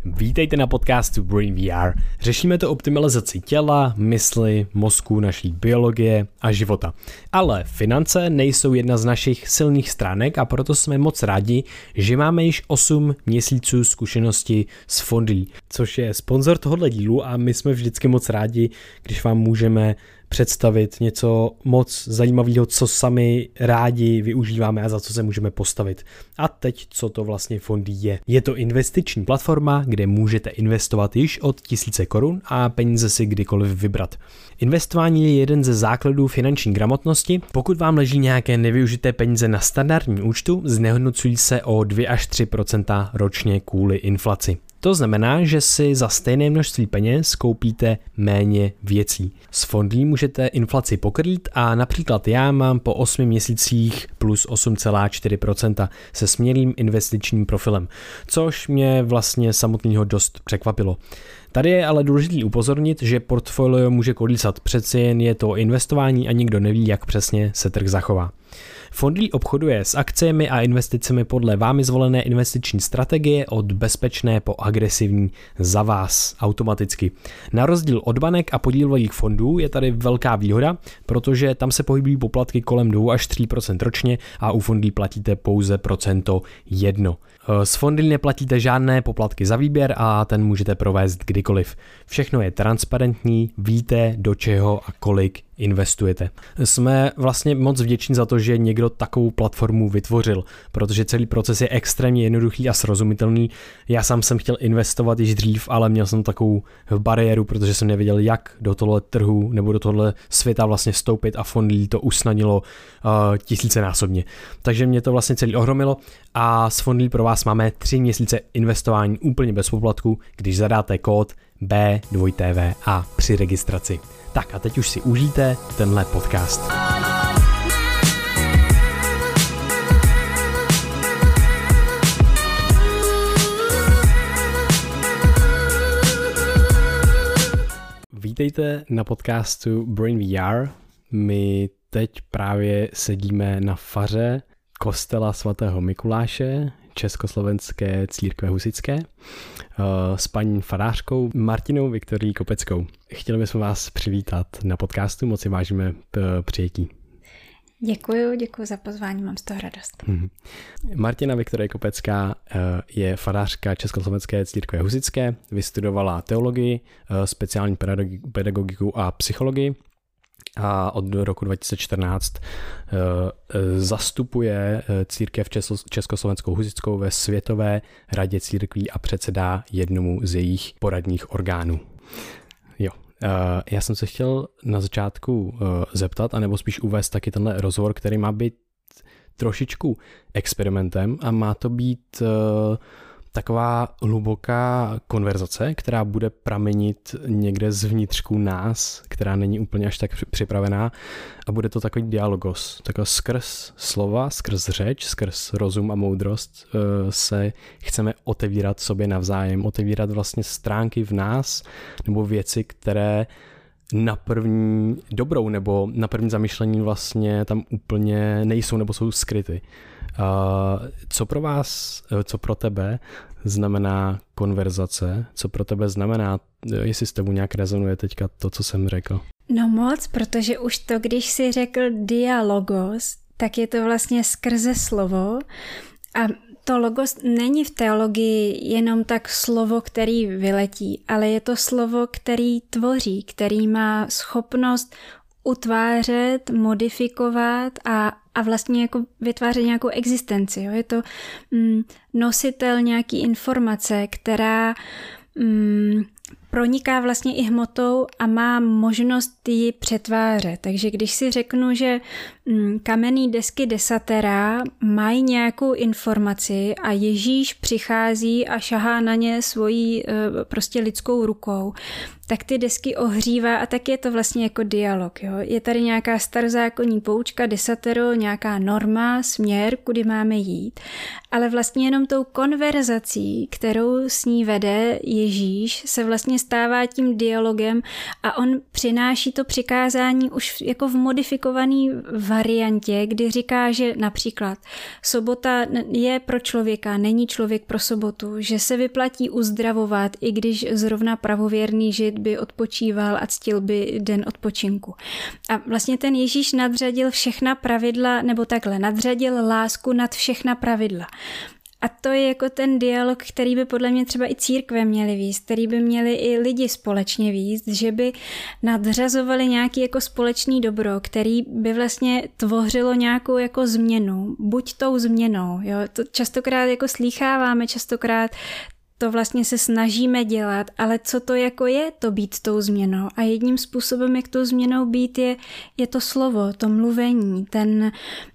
Vítejte na podcastu Brain VR. Řešíme to optimalizaci těla, mysli, mozku, naší biologie a života. Ale finance nejsou jedna z našich silných stránek a proto jsme moc rádi, že máme již 8 měsíců zkušenosti s Fondly, což je sponzor tohoto dílu a my jsme vždycky moc rádi, když vám můžeme představit něco moc zajímavého, co sami rádi využíváme a za co se můžeme postavit. A teď, co to vlastně Fondly je. Je to investiční platforma, kde můžete investovat již od 1000 korun a peníze si kdykoliv vybrat. Investování je jeden ze základů finanční gramotnosti. Pokud vám leží nějaké nevyužité peníze na standardním účtu, znehodnocují se o 2 až 3% ročně kvůli inflaci. To znamená, že si za stejné množství peněz koupíte méně věcí. S Fondly můžete inflaci pokrýt a například já mám po 8 měsících plus 8,4% se směrným investičním profilem, což mě vlastně samotného dost překvapilo. Tady je ale důležité upozornit, že portfolio může kolísat, přeci jen je to investování a nikdo neví, jak přesně se trh zachová. Fondly obchoduje s akciemi a investicemi podle vámi zvolené investiční strategie od bezpečné po agresivní za vás automaticky. Na rozdíl od banek a podílových fondů je tady velká výhoda, protože tam se pohybují poplatky kolem 2 až 3% ročně a u Fondly platíte pouze 1%. S Fondly neplatíte žádné poplatky za výběr a ten můžete provést kdykoliv. Všechno je transparentní, víte, do čeho a kolik investujete. Jsme vlastně moc vděční za to, že někdo takovou platformu vytvořil, protože celý proces je extrémně jednoduchý a srozumitelný. Já sám jsem chtěl investovat již dřív, ale měl jsem takovou bariéru, protože jsem nevěděl, jak do tohle trhu nebo do tohle světa vlastně vstoupit a Fondly to usnadnilo tisícenásobně. Takže mě to vlastně celý ohromilo a s Fondly pro vás máme 3 měsíce investování úplně bez poplatku, když zadáte kód B2TVA při registraci. Tak a teď už si užijte tenhle podcast. Vítejte na podcastu Brain VR. My teď právě sedíme na faře kostela svatého Mikuláše Československé církve husitské s paní farářkou Martinou Viktorií Kopeckou. Chtěli bychom vás přivítat na podcastu, moc si vážíme přijetí. Děkuji za pozvání, mám z toho radost. Martina Viktorie Kopecká je farářka Československé církve husitské, vystudovala teologii, speciální pedagogiku a psychologii a od roku 2014 zastupuje církev Československou husitskou ve Světové radě církví a předsedá jednomu z jejich poradních orgánů. Já jsem se chtěl na začátku zeptat, anebo spíš uvést taky tenhle rozhovor, který má být trošičku experimentem a má to být taková hluboká konverzace, která bude pramenit někde zvnitřku nás, která není úplně až tak připravená a bude to takový dialogos, takový skrz slova, skrz řeč, skrz rozum a moudrost se chceme otevírat sobě navzájem, otevírat vlastně stránky v nás nebo věci, které na první dobrou nebo na první zamyšlení vlastně tam úplně nejsou nebo jsou skryty. Co pro vás, co pro tebe znamená konverzace? Co pro tebe znamená, jestli s tebou nějak rezonuje teďka to, co jsem řekl? No moc, protože už to, když jsi řekl dialogos, tak je to vlastně skrze slovo a to logos není v teologii jenom tak slovo, který vyletí, ale je to slovo, který tvoří, který má schopnost utvářet, modifikovat a vlastně jako vytvářet nějakou existenci. Jo? Je to nositel nějaký informace, která proniká vlastně i hmotou a má možnost ji přetvářet. Takže když si řeknu, že kamenný desky desatera mají nějakou informaci a Ježíš přichází a šahá na ně svojí prostě lidskou rukou, tak ty desky ohřívá a tak je to vlastně jako dialog. Jo? Je tady nějaká starozákonní poučka, desatero, nějaká norma, směr, kudy máme jít, ale vlastně jenom tou konverzací, kterou s ní vede Ježíš, se vlastně stává tím dialogem a on přináší to přikázání už jako v modifikované variantě, kdy říká, že například sobota je pro člověka, není člověk pro sobotu, že se vyplatí uzdravovat, i když zrovna pravověrný žid by odpočíval a ctil by den odpočinku. A vlastně ten Ježíš nadřadil všechna pravidla, nebo takhle, nadřadil lásku nad všechna pravidla. A to je jako ten dialog, který by podle mě třeba i církve měly vést, který by měli i lidi společně vést, že by nadřazovali nějaký jako společný dobro, který by vlastně tvořilo nějakou jako změnu, buď tou změnou, jo, to častokrát jako slýcháváme, častokrát to vlastně se snažíme dělat, ale co to jako je to být tou změnou? A jedním způsobem, jak tou změnou být, je to slovo, to mluvení, ten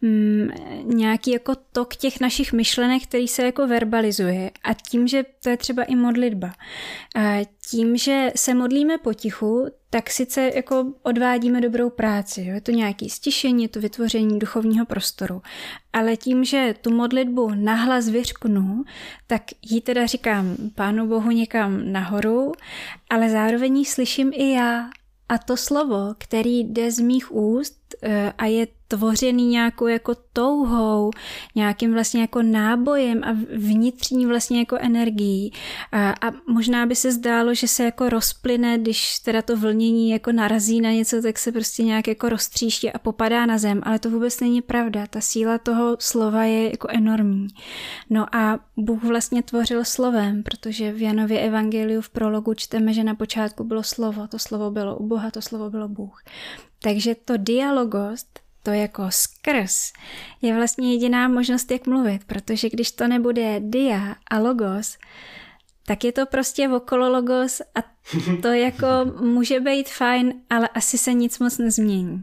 nějaký jako tok těch našich myšlenek, který se jako verbalizuje. A tím, že to je třeba i modlitba. A tím, že se modlíme potichu, tak sice jako odvádíme dobrou práci. Jo? Je to nějaké stišení, je to vytvoření duchovního prostoru. Ale tím, že tu modlitbu nahlas vyřknu, tak ji teda říkám Pánu Bohu někam nahoru, ale zároveň ji slyším i já. A to slovo, který jde z mých úst a je tvořený nějakou jako touhou, nějakým vlastně jako nábojem a vnitřní vlastně jako energií. A možná by se zdálo, že se jako rozplyne, když teda to vlnění jako narazí na něco, tak se prostě nějak jako roztříští a popadá na zem, ale to vůbec není pravda. Ta síla toho slova je jako enormní. No a Bůh vlastně tvořil slovem, protože v Janově evangeliu v prologu čteme, že na počátku bylo slovo, to slovo bylo u Boha, to slovo bylo Bůh. Takže to dialogos, to jako skrz, je vlastně jediná možnost, jak mluvit, protože když to nebude dia a logos, tak je to prostě okolo logos a to jako může být fajn, ale asi se nic moc nezmění.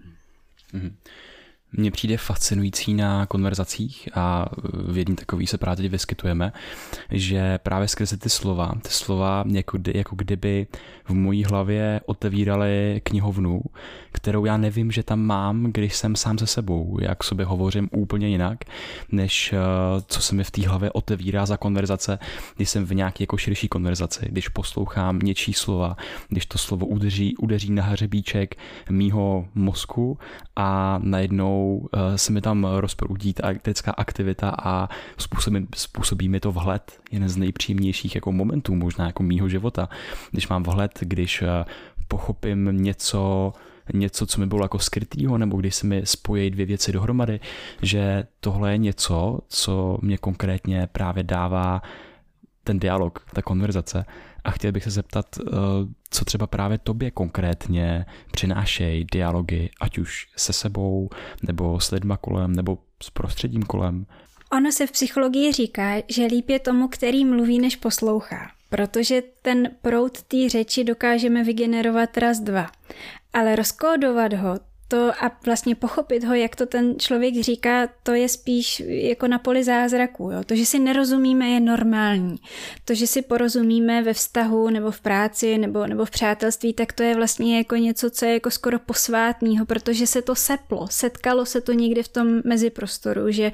Mně přijde fascinující na konverzacích a v jedný takový se právě teď vyskytujeme, že právě skrze ty slova jako kdyby v mojí hlavě otevíraly knihovnu, kterou já nevím, že tam mám, když jsem sám se sebou, jak sobě hovořím úplně jinak, než co se mi v té hlavě otevírá za konverzace, když jsem v nějaké jako širší konverzaci, když poslouchám něčí slova, když to slovo udeří na hřebíček mýho mozku a najednou se mi tam rozproudí ta elektrická aktivita a způsobí mi to vhled, jeden z nejpříjemnějších jako momentů možná jako mýho života. Když mám vhled, když pochopím něco, co mi bylo jako skrytýho, nebo když se mi spojí dvě věci dohromady, že tohle je něco, co mě konkrétně právě dává ten dialog, ta konverzace. A chtěl bych se zeptat, co třeba právě tobě konkrétně přinášejí dialogy, ať už se sebou, nebo s lidma kolem, nebo s prostředím kolem. Ono se v psychologii říká, že líp je tomu, který mluví, než poslouchá. Protože ten proud té řeči dokážeme vygenerovat raz, dva. Ale rozkódovat ho, to a vlastně pochopit ho, jak to ten člověk říká, to je spíš jako na poli zázraku. Jo? To, že si nerozumíme, je normální. To, že si porozumíme ve vztahu nebo v práci nebo v přátelství, tak to je vlastně jako něco, co je jako skoro posvátného, protože se to setkalo se to někde v tom meziprostoru, že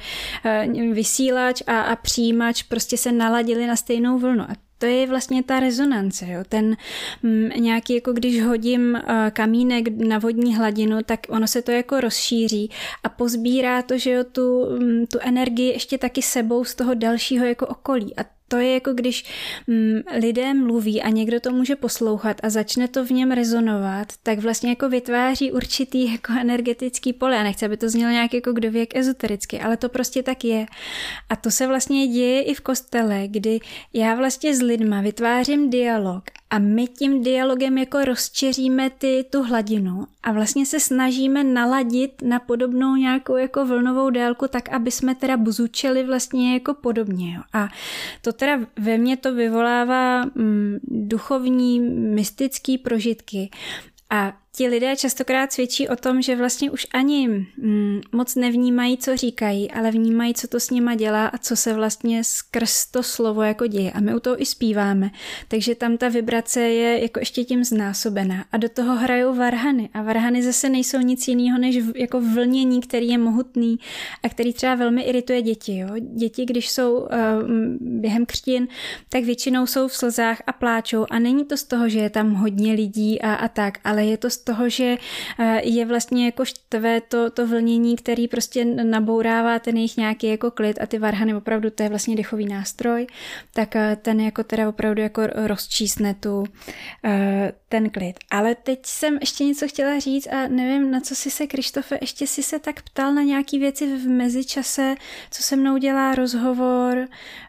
vysílač a přijímač prostě se naladili na stejnou vlnu. A to je vlastně ta rezonance, jo? Ten nějaký, jako když hodím kamínek na vodní hladinu, tak ono se to jako rozšíří a pozbírá to, že jo, tu energii ještě taky sebou z toho dalšího jako okolí. A to je jako když lidé mluví a někdo to může poslouchat a začne to v něm rezonovat, tak vlastně jako vytváří určitý jako energetický pole. A nechci, aby to znělo nějak jako kdověk ezotericky, ale to prostě tak je. A to se vlastně děje i v kostele, kdy já vlastně s lidma vytvářím dialog a my tím dialogem jako rozčeříme tu hladinu a vlastně se snažíme naladit na podobnou nějakou jako vlnovou délku, tak aby jsme teda bzučeli vlastně jako podobně. Jo. A to teda ve mně to vyvolává duchovní, mystický prožitky. A ti lidé častokrát svědčí o tom, že vlastně už ani moc nevnímají, co říkají, ale vnímají, co to s nima dělá a co se vlastně skrz to slovo jako děje. A my u toho i zpíváme, takže tam ta vibrace je jako ještě tím znásobená. A do toho hrajou varhany. A varhany zase nejsou nic jiného než jako vlnění, který je mohutný a který třeba velmi irituje děti. Jo? Děti, když jsou během křtin, tak většinou jsou v slzách a pláčou. A není to z toho, že je tam hodně lidí a tak, ale je to z toho, že je vlastně jako štve to vlnění, který prostě nabourává ten jejich nějaký jako klid a ty varhany opravdu, to je vlastně dechový nástroj, tak ten jako teda opravdu jako rozčísne ten klid. Ale teď jsem ještě něco chtěla říct a nevím, na co si se, Krištofe, ještě si se tak ptal na nějaký věci v mezičase, co se mnou dělá rozhovor.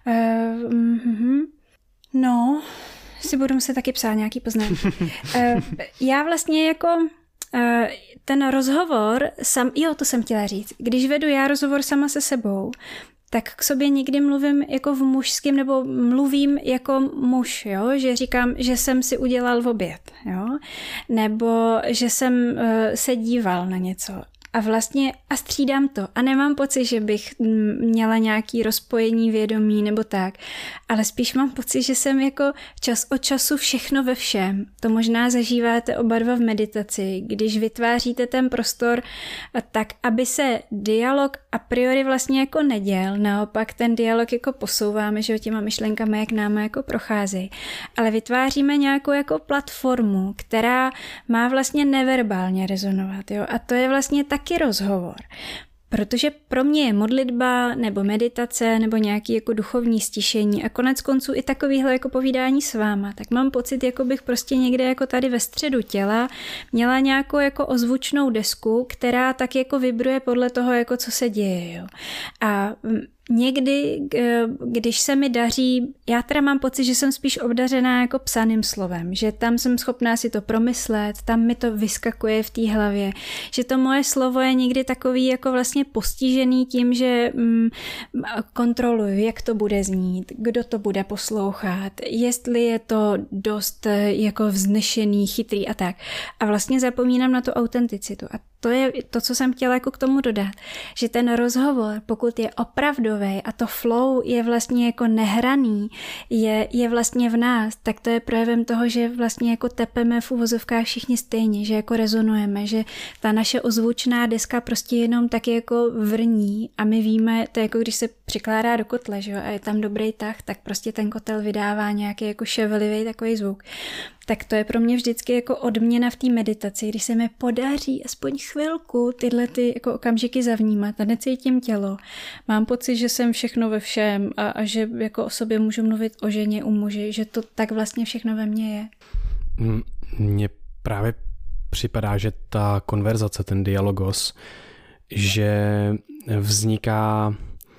No, si budu muset taky psát nějaký poznámky. Já vlastně jako ten rozhovor, to jsem chtěla říct, když vedu já rozhovor sama se sebou, tak k sobě někdy mluvím jako v mužském, nebo mluvím jako muž, jo? Že říkám, že jsem si udělal oběd, jo? Nebo že jsem se díval na něco. A vlastně střídám to. A nemám pocit, že bych měla nějaký rozpojení vědomí nebo tak. Ale spíš mám pocit, že jsem jako čas od času všechno ve všem. To možná zažíváte oba dva v meditaci, když vytváříte ten prostor tak, aby se dialog a priori vlastně jako neděl. Naopak ten dialog jako posouváme, že těma myšlenkami, jak náma jako procházejí. Ale vytváříme nějakou jako platformu, která má vlastně neverbálně rezonovat. Jo? A to je vlastně taky rozhovor. Protože pro mě je modlitba nebo meditace nebo nějaký jako duchovní stišení a konec konců i takovýhle jako povídání s váma, tak mám pocit, jako bych prostě někde jako tady ve středu těla měla nějakou jako ozvučnou desku, která tak jako vibruje podle toho, jako co se děje. Jo. A někdy, když se mi daří, já teda mám pocit, že jsem spíš obdařená jako psaným slovem, že tam jsem schopná si to promyslet, tam mi to vyskakuje v té hlavě, že to moje slovo je někdy takový jako vlastně postižený tím, že kontroluju, jak to bude znít, kdo to bude poslouchat, jestli je to dost jako vznešený, chytrý a tak. A vlastně zapomínám na tu autenticitu. A to je to, co jsem chtěla jako k tomu dodat, že ten rozhovor, pokud je opravdový a to flow je vlastně jako nehraný, je vlastně v nás, tak to je projevem toho, že vlastně jako tepeme v uvozovkách všichni stejně, že jako rezonujeme, že ta naše ozvučná deska prostě jenom taky jako vrní a my víme, to je jako když se přikládá do kotle, že jo, a je tam dobrý tah, tak prostě ten kotel vydává nějaký jako ševelivý takový zvuk. Tak to je pro mě vždycky jako odměna v té meditaci, když se mi podaří aspoň chvilku tyhle ty jako okamžiky zavnímat a necítím tělo. Mám pocit, že jsem všechno ve všem a že jako o sobě můžu mluvit o ženě, u muži, že to tak vlastně všechno ve mně je. Mně právě připadá, že ta konverzace, ten dialogos, že vzniká,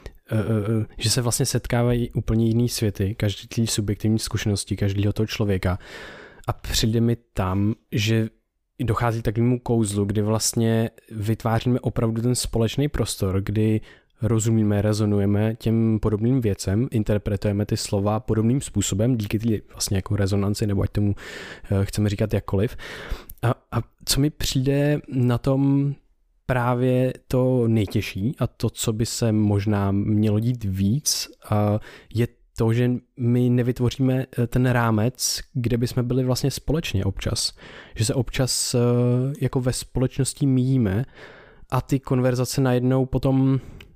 že se vlastně setkávají úplně jiný světy, každý subjektivní zkušenosti každého toho člověka. A přijde mi tam, že dochází k takovému kouzlu, kdy vlastně vytváříme opravdu ten společný prostor, kdy rozumíme, rezonujeme těm podobným věcem, interpretujeme ty slova podobným způsobem, díky té vlastně jako rezonanci, nebo ať tomu chceme říkat jakkoliv. A co mi přijde na tom právě to nejtěžší a to, co by se možná mělo dít víc, je to, že my nevytvoříme ten rámec, kde bychom byli vlastně společně občas. Že se občas jako ve společnosti míjíme a ty konverzace najednou potom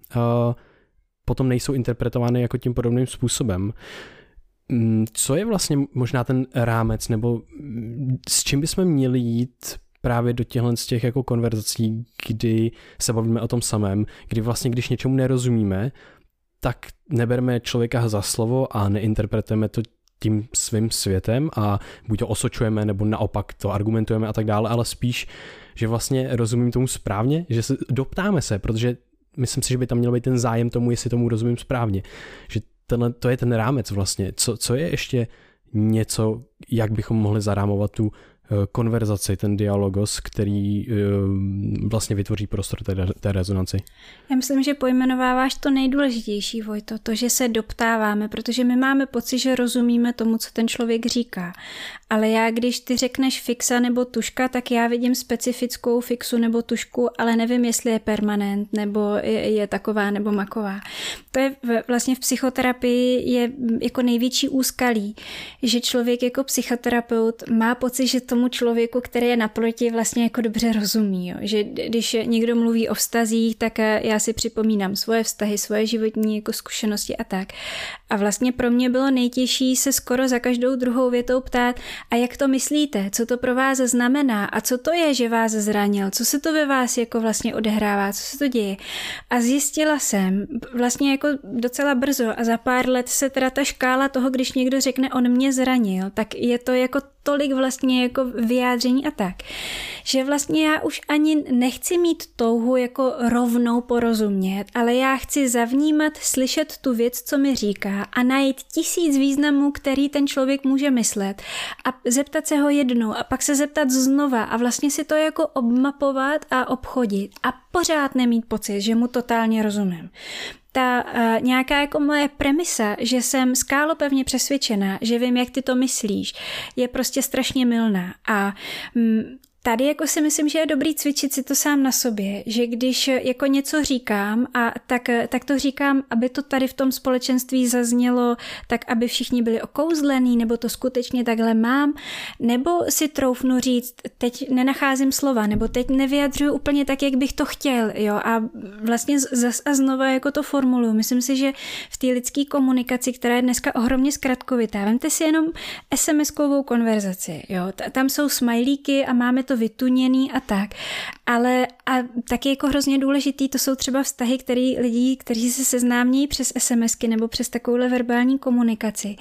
nejsou interpretovány jako tím podobným způsobem. Co je vlastně možná ten rámec, nebo s čím bychom měli jít právě do z těch jako konverzací, kdy se bavíme o tom samém, kdy vlastně, když něčemu nerozumíme, tak nebereme člověka za slovo a neinterpretujeme to tím svým světem a buď to osočujeme, nebo naopak to argumentujeme a tak dále, ale spíš, že vlastně rozumím tomu správně, že se doptáme se, protože myslím si, že by tam měl být ten zájem tomu, jestli tomu rozumím správně. Že to je ten rámec vlastně. Co je ještě něco, jak bychom mohli zarámovat tu konverzaci, ten dialogos, který vlastně vytvoří prostor té rezonanci? Já myslím, že pojmenováváš to nejdůležitější, Vojto, to, že se doptáváme, protože my máme pocit, že rozumíme tomu, co ten člověk říká. Ale já, když ty řekneš fixa nebo tuška, tak já vidím specifickou fixu nebo tušku, ale nevím, jestli je permanent, nebo je taková nebo maková. To je vlastně v psychoterapii je jako největší úskalí, že člověk jako psychoterapeut má pocit, že tomu člověku, který je naproti, vlastně jako dobře rozumí. Jo. Že když někdo mluví o vztazích, tak já si připomínám svoje vztahy, svoje životní jako zkušenosti a tak. A vlastně pro mě bylo nejtěžší se skoro za každou druhou větou ptát, a jak to myslíte, co to pro vás znamená a co to je, že vás zranil, co se to ve vás jako vlastně odehrává, co se to děje. A zjistila jsem vlastně jako docela brzo a za pár let se teda ta škála toho, když někdo řekne, on mě zranil, tak je to jako tolik vlastně jako vyjádření a tak, že vlastně já už ani nechci mít touhu jako rovnou porozumět, ale já chci zavnímat, slyšet tu věc, co mi říká a najít 1000 významů, který ten člověk může myslet a zeptat se ho jednou a pak se zeptat znova a vlastně si to jako obmapovat a obchodit a pořád nemít pocit, že mu totálně rozumím. Ta nějaká jako moje premisa, že jsem skálopevně přesvědčená, že vím, jak ty to myslíš, je prostě strašně mylná. A tady jako si myslím, že je dobrý cvičit si to sám na sobě, že když jako něco říkám a tak to říkám, aby to tady v tom společenství zaznělo, tak aby všichni byli okouzlení, nebo to skutečně takhle mám, nebo si troufnu říct, teď nenacházím slova, nebo teď nevyjadřuju úplně tak, jak bych to chtěl, jo, a vlastně zas a znova jako to formuluju. Myslím si, že v té lidské komunikaci, která je dneska ohromně zkratkovitá, vemte si jenom SMS-kovou konverzaci, jo, tam jsou smajlíky a máme to vytuněný a tak. Ale a taky jako hrozně důležitý, to jsou třeba vztahy, lidí, kteří se seznámí přes SMSky nebo přes takovouhle verbální komunikaci.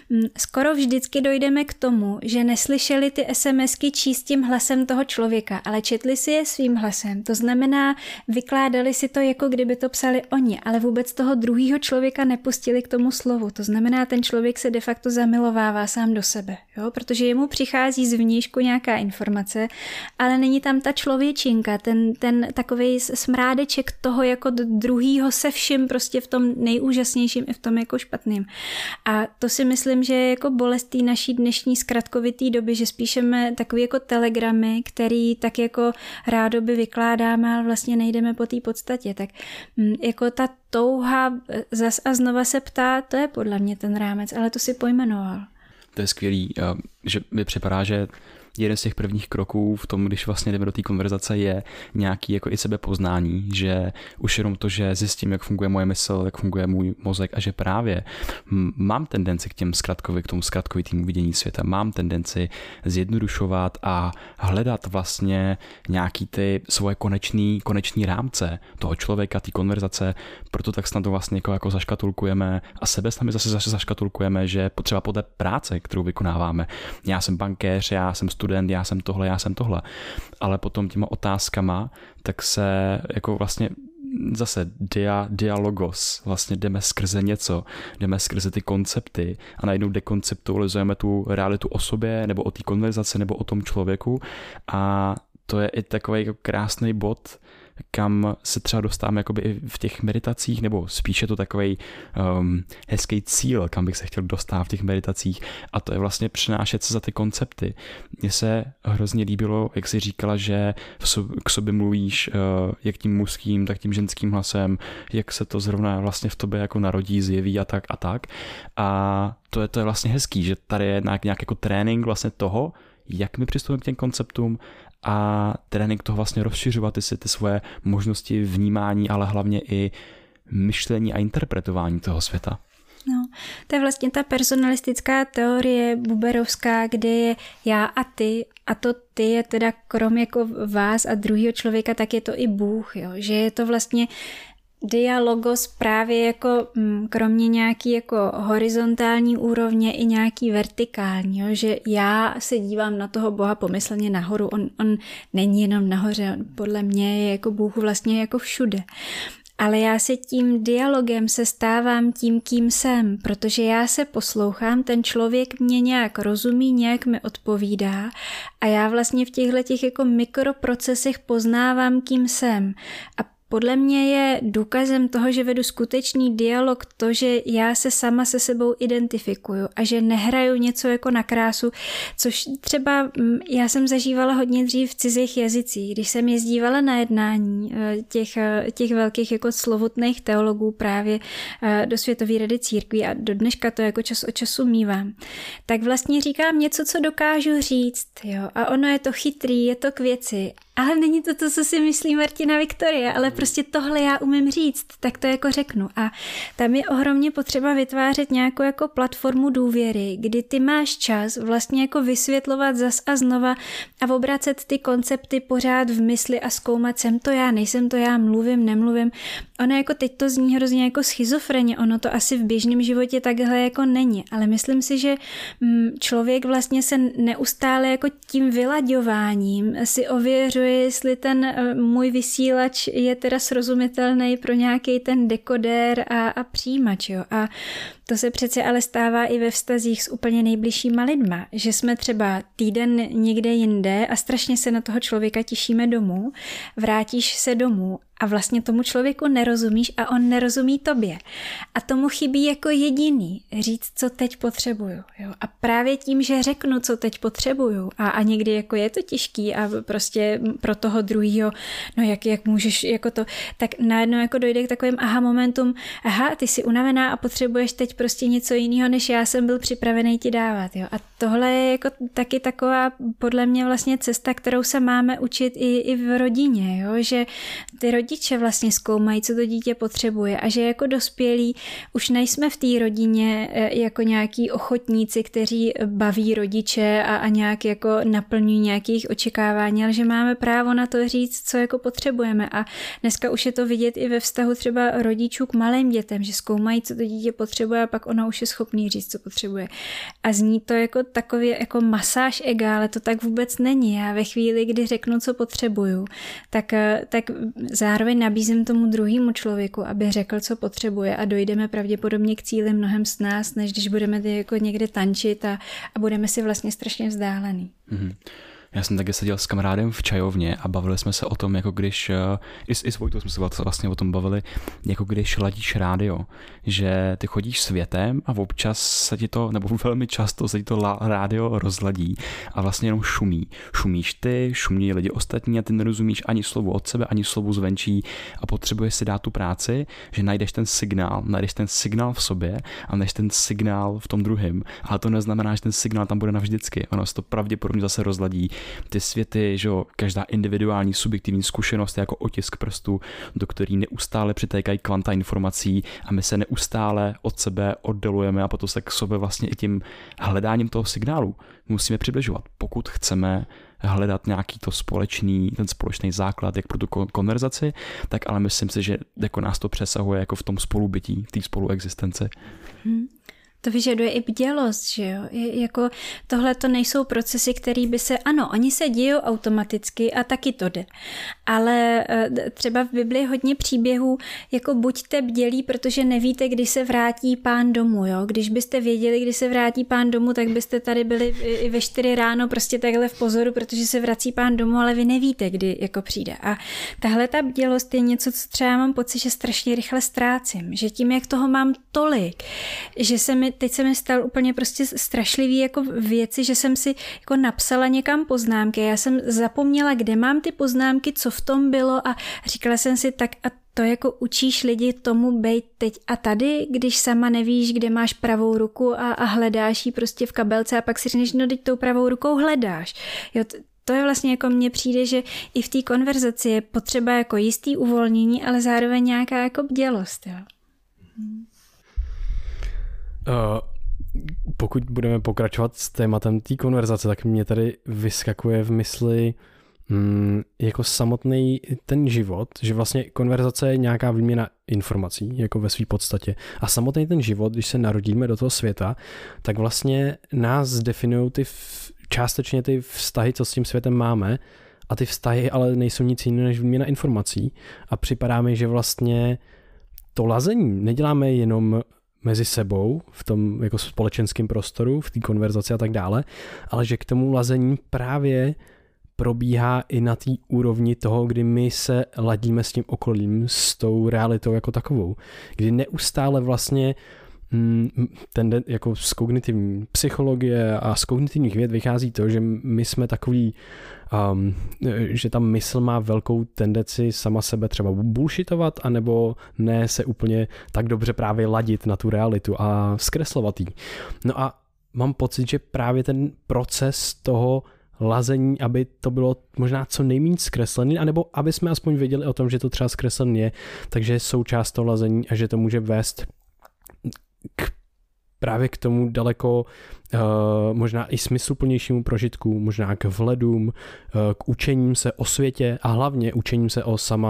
Skoro vždycky dojdeme k tomu, že neslyšeli ty SMSky číst tím hlasem toho člověka, ale četli si je svým hlasem. To znamená, vykládali si to, jako kdyby to psali oni, ale vůbec toho druhého člověka nepustili k tomu slovu. To znamená, ten člověk se de facto zamilovává sám do sebe, jo? Protože jemu přichází zvnějšku nějaká informace, ale není tam ta člověčinka, ten takovej smrádeček toho jako druhýho se vším prostě v tom nejúžasnějším i v tom jako špatným. A to si myslím, že je jako bolest té naší dnešní zkratkovitý doby, že spíšeme takový jako telegramy, který tak jako rádoby vykládáme, ale vlastně nejdeme po té podstatě. Tak jako ta touha zas a znova se ptát, to je podle mě ten rámec, ale to si pojmenoval. To je skvělý, že mi připadá, že jeden z těch prvních kroků v tom, když vlastně jdeme do té konverzace, je nějaký jako i sebepoznání, že už jenom to, že zjistím, jak funguje moje mysl, jak funguje můj mozek a že právě mám tendenci k tomu zkratkovitému vidění světa, mám tendenci zjednodušovat a hledat vlastně nějaký ty svoje koneční rámce toho člověka, té konverzace, proto tak snad to vlastně jako zaškatulkujeme a sebe sami zase zaškatulkujeme, že potřeba podle práce, kterou vykonáváme. Já jsem bankéř, já jsem student, já jsem tohle, ale potom těma otázkama, tak se jako vlastně zase dialogos, vlastně jdeme skrze něco, jdeme skrze ty koncepty a najednou dekonceptualizujeme tu realitu o sobě, nebo o té konverzaci, nebo o tom člověku a to je i takový jako krásný bod, kam se třeba dostáváme jakoby i v těch meditacích, nebo spíše to takovej hezký cíl, kam bych se chtěl dostat v těch meditacích a to je vlastně přenášet se za ty koncepty. Mně se hrozně líbilo, jak jsi říkala, že k sobě mluvíš jak tím mužským, tak tím ženským hlasem, jak se to zrovna vlastně v tobě jako narodí, zjeví a tak a tak. A to je vlastně hezký, že tady je nějaký jako trénink vlastně toho, jak my přistupujeme k těm konceptům a trénink toho vlastně rozšiřovat si ty svoje možnosti vnímání, ale hlavně i myšlení a interpretování toho světa. No, to je vlastně ta personalistická teorie buberovská, kde je já a ty, a to ty je teda krom jako vás a druhého člověka, tak je to i Bůh, jo? Že je to vlastně dialogos právě jako kromě nějaký jako horizontální úrovně i nějaký vertikální, jo? Že já se dívám na toho Boha pomyslně nahoru, on není jenom nahoře, on podle mě je jako Bůh vlastně jako všude. ale já se tím dialogem se stávám tím, kým jsem, protože já se poslouchám, ten člověk mě nějak rozumí, nějak mi odpovídá a já vlastně v těchto jako mikroprocesech poznávám, kým jsem. A podle mě je důkazem toho, že vedu skutečný dialog to, že já se sama se sebou identifikuju a že nehraju něco jako na krásu, což třeba já jsem zažívala hodně dřív v cizích jazycích, když jsem jezdívala na jednání těch velkých jako slovutných teologů právě do Světové rady církví a do dneška to jako čas od času mívám, tak vlastně říkám něco, co dokážu říct, jo, a ono je to chytrý, je to k věci. Ale není to to, co si myslí Martina Viktorie, ale prostě tohle já umím říct, tak to jako řeknu. A tam je ohromně potřeba vytvářet nějakou jako platformu důvěry, kdy ty máš čas vlastně jako vysvětlovat zas a znova a obracet ty koncepty pořád v mysli a zkoumat, jsem to já, nejsem to já, mluvím, nemluvím. Ono jako teď to zní hrozně jako schizofreně, ono to asi v běžném životě takhle jako není, ale myslím si, že člověk vlastně se neustále jako tím vylaďováním si ověřuje, jestli ten můj vysílač je teda srozumitelný pro nějaký ten dekodér a přijímač. Jo? A to se přece ale stává i ve vztazích s úplně nejbližšíma lidma, že jsme třeba týden někde jinde a strašně se na toho člověka těšíme domů, vrátíš se domů a vlastně tomu člověku nerozumíš a on nerozumí tobě. A tomu chybí jako jediný říct, co teď potřebuju. Jo? A právě tím, že řeknu, co teď potřebuju a někdy jako je to těžký a prostě pro toho druhýho, no jak můžeš jako to, tak najednou jako dojde k takovým momentům, ty jsi unavená a potřebuješ teď prostě něco jiného, než já jsem byl připravený ti dávat. Jo? A tohle je jako taky taková podle mě vlastně cesta, kterou se máme učit i v rodině, jo? Že ty rodiče vlastně zkoumají, co to dítě potřebuje a že jako dospělí už nejsme v té rodině jako nějaký ochotníci, kteří baví rodiče a nějak jako naplňují nějakých očekávání, ale že máme právo na to říct, co jako potřebujeme a dneska už je to vidět i ve vztahu třeba rodičů k malým dětem, že zkoumají, co to dítě potřebuje a pak ona už je schopný říct, co potřebuje. A zní to jako takový jako masáž ega, ale to tak vůbec není. Já ve chvíli, kdy řeknu, co potřebuju, tak zároveň nabízím tomu druhému člověku, aby řekl, co potřebuje a dojdeme pravděpodobně k cíli mnohem s nás, než když budeme jako někde tančit a budeme si vlastně strašně vzdálený. Mm-hmm. Já jsem taky seděl s kamarádem v čajovně a bavili jsme se o tom, jako když, i s Vojtou jsme se vlastně o tom bavili, jako když ladíš rádio, že ty chodíš světem a občas se ti to, nebo velmi často se ti to rádio rozladí a vlastně jenom šumí. Šumíš ty, šumí lidi ostatní a ty nerozumíš ani slovu od sebe, ani slovu zvenčí a potřebuješ si dát tu práci, že najdeš ten signál v sobě a najdeš ten signál v tom druhém, ale to neznamená, že ten signál tam bude navždycky, ono se to pravděpodobně zase rozladí. Ty světy, že jo, každá individuální subjektivní zkušenost je jako otisk prstu, do který neustále přitékají kvanta informací a my se neustále od sebe oddalujeme a potom se k sobě vlastně i tím hledáním toho signálu musíme přibližovat, pokud chceme hledat nějaký ten společný základ, jak pro tu konverzaci, tak ale myslím si, že jako nás to přesahuje jako v tom spolubytí, v té spoluexistenci. To vyžaduje i bdělost, že jo? Jako tohle to nejsou procesy, které by se, ano, oni se dějou automaticky a taky to jde. Ale třeba v Biblii je hodně příběhů, jako buďte bdělí, protože nevíte, kdy se vrátí Pán domů, jo? Když byste věděli, kdy se vrátí Pán domů, tak byste tady byli i ve 4 ráno prostě takhle v pozoru, protože se vrací Pán domů, ale vy nevíte, kdy jako přijde. A tahle ta bdělost je něco, co třeba mám pocit, že strašně rychle ztrácím, že tím, jak toho mám tolik, že teď se mi stal úplně prostě strašlivý jako věci, že jsem si jako napsala někam poznámky. Já jsem zapomněla, kde mám ty poznámky, co v tom bylo a říkala jsem si tak a to jako učíš lidi tomu bejt teď a tady, když sama nevíš, kde máš pravou ruku a hledáš ji prostě v kabelce a pak si říkáš, no teď tou pravou rukou hledáš. Jo, to je vlastně jako mně přijde, že i v té konverzaci je potřeba jako jistý uvolnění, ale zároveň nějaká jako bdělost. Jo. Pokud budeme pokračovat s tématem té konverzace, tak mě tady vyskakuje v mysli jako samotný ten život, že vlastně konverzace je nějaká výměna informací, jako ve své podstatě. A samotný ten život, když se narodíme do toho světa, tak vlastně nás definují částečně ty vztahy, co s tím světem máme, a ty vztahy ale nejsou nic jiného než výměna informací a připadá mi, že vlastně to lazení neděláme jenom mezi sebou v tom jako společenském prostoru, v té konverzaci a tak dále, ale že k tomu lazení právě probíhá i na té úrovni toho, kdy my se ladíme s tím okolím, s tou realitou jako takovou. Kdy neustále vlastně jako z kognitivní psychologie a z kognitivních věd vychází to, že my jsme takový, že ta mysl má velkou tendenci sama sebe třeba bullshitovat, anebo ne se úplně tak dobře právě ladit na tu realitu a zkreslovat jí. No a mám pocit, že právě ten proces toho lazení, aby to bylo možná co nejméně zkreslený, anebo aby jsme aspoň věděli o tom, že to třeba zkreslený je, takže je součást toho lazení a že to může vést právě k tomu daleko možná i smysluplnějšímu prožitku, možná k vhledům, k učením se o světě a hlavně učením se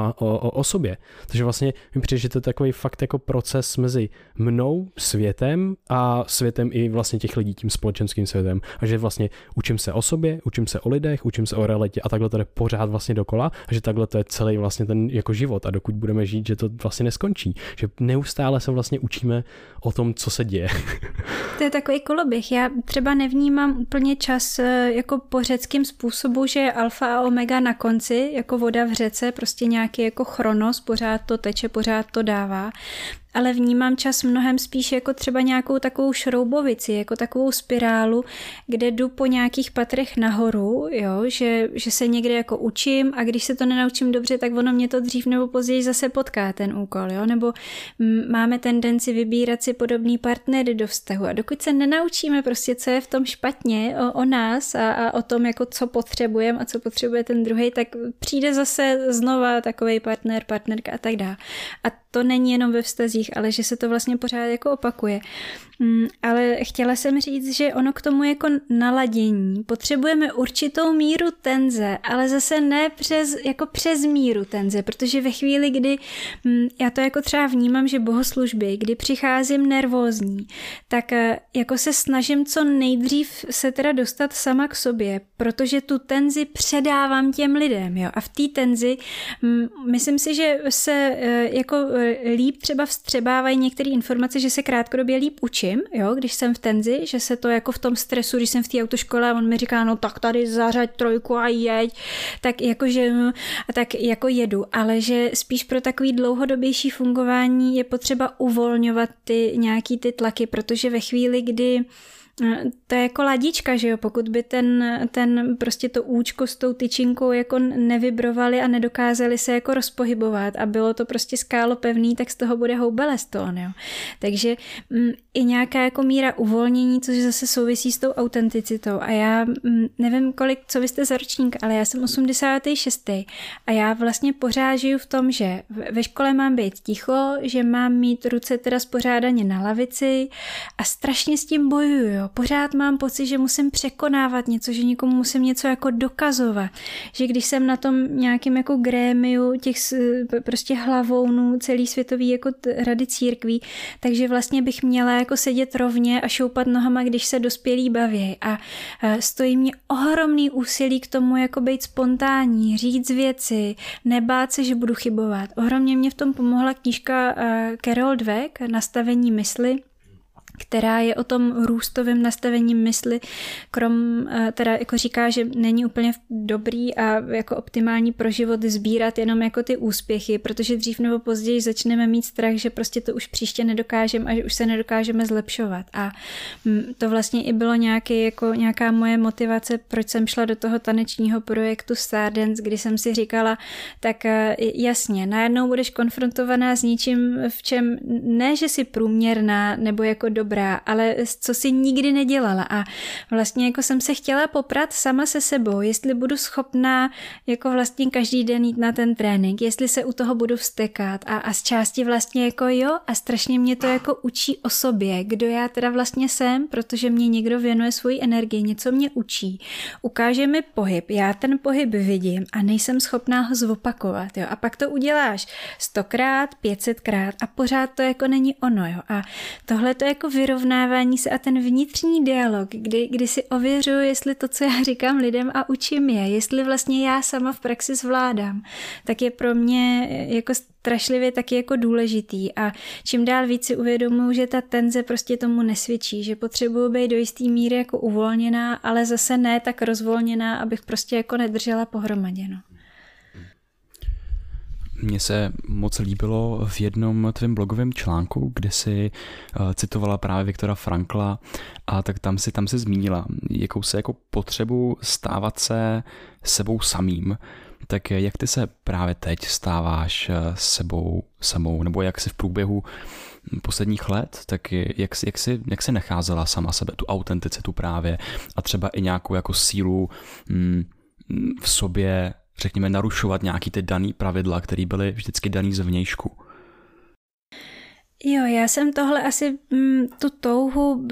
o sobě. Takže vlastně mi přijde, že to je takový fakt jako proces mezi mnou, světem a světem i vlastně těch lidí, tím společenským světem. A že vlastně učím se o sobě, učím se o lidech, učím se o realitě a takhle to jde pořád vlastně dokola a že takhle to je celý vlastně ten jako život a dokud budeme žít, že to vlastně neskončí. Že neustále se vlastně učíme o tom, co se děje. To je takový koloběh. Já třeba nevnímám úplně čas jako po řeckém způsobu, že je alfa a omega na konci, jako voda v řece, prostě nějaký jako chronos, pořád to teče, pořád to dává. Ale vnímám čas mnohem spíš jako třeba nějakou takovou šroubovici, jako takovou spirálu, kde jdu po nějakých patrech nahoru, jo, že se někde jako učím a když se to nenaučím dobře, tak ono mě to dřív nebo později zase potká ten úkol, jo, nebo máme tendenci vybírat si podobný partnery do vztahu a dokud se nenaučíme prostě, co je v tom špatně o nás a o tom, jako co potřebujeme a co potřebuje ten druhej, tak přijde zase znova takovej partner, partnerka a tak dále. A to není jenom ve vztazích, ale že se to vlastně pořád jako opakuje. Ale chtěla jsem říct, že ono k tomu jako naladění potřebujeme určitou míru tenze, ale zase ne přes míru tenze, protože ve chvíli, kdy já to jako třeba vnímám, že bohoslužby, kdy přicházím nervózní, tak jako se snažím co nejdřív se teda dostat sama k sobě, protože tu tenzi předávám těm lidem, jo. A v té tenzi myslím si, že se jako líp třeba vstřebávají některé informace, že se krátkodobě líp učím, jo, když jsem v tenzi, že se to jako v tom stresu, když jsem v té autoškole a on mi říká, no tak tady zařaď 3 a jeď, tak jakože, tak jako jedu, ale že spíš pro takový dlouhodobější fungování je potřeba uvolňovat nějaký ty tlaky, protože ve chvíli, kdy to je jako ladička, že jo, pokud by ten prostě to účko s tou tyčinkou jako nevibrovali a nedokázali se jako rozpohybovat a bylo to prostě skálopevný, tak z toho bude houbelestón, jo. Takže i nějaká jako míra uvolnění, což zase souvisí s tou autenticitou a já nevím co vy jste za ročník, ale já jsem 86. a já vlastně pořád žiju v tom, že ve škole mám být ticho, že mám mít ruce teda spořádaně na lavici a strašně s tím bojuju, jo. Pořád mám pocit, že musím překonávat něco, že někomu musím něco jako dokazovat. Že když jsem na tom nějakém jako grémiu těch prostě hlavounů celý světový jako rady církví, takže vlastně bych měla jako sedět rovně a šoupat nohama, když se dospělí baví. A stojí mě ohromný úsilí k tomu jako být spontánní, říct věci, nebát se, že budu chybovat. Ohromně mě v tom pomohla knížka Carol Dweck, Nastavení mysli, která je o tom růstovém nastavení mysli, teda jako říká, že není úplně dobrý a jako optimální pro život sbírat jenom jako ty úspěchy, protože dřív nebo později začneme mít strach, že prostě to už příště nedokážeme a že už se nedokážeme zlepšovat. A to vlastně i bylo nějaká moje motivace, proč jsem šla do toho tanečního projektu Stardance, kdy jsem si říkala, tak jasně, najednou budeš konfrontovaná s ničím, v čem ne, že jsi průměrná nebo jako dobrá, ale co si nikdy nedělala a vlastně jako jsem se chtěla poprat sama se sebou, jestli budu schopná jako vlastně každý den jít na ten trénink, jestli se u toho budu vztekat a z části vlastně jako jo a strašně mě to jako učí o sobě, kdo já teda vlastně jsem, protože mě někdo věnuje svoji energii, něco mě učí, ukáže mi pohyb, já ten pohyb vidím a nejsem schopná ho zopakovat, jo, a pak to uděláš 100krát, 500krát a pořád to jako není ono, jo, a tohle to jako vyrovnávání se a ten vnitřní dialog, kdy si ověřuju, jestli to, co já říkám lidem a učím je, jestli vlastně já sama v praxi zvládám, tak je pro mě jako strašlivě taky jako důležitý a čím dál víc si uvědomuji, že ta tenze prostě tomu nesvědčí, že potřebuji být do jistý míry jako uvolněná, ale zase ne tak rozvolněná, abych prostě jako nedržela pohromadě. No. Mně se moc líbilo v jednom tvém blogovém článku, kde si citovala právě Viktora Frankla a tak tam si zmínila jakousi jako potřebu stávat se sebou samým. Tak jak ty se právě teď stáváš sebou samou, nebo jak jsi v průběhu posledních let, tak jak jsi nacházela sama sebe, tu autenticitu právě a třeba i nějakou jako sílu v sobě, řekněme, narušovat nějaký ty daný pravidla, které byly vždycky daný zvnějšku? Jo, já jsem tohle asi tu touhu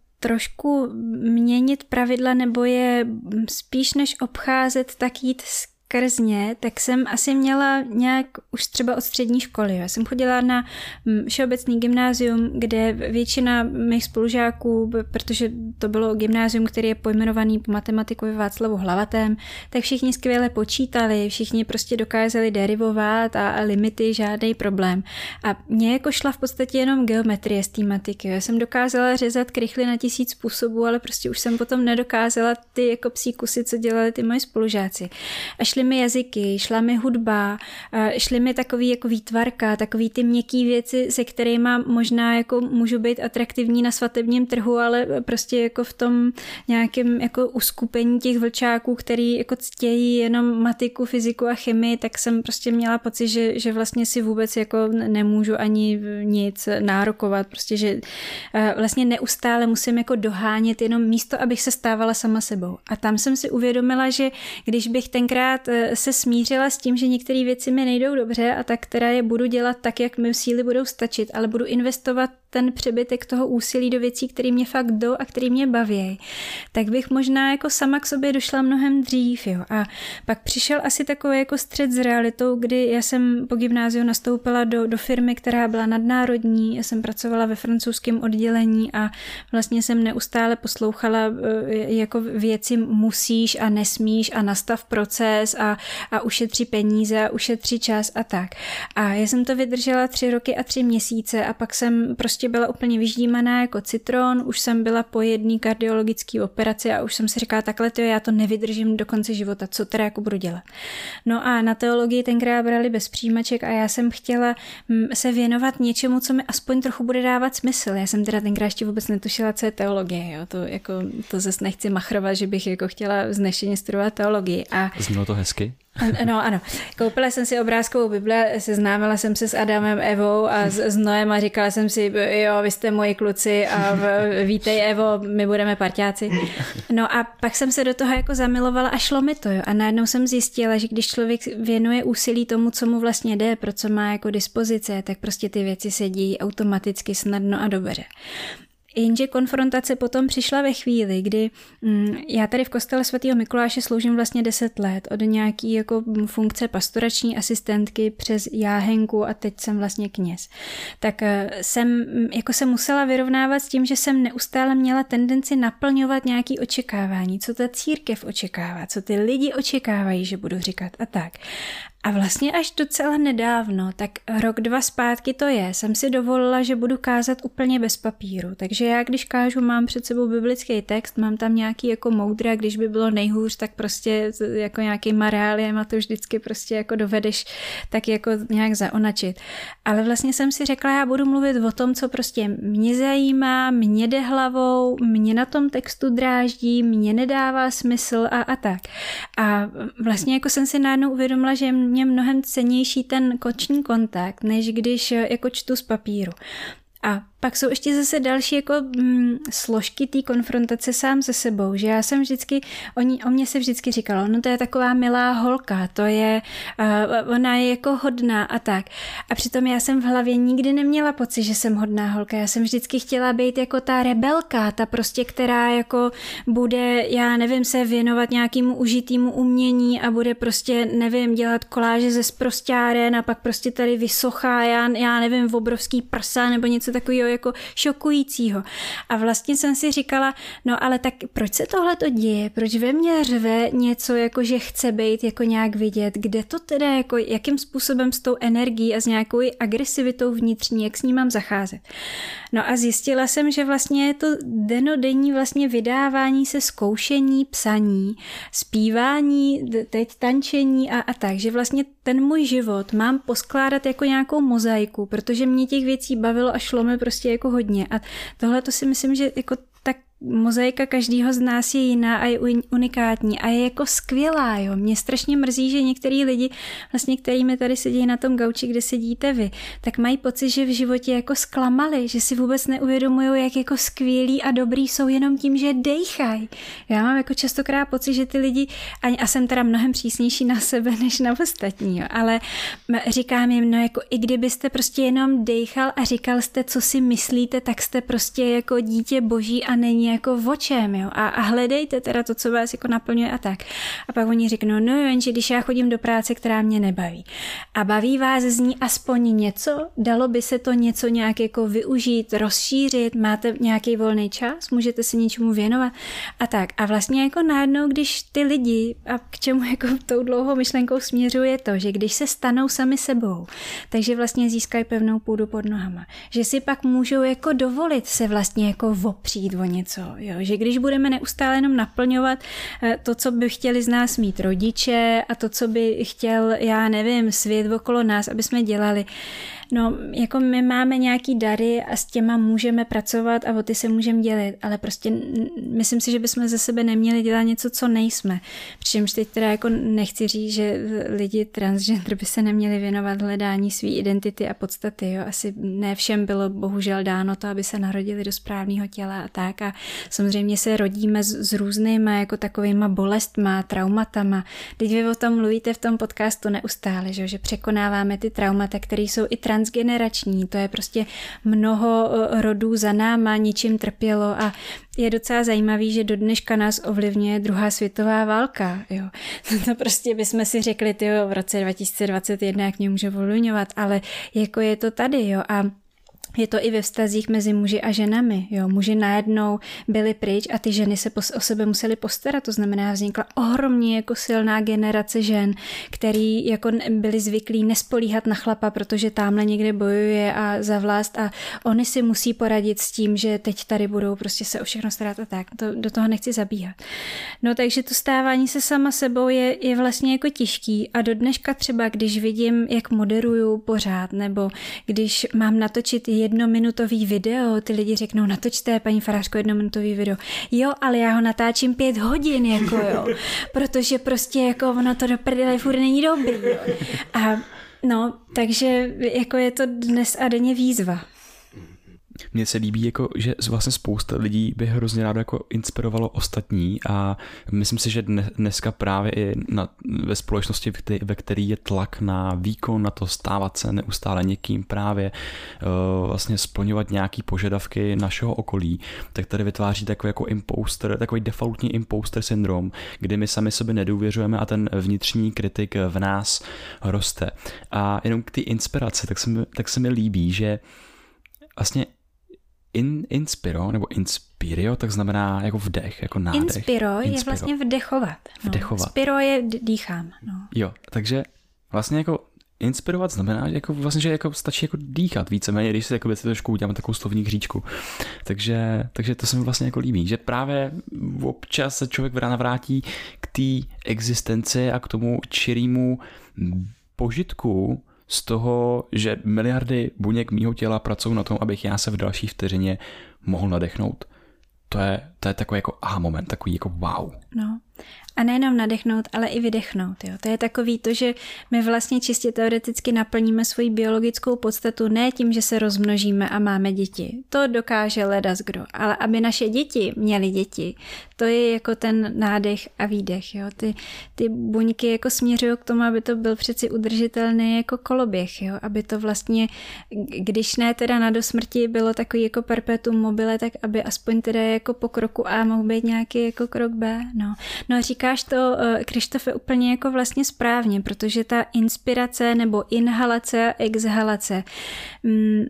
trošku měnit pravidla nebo je spíš než obcházet, tak jít skrz ně, tak jsem asi měla nějak už třeba od střední školy. Já jsem chodila na všeobecný gymnázium, kde většina mých spolužáků, protože to bylo gymnázium, který je pojmenovaný po matematikovi Václavu Hlavatém, tak všichni skvěle počítali, všichni prostě dokázali derivovat a limity, žádný problém. A mě jako šla v podstatě jenom geometrie z té matiky. Já jsem dokázala řezat krychly na 1000 způsobů, ale prostě už jsem potom nedokázala ty jako psí kusy, co dělali ty moji spolužáci. A šly mi jazyky, šla mi hudba, šly mi takový jako výtvarka, takový ty měkký věci, se kterými možná jako můžu být atraktivní na svatebním trhu, ale prostě jako v tom nějakém jako uskupení těch vlčáků, který jako ctějí jenom matiku, fyziku a chemii, tak jsem prostě měla pocit, že vlastně si vůbec jako nemůžu ani nic nárokovat, prostě, že vlastně neustále musím jako dohánět jenom místo, abych se stávala sama sebou. A tam jsem si uvědomila, že když bych tenkrát se smířila s tím, že některé věci mi nejdou dobře a tak teda je budu dělat tak, jak mi síly budou stačit, ale budu investovat ten přebytek toho úsilí do věcí, které mě fakt jdou a které mě baví, tak bych možná jako sama k sobě došla mnohem dřív. Jo. A pak přišel asi takový jako střet s realitou, kdy já jsem po gymnáziu nastoupila do firmy, která byla nadnárodní, já jsem pracovala ve francouzském oddělení a vlastně jsem neustále poslouchala jako věci musíš a nesmíš a nastav proces a ušetři peníze a ušetři čas a tak. A já jsem to vydržela 3 roky a 3 měsíce a pak jsem prostě byla úplně vyždímaná jako citron, už jsem byla po jedné kardiologické operaci a už jsem si říkala takhle, já to nevydržím do konce života, co teda jako budu dělat. No a na teologii tenkrát brali bez přijímaček a já jsem chtěla se věnovat něčemu, co mi aspoň trochu bude dávat smysl. Já jsem teda tenkrát ještě vůbec netušila, co je teologie, jo? To zase nechci machrovat, že bych jako chtěla vznešeně studovat teologii. Znělo to hezky? Ano. Koupila jsem si obrázkovou Bibli, seznámila jsem se s Adamem, Evou a s Noem a říkala jsem si, jo, vy jste moji kluci a vítej Evo, my budeme parťáci. No a pak jsem se do toho jako zamilovala a šlo mi to, jo. A najednou jsem zjistila, že když člověk věnuje úsilí tomu, co mu vlastně jde, pro co má jako dispozice, tak prostě ty věci se dějí automaticky snadno a dobře. Jenže konfrontace potom přišla ve chvíli, kdy já tady v kostele svatého Mikuláše sloužím vlastně 10 let, od nějaký jako funkce pastorační asistentky přes jáhenku a teď jsem vlastně kněz. Tak jsem jako se musela vyrovnávat s tím, že jsem neustále měla tendenci naplňovat nějaké očekávání, co ta církev očekává, co ty lidi očekávají, že budu říkat a tak. A vlastně až docela nedávno, tak 1-2 zpátky to jsem si dovolila, že budu kázat úplně bez papíru. Takže já, když kážu, mám před sebou biblický text, mám tam nějaký jako moudra, když by bylo nejhůř, tak prostě jako nějakýma reáliema to vždycky prostě jako dovedeš tak jako nějak zaonačit. Ale vlastně jsem si řekla, já budu mluvit o tom, co prostě mě zajímá, mě jde hlavou, mě na tom textu dráždí, mě nedává smysl a tak. A vlastně jako jsem si najednou uvědomila, že mě mnohem cennější ten oční kontakt, než když jako čtu z papíru. A pak jsou ještě zase další jako složky té konfrontace sám se sebou, že já jsem vždycky, o mě se vždycky říkalo, no to je taková milá holka, to je, ona je jako hodná a tak. A přitom já jsem v hlavě nikdy neměla pocit, že jsem hodná holka, já jsem vždycky chtěla být jako ta rebelka, ta prostě, která jako bude, já nevím, se věnovat nějakému užitýmu umění a bude prostě, nevím, dělat koláže ze sprosťáren a pak prostě tady vysochá, já nevím, obrovský prsa nebo něco takového, jako šokujícího. A vlastně jsem si říkala, no ale tak proč se tohle to děje? Proč ve mně řve něco, jako že chce být jako nějak vidět? Kde to teda, jako jakým způsobem s tou energií a s nějakou agresivitou vnitřní, jak s ní mám zacházet? No a zjistila jsem, že vlastně je to denodenní vlastně vydávání se, zkoušení, psaní, zpívání, teď tančení a tak, že vlastně ten můj život mám poskládat jako nějakou mozaiku, protože mě těch věcí bavilo a šlo mi prostě jako hodně. A tohle to si myslím, že jako tak mozaika každého z nás je jiná a je unikátní a je jako skvělá, jo. Mě strašně mrzí, že některý lidi, vlastně kterými tady sedí na tom gauči, kde sedíte vy, tak mají pocit, že v životě jako zklamali, že si vůbec neuvědomují, jak jako skvělí a dobrý jsou jenom tím, že dejchají. Já mám jako častokrát pocit, že ty lidi, a jsem teda mnohem přísnější na sebe, než na ostatní, jo, ale říkám jim, no jako i kdybyste prostě jenom dejchal a říkal jste, co si myslíte, tak jste prostě jako dítě boží a není jako v očem, jo, a hledejte teda to, co vás jako naplňuje a tak. A pak oni řeknou, no jo, jenže když já chodím do práce, která mě nebaví. A baví vás z ní aspoň něco? Dalo by se to něco nějak jako využít, rozšířit? Máte nějaký volný čas? Můžete se něčemu věnovat? A tak. A vlastně jako najednou, když ty lidi, a k čemu jako tou dlouhou myšlenkou směřuje to, že když se stanou sami sebou, takže vlastně získají pevnou půdu pod nohama. Že si pak můžou jako dovolit se vlastně jako opřít o něco. Jo, že když budeme neustále jenom naplňovat to, co by chtěli z nás mít rodiče a to, co by chtěl, já nevím, svět okolo nás, aby jsme dělali. No, jako my máme nějaký dary a s těma můžeme pracovat a o ty se můžeme dělit, ale prostě myslím si, že bychom ze sebe neměli dělat něco, co nejsme. Přičemž teď teda jako nechci říct, že lidi transgender by se neměli věnovat hledání své identity a podstaty. Jo. Asi ne všem bylo bohužel dáno to, aby se narodili do správného těla a tak. A samozřejmě se rodíme s různýma jako takovýma bolestma, traumatama. Teď vy o tom mluvíte v tom podcastu neustále, že překonáváme ty traumata, které jsou i transgenerační, to je prostě mnoho rodů za náma, ničím trpělo a je docela zajímavý, že do dneška nás ovlivňuje druhá světová válka. Jo. To prostě bychom si řekli, tyjo, v roce 2021, jak mě může ovlivňovat, ale jako je to tady, jo, a je to i ve vztazích mezi muži a ženami. Jo. Muži najednou byli pryč a ty ženy se o sebe museli postarat. To znamená, vznikla ohromně jako silná generace žen, který jako byli zvyklí nespolíhat na chlapa, protože tamhle někde bojuje a za vlast a oni si musí poradit s tím, že teď tady budou prostě se o všechno starat a tak. Do toho nechci zabíhat. No takže to stávání se sama sebou je vlastně jako těžký a do dneška třeba, když vidím, jak moderuju pořád, nebo když mám natočit jednominutový video, ty lidi řeknou, natočte, paní farářko, jednominutový video. Jo, ale já ho natáčím 5 hodin, jako jo, protože prostě jako ono to do prdele furt není dobrý, jo. A no, takže jako je to dnes a denně výzva. Mně se líbí, jako, že vlastně spousta lidí by hrozně rádo jako inspirovalo ostatní a myslím si, že dneska právě i ve společnosti, ve který je tlak na výkon, na to stávat se neustále někým právě vlastně splňovat nějaký požadavky našeho okolí, tak tady vytváří takový jako imposter, takový defaultní imposter syndrom, kdy my sami sobě nedůvěřujeme a ten vnitřní kritik v nás roste. A jenom k té inspiraci, tak se mi líbí, že vlastně inspiro, nebo inspirio, tak znamená jako vdech, jako nádech. Inspiro je vlastně vdechovat. No. Vdechovat. Spiro je dýchám. No. Jo, takže vlastně jako inspirovat znamená, jako vlastně, že jako stačí jako dýchat víceméně, když si jako trošku uděláme takovou slovní hříčku. Takže to se mi vlastně jako líbí, že právě občas se člověk vrátí k té existenci a k tomu čirýmu požitku z toho, že miliardy buněk mýho těla pracují na tom, abych já se v další vteřině mohl nadechnout. To je takový jako aha moment, takový jako wow. No. A nejenom nadechnout, ale i vydechnout. Jo. To je takový to, že my vlastně čistě teoreticky naplníme svoji biologickou podstatu ne tím, že se rozmnožíme a máme děti. To dokáže ledaskdo. Ale aby naše děti měly děti, to je jako ten nádech a výdech. Jo. Ty buňky jako směřují k tomu, aby to byl přeci udržitelný jako koloběh. Jo. Aby to vlastně, když ne teda na dosmrti bylo takový jako perpetuum mobile, tak aby aspoň teda jako po kroku A mohl být nějaký jako krok B. No říkáš to, Krištofe, úplně jako vlastně správně, protože ta inspirace nebo inhalace a exhalace,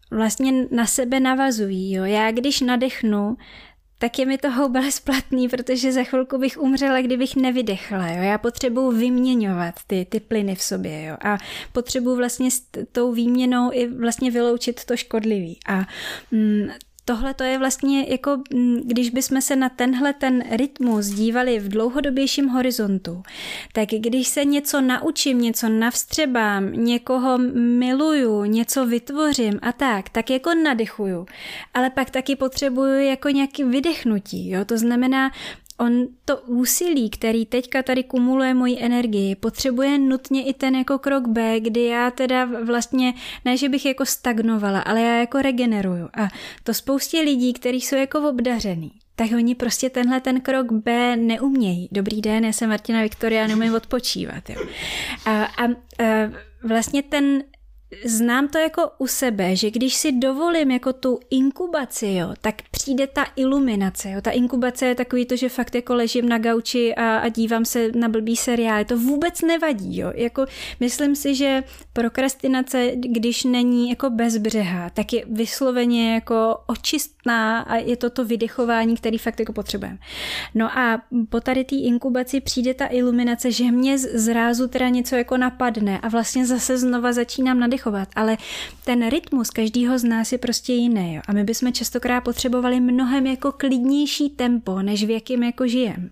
vlastně na sebe navazují. Jo. Já když nadechnu, tak je mi to houbele splatný, protože za chvilku bych umřela, kdybych nevydechla. Jo. Já potřebuji vyměňovat ty plyny v sobě. Jo. A potřebuji vlastně s tou výměnou i vlastně vyloučit to škodlivý. A tohle to je vlastně jako, když bychom se na ten rytmus dívali v dlouhodobějším horizontu, tak když se něco naučím, něco navstřebám, někoho miluju, něco vytvořím a tak jako nadechuju, ale pak taky potřebuju jako nějaký vydechnutí, jo? To znamená, on to úsilí, který teďka tady kumuluje moji energii, potřebuje nutně i ten jako krok B, kdy já teda vlastně, ne, že bych jako stagnovala, ale já jako regeneruju. A to spoustě lidí, kteří jsou jako obdařený, tak oni prostě ten krok B neumějí. Dobrý den, já jsem Martina Viktoria, neumím odpočívat. Jo. A vlastně znám to jako u sebe, že když si dovolím jako tu inkubaci, jo, tak přijde ta iluminace. Jo. Ta inkubace je takový to, že fakt jako ležím na gauči a dívám se na blbý seriály. To vůbec nevadí. Jo. Jako, myslím si, že prokrastinace, když není jako bezbřehá, tak je vysloveně jako očistná a je to vydechování, který fakt jako potřebujeme. No a po tady té inkubaci přijde ta iluminace, že mě zrázu teda něco jako napadne a vlastně zase znova začínám nadechovat. Ale ten rytmus každýho z nás je prostě jiný. Jo? A my bychom častokrát potřebovali mnohem jako klidnější tempo, než v jakým jako žijem.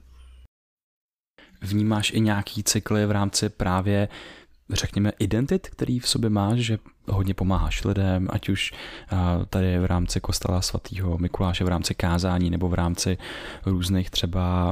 Vnímáš i nějaký cykly v rámci právě, řekněme, identit, který v sobě máš, že hodně pomáháš lidem, ať už tady v rámci kostela svatého Mikuláše, v rámci kázání nebo v rámci různých třeba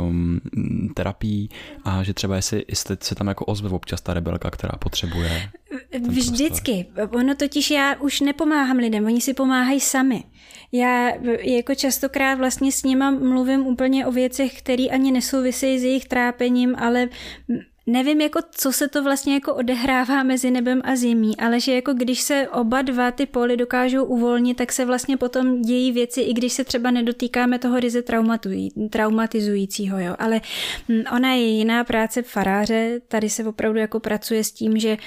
terapií a že třeba jestli se tam jako ozve občas ta rebelka, která potřebuje. Vždycky. Ono totiž já už nepomáhám lidem, oni si pomáhají sami. Já jako častokrát vlastně s nima mluvím úplně o věcech, které ani nesouvisejí s jejich trápením, ale nevím, jako, co se to vlastně jako odehrává mezi nebem a zemí, ale že jako když se oba dva ty póly dokážou uvolnit, tak se vlastně potom dějí věci, i když se třeba nedotýkáme toho ryze traumatizujícího, jo. Ale ona je jiná práce faráře, tady se opravdu jako pracuje s tím, že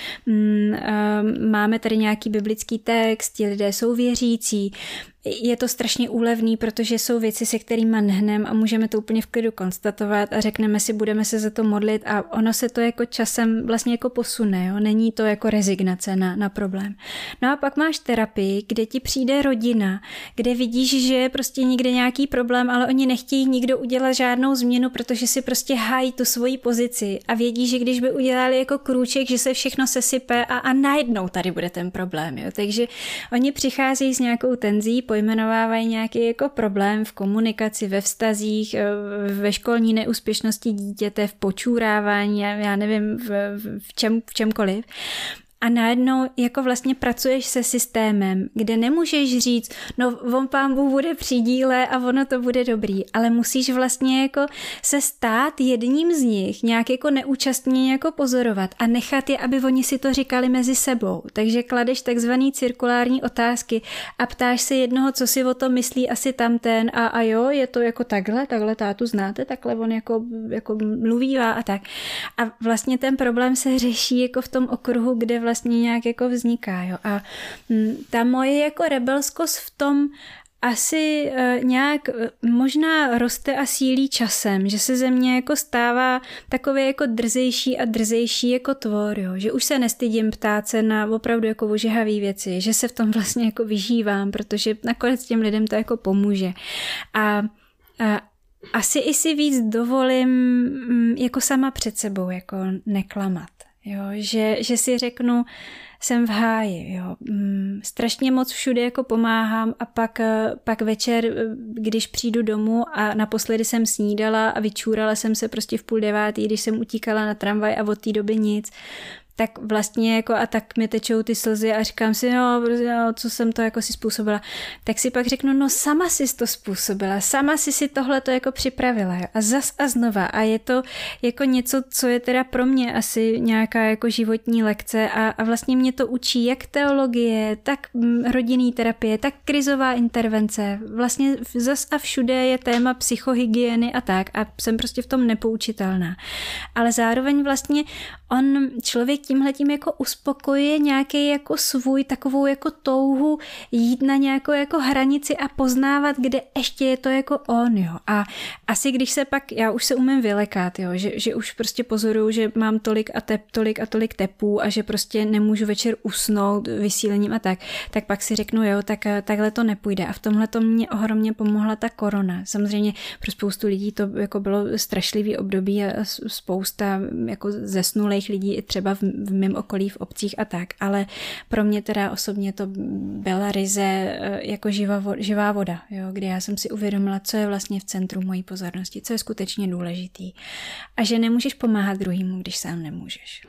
máme tady nějaký biblický text, ti lidé jsou věřící, je to strašně úlevný, protože jsou věci, se kterými nehnem a můžeme to úplně v klidu konstatovat a řekneme si, budeme se za to modlit a ono se to jako časem vlastně jako posune, jo? Není to jako rezignace na problém. No a pak máš terapii, kde ti přijde rodina, kde vidíš, že je prostě někde nějaký problém, ale oni nechtějí nikdo udělat žádnou změnu, protože si prostě hájí tu svoji pozici a vědí, že když by udělali jako krůček, že se všechno sesype a najednou tady bude ten problém, jo? Takže oni přicházejí s nějakou tenzí, pojmenovávají nějaký jako problém v komunikaci, ve vztazích, ve školní neúspěšnosti dítěte, v počůrávání, já nevím, v čemkoliv. A najednou jako vlastně pracuješ se systémem, kde nemůžeš říct, no on pán Bůh bude při díle a ono to bude dobrý, ale musíš vlastně jako se stát jedním z nich, nějak jako neúčastně jako pozorovat a nechat je, aby oni si to říkali mezi sebou. Takže kladeš takzvaný cirkulární otázky a ptáš se jednoho, co si o tom myslí asi tamten a jo, je to jako takhle tátu znáte, takhle on jako mluvívá a tak. A vlastně ten problém se řeší jako v tom okruhu, kde vlastně nějak jako vzniká. Jo. A ta moje jako rebelskost v tom asi nějak možná roste a sílí časem, že se ze mě jako stává takové jako drzejší a drzejší jako tvor, jo. Že už se nestydím ptát se na opravdu jako ožehavý věci, že se v tom vlastně jako vyžívám, protože nakonec těm lidem to jako pomůže. A asi i si víc dovolím jako sama před sebou jako neklamat. Jo, že si řeknu, jsem v háji, jo. Strašně moc všude jako pomáhám a pak večer, když přijdu domů a naposledy jsem snídala a vyčůrala jsem se prostě v 8:30, když jsem utíkala na tramvaj a od té doby nic, tak vlastně jako a tak mi tečou ty slzy a říkám si, no, co jsem to jako si způsobila. Tak si pak řeknu, no sama jsi to způsobila, sama jsi si tohle to jako připravila. Jo. A zas a znova. A je to jako něco, co je teda pro mě asi nějaká jako životní lekce a vlastně mě to učí jak teologie, tak rodinný terapie, tak krizová intervence. Vlastně zas a všude je téma psychohygieny a tak a jsem prostě v tom nepoučitelná. Ale zároveň vlastně člověk tímhletím jako uspokojuje nějaký jako svůj takovou jako touhu jít na nějakou jako hranici a poznávat, kde ještě je to jako on, jo. A asi když se pak, já už se umím vylekat, jo, že už prostě pozoruju, že mám tolik a tolik tepů a že prostě nemůžu večer usnout vysílením a tak pak si řeknu, jo, tak takhle to nepůjde. A v tomhle to mě ohromně pomohla ta korona. Samozřejmě pro spoustu lidí to jako bylo strašlivý období a spousta jako zesnulých lidí i třeba v mém okolí, v obcích a tak, ale pro mě teda osobně to byla ryze jako živá voda, jo, kdy já jsem si uvědomila, co je vlastně v centru mojí pozornosti, co je skutečně důležitý a že nemůžeš pomáhat druhýmu, když sám nemůžeš.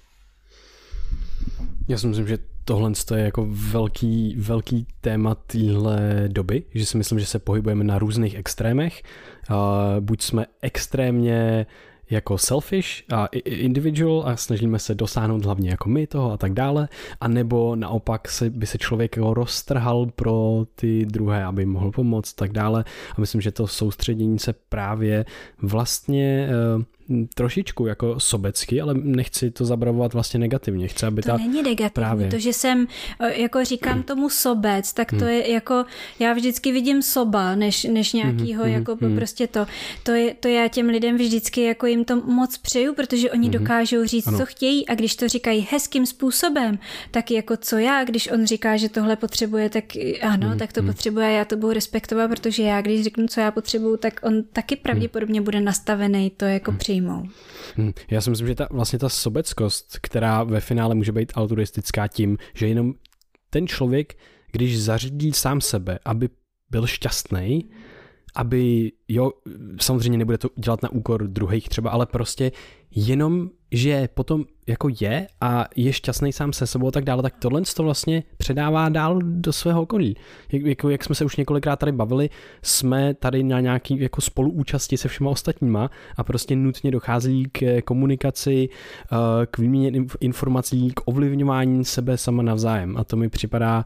Já si myslím, že tohle je jako velký téma téhle doby, že si myslím, že se pohybujeme na různých extrémech. Buď jsme extrémně jako selfish a individual a snažíme se dosáhnout hlavně jako my toho a tak dále, a nebo naopak by se člověk jako roztrhal pro ty druhé, aby mohl pomoct tak dále, a myslím, že to soustředění se právě vlastně trošičku jako sobecky, ale nechci to zabravovat vlastně negativně. Chci, aby to není negativní, právě. To, že jsem, jako říkám tomu sobec, tak to je jako, já vždycky vidím soba, než nějakýho, jako prostě to já těm lidem vždycky jako jim to moc přeju, protože oni dokážou říct, co chtějí, a když to říkají hezkým způsobem, tak jako co já, když on říká, že tohle potřebuje, tak ano, tak to potřebuje, já to budu respektovat, protože já, když řeknu, co já potřebuju, tak on taky pravděpodobně bude nastavený to jako přijmout. Já si myslím, že vlastně ta sobeckost, která ve finále může být altruistická tím, že jenom ten člověk, když zařídí sám sebe, aby byl šťastný, aby, jo, samozřejmě nebude to dělat na úkor druhých třeba, ale prostě jenom, že potom jako je a je šťastný sám se sebou a tak dále, tak tohle to vlastně předává dál do svého okolí. Jak jsme se už několikrát tady bavili, jsme tady na nějaký jako spoluúčasti se všema ostatníma a prostě nutně dochází k komunikaci, k výměně informací, k ovlivňování sebe sama navzájem, a to mi připadá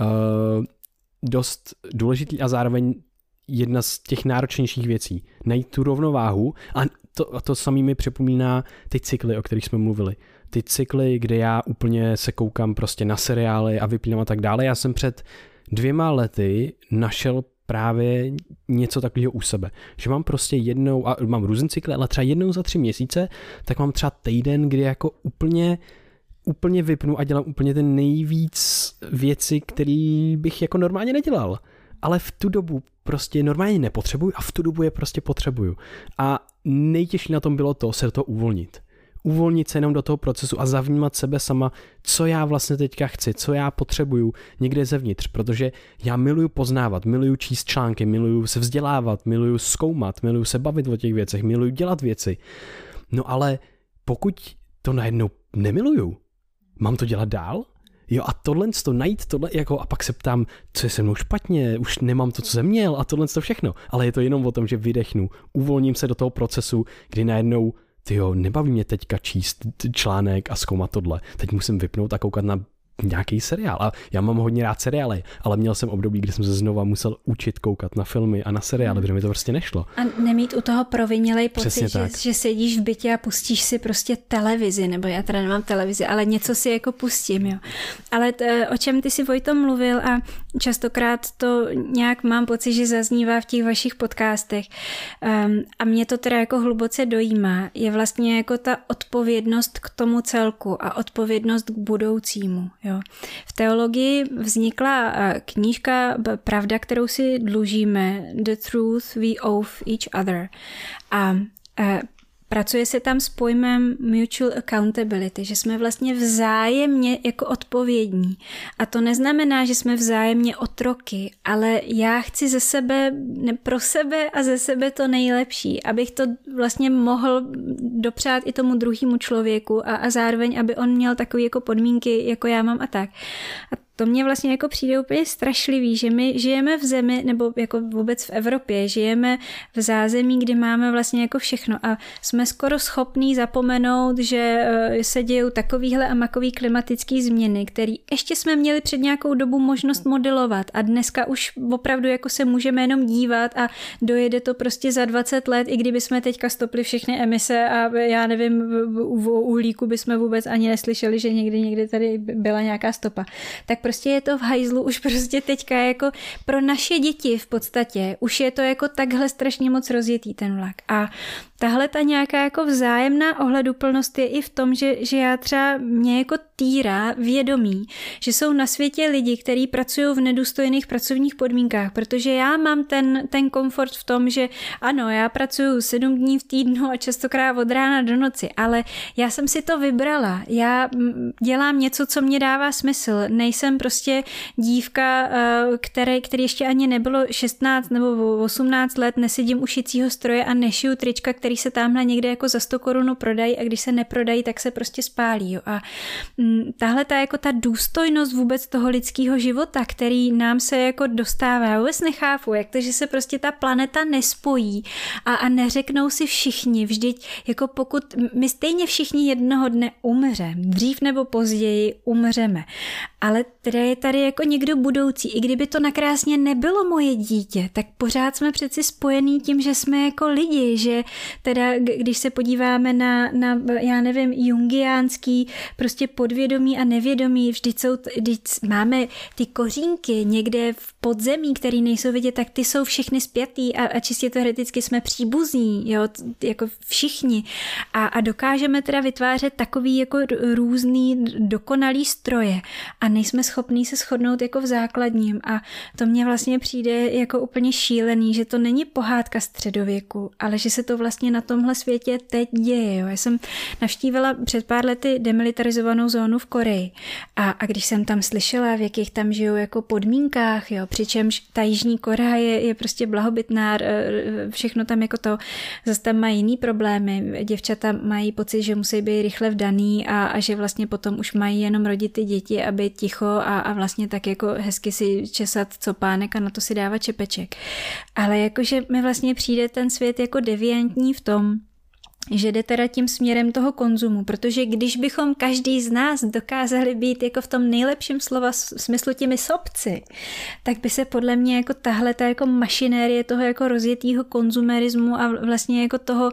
dost důležitý a zároveň jedna z těch náročnějších věcí. Najít tu rovnováhu, a to samý mi připomíná ty cykly, o kterých jsme mluvili. Ty cykly, kde já úplně se koukám prostě na seriály a vypínám a tak dále. Já jsem před 2 lety našel právě něco takového u sebe. Že mám prostě jednou, a mám různý cykly, ale třeba jednou za 3 měsíce, tak mám třeba týden, kdy jako úplně vypnu a dělám úplně ten nejvíc věci, který bych jako normálně nedělal. Ale v tu dobu prostě normálně nepotřebuju a v tu dobu je prostě potřebuju. A nejtěžší na tom bylo se to uvolnit. Uvolnit se jenom do toho procesu a zavnímat sebe sama, co já vlastně teďka chci, co já potřebuju někde zevnitř, protože já miluju poznávat, miluju číst články, miluju se vzdělávat, miluju zkoumat, miluju se bavit o těch věcech, miluju dělat věci. No ale pokud to najednou nemiluju, mám to dělat dál? Jo, a najít tohle, jako, a pak se ptám, co je se mnou špatně, už nemám to, co jsem měl, a tohle to všechno. Ale je to jenom o tom, že vydechnu, uvolním se do toho procesu, kdy najednou, nebaví mě teďka číst článek a zkoumat tohle. Teď musím vypnout a koukat na nějaký seriál. A já mám hodně rád seriály, ale měl jsem období, kdy jsem se znova musel učit koukat na filmy a na seriály, protože mi to prostě nešlo. A nemít u toho provinělej pocit, že sedíš v bytě a pustíš si prostě televizi, nebo já teda nemám televizi, ale něco si jako pustím, jo. Ale o čem ty si, Vojto, mluvil, a častokrát to nějak mám pocit, že zaznívá v těch vašich podcastech, a mě to teda jako hluboce dojímá, je vlastně jako ta odpovědnost k tomu celku a odpovědnost k budoucímu. Jo. V teologii vznikla knížka Pravda, kterou si dlužíme, The Truth We Owe Each Other. A pracuje se tam s pojmem mutual accountability, že jsme vlastně vzájemně jako odpovědní. A to neznamená, že jsme vzájemně otroky, ale já chci pro sebe a ze sebe to nejlepší, abych to vlastně mohl dopřát i tomu druhému člověku a zároveň, aby on měl takové jako podmínky, jako já mám a tak. A to mně vlastně jako přijde úplně strašlivý, že my žijeme v zemi, nebo jako vůbec v Evropě, žijeme v zázemí, kdy máme vlastně jako všechno a jsme skoro schopní zapomenout, že se dějou takovýhle a makový klimatický změny, který ještě jsme měli před nějakou dobu možnost modelovat a dneska už opravdu jako se můžeme jenom dívat a dojede to prostě za 20 let, i kdyby jsme teďka stopli všechny emise a já nevím, u uhlíku bychom vůbec ani neslyšeli, že někdy tady byla nějaká stopa. Tak prostě je to v hajzlu už prostě teďka jako pro naše děti v podstatě. Už je to jako takhle strašně moc rozjetý ten vlak. A tahle ta nějaká jako vzájemná ohleduplnost je i v tom, že já třeba mě jako týrá vědomí, že jsou na světě lidi, kteří pracují v nedůstojných pracovních podmínkách, protože já mám ten komfort v tom, že ano, já pracuju 7 dní v týdnu a častokrát od rána do noci, ale já jsem si to vybrala. Já dělám něco, co mě dává smysl. Nejsem prostě dívka, který ještě ani nebylo 16 nebo 18 let, nesedím u šicího stroje a nešiju trička, který se tamhle někde jako za 100 korun prodají a když se neprodají, tak se prostě spálí. Jo. A tahle jako ta důstojnost vůbec toho lidského života, který nám se jako dostává, já vůbec nechápu, jak to, že se prostě ta planeta nespojí a neřeknou si všichni, vždyť jako pokud my stejně všichni jednoho dne umřeme, dřív nebo později umřeme, ale teda je tady jako někdo budoucí, i kdyby to nakrásně nebylo moje dítě, tak pořád jsme přeci spojený tím, že jsme jako lidi, že teda když se podíváme na já nevím, jungiánský prostě podvědomí a nevědomí, vždyť máme ty kořínky někde v podzemí, který nejsou vidět, tak ty jsou všechny spjatý a čistě teoreticky jsme příbuzní, jo, jako všichni a dokážeme teda vytvářet takový jako různý dokonalý stroje a nejsme schopní se shodnout jako v základním a to mně vlastně přijde jako úplně šílený, že to není pohádka středověku, ale že se to vlastně na tomhle světě teď děje. Jo. Já jsem navštívila před pár lety demilitarizovanou zónu v Koreji a když jsem tam slyšela, v jakých tam žijou jako podmínkách, jo, přičemž ta Jižní Korea je prostě blahobytná, všechno tam jako to, zase tam mají jiný problémy, děvčata mají pocit, že musí být rychle vdaný a že vlastně potom už mají jenom rodit ty děti a být ticho a vlastně tak jako hezky si česat copánek a na to si dávat čepeček. Ale jakože mi vlastně přijde ten svět jako deviantní v tom, že jde teda tím směrem toho konzumu, protože když bychom každý z nás dokázali být jako v tom nejlepším slova smyslu těmi sobci, tak by se podle mě jako tahle ta jako mašinérie toho jako rozjetýho konzumerismu a vlastně jako toho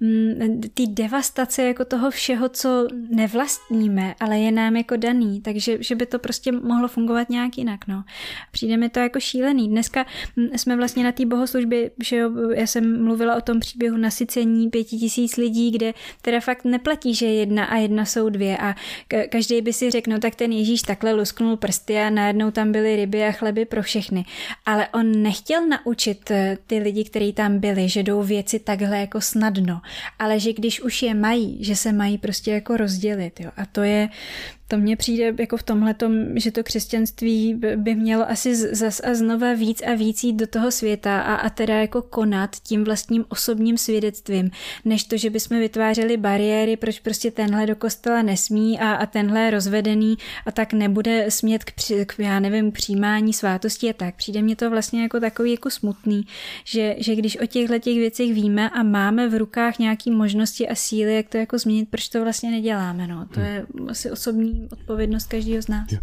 ty devastace jako toho všeho, co nevlastníme, ale je nám jako daný, takže že by to prostě mohlo fungovat nějak jinak, no. Přijde mi to jako šílený. Dneska jsme vlastně na té bohoslužbě, že jo, já jsem mluvila o tom příběhu nasycení 5000 lidí, kde teda fakt neplatí, že 1 a 1 jsou 2 a každý by si řekl, no tak ten Ježíš takhle lusknul prsty a najednou tam byly ryby a chleby pro všechny. Ale on nechtěl naučit ty lidi, kteří tam byli, že jdou věci takhle jako snadno, ale že když už je mají, že se mají prostě jako rozdělit. Jo. A to mně přijde jako v tomhletom, že to křesťanství by mělo asi zas a znova víc a víc jít do toho světa a teda jako konat tím vlastním osobním svědectvím, než to, že bychom vytvářeli bariéry, proč prostě tenhle do kostela nesmí a tenhle je rozvedený a tak nebude smět k já nevím, přijímání svátosti a tak. Přijde mně to vlastně jako takový jako smutný, že když o těchto věcech víme a máme v rukách nějaký možnosti a síly, jak to jako změnit, proč to vlastně neděláme, no. To je asi osobní odpovědnost každého z nás.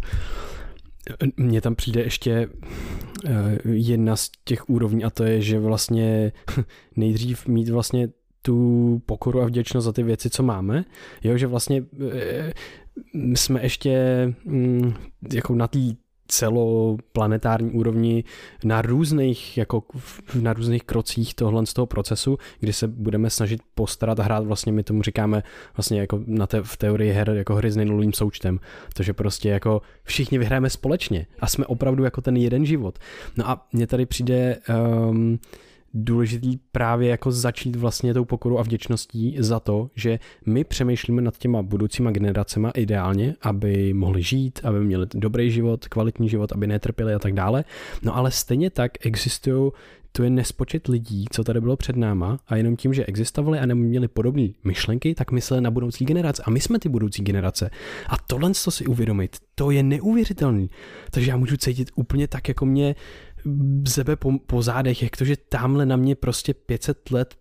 Mně tam přijde ještě jedna z těch úrovní a to je, že vlastně nejdřív mít vlastně tu pokoru a vděčnost za ty věci, co máme, jo, že vlastně jsme ještě jako na té celoplanetární úrovni na různých krocích tohle z toho procesu, kdy se budeme snažit postarat a hrát, vlastně my tomu říkáme vlastně jako v teorii her jako hry s nejnulovým součtem. To, že prostě jako všichni vyhrajeme společně a jsme opravdu jako ten jeden život. No a mně tady přijde důležitý právě jako začít vlastně tou pokorou a vděčností za to, že my přemýšlíme nad těma budoucíma generacema ideálně, aby mohli žít, aby měli dobrý život, kvalitní život, aby netrpěli a tak dále. No ale stejně tak existují to je nespočet lidí, co tady bylo před náma a jenom tím, že existovali a neměli podobné myšlenky, tak mysleli na budoucí generace. A my jsme ty budoucí generace. A tohle si uvědomit, to je neuvěřitelný. Takže já můžu cítit úplně tak, jako mě zebe po zádech, jak to, že tamhle na mě prostě 500 let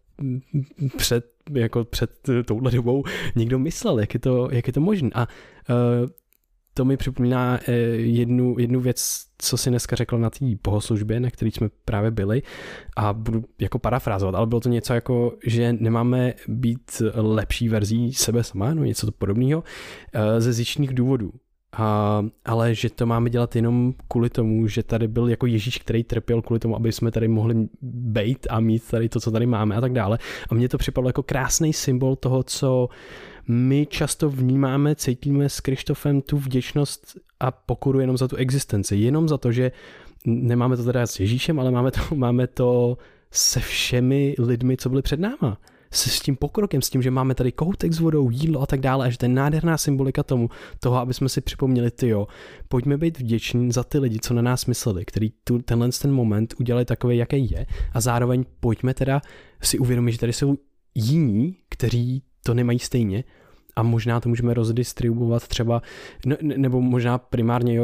před touhle dobou někdo myslel, jak je to možné. A to mi připomíná jednu věc, co si dneska řekl na té bohoslužbě, na který jsme právě byli, a budu jako parafrázovat, ale bylo to něco jako, že nemáme být lepší verzí sebe sama, no něco podobného, ze zjištných důvodů. Ale že to máme dělat jenom kvůli tomu, že tady byl jako Ježíš, který trpěl kvůli tomu, aby jsme tady mohli bejt a mít tady to, co tady máme a tak dále. A mně to připadlo jako krásný symbol toho, co my často vnímáme, cítíme s Krištofem tu vděčnost a pokoru jenom za tu existenci. Jenom za to, že nemáme to teda s Ježíšem, ale máme to se všemi lidmi, co byli před náma. S tím pokrokem, s tím, že máme tady koutek s vodou, jídlo a tak dále, a že to je nádherná symbolika toho, aby jsme si připomněli, pojďme být vděční za ty lidi, co na nás mysleli, který ten moment udělali takový, jaký je, a zároveň pojďme teda si uvědomit, že tady jsou jiní, kteří to nemají stejně, a možná to můžeme rozdistribuovat třeba, nebo možná primárně,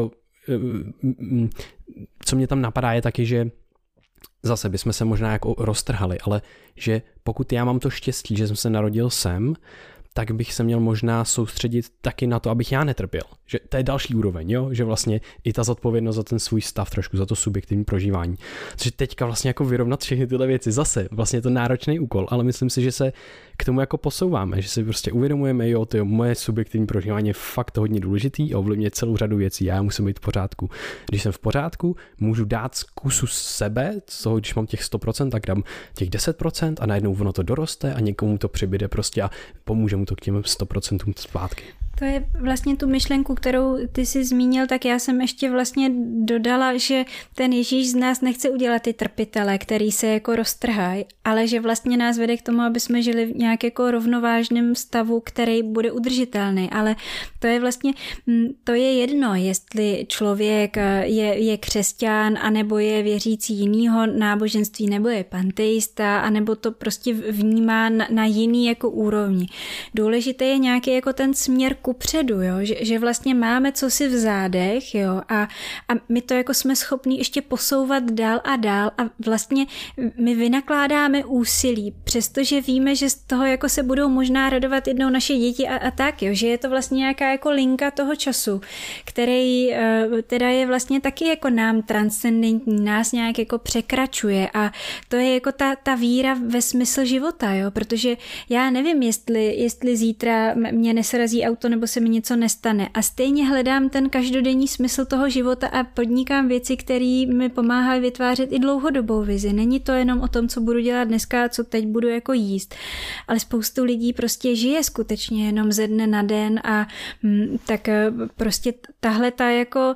co mě tam napadá, je taky, že zase bychom se možná jako roztrhali, ale že pokud já mám to štěstí, že jsem se narodil sem, tak bych se měl možná soustředit taky na to, abych já netrpěl. Že to je další úroveň, jo? Že vlastně i ta zodpovědnost za ten svůj stav trošku, za to subjektivní prožívání. Což teďka vlastně jako vyrovnat všechny tyhle věci. Zase vlastně je to náročný úkol, ale myslím si, že se k tomu jako posouváme, že si prostě uvědomujeme, moje subjektivní prožívání je fakt hodně důležitý a ovlivňuje celou řadu věcí. Já musím být v pořádku. Když jsem v pořádku, můžu dát z kusu sebe, z toho, když mám těch 100%, tak dám těch 10% a najednou ono to doroste a někomu to přibyde prostě a pomůže mu to k těm 100% zpátky. To je vlastně tu myšlenku, kterou ty jsi zmínil, tak já jsem ještě vlastně dodala, že ten Ježíš z nás nechce udělat ty trpitele, který se jako roztrhají, ale že vlastně nás vede k tomu, aby jsme žili v nějak jako rovnovážném stavu, který bude udržitelný. Ale to je vlastně, to je jedno, jestli člověk je křesťan, anebo je věřící jinýho náboženství, nebo je panteista, anebo to prostě vnímá na jiný jako úrovni. Důležité je nějaký jako ten směr kupředu, jo? Že vlastně máme cosi v zádech, jo? A my to jako jsme schopní ještě posouvat dál a dál a vlastně my vynakládáme úsilí, přestože víme, že z toho jako se budou možná radovat jednou naše děti a tak, jo? Že je to vlastně nějaká jako linka toho času, který teda je vlastně taky jako nám transcendentní, nás nějak jako překračuje a to je jako ta víra ve smysl života, jo? Protože já nevím, jestli zítra mě nesrazí auto nebo se mi něco nestane. A stejně hledám ten každodenní smysl toho života a podnikám věci, které mi pomáhají vytvářet i dlouhodobou vizi. Není to jenom o tom, co budu dělat dneska, co teď budu jako jíst. Ale spoustu lidí prostě žije skutečně jenom ze dne na den a tak prostě tahle ta jako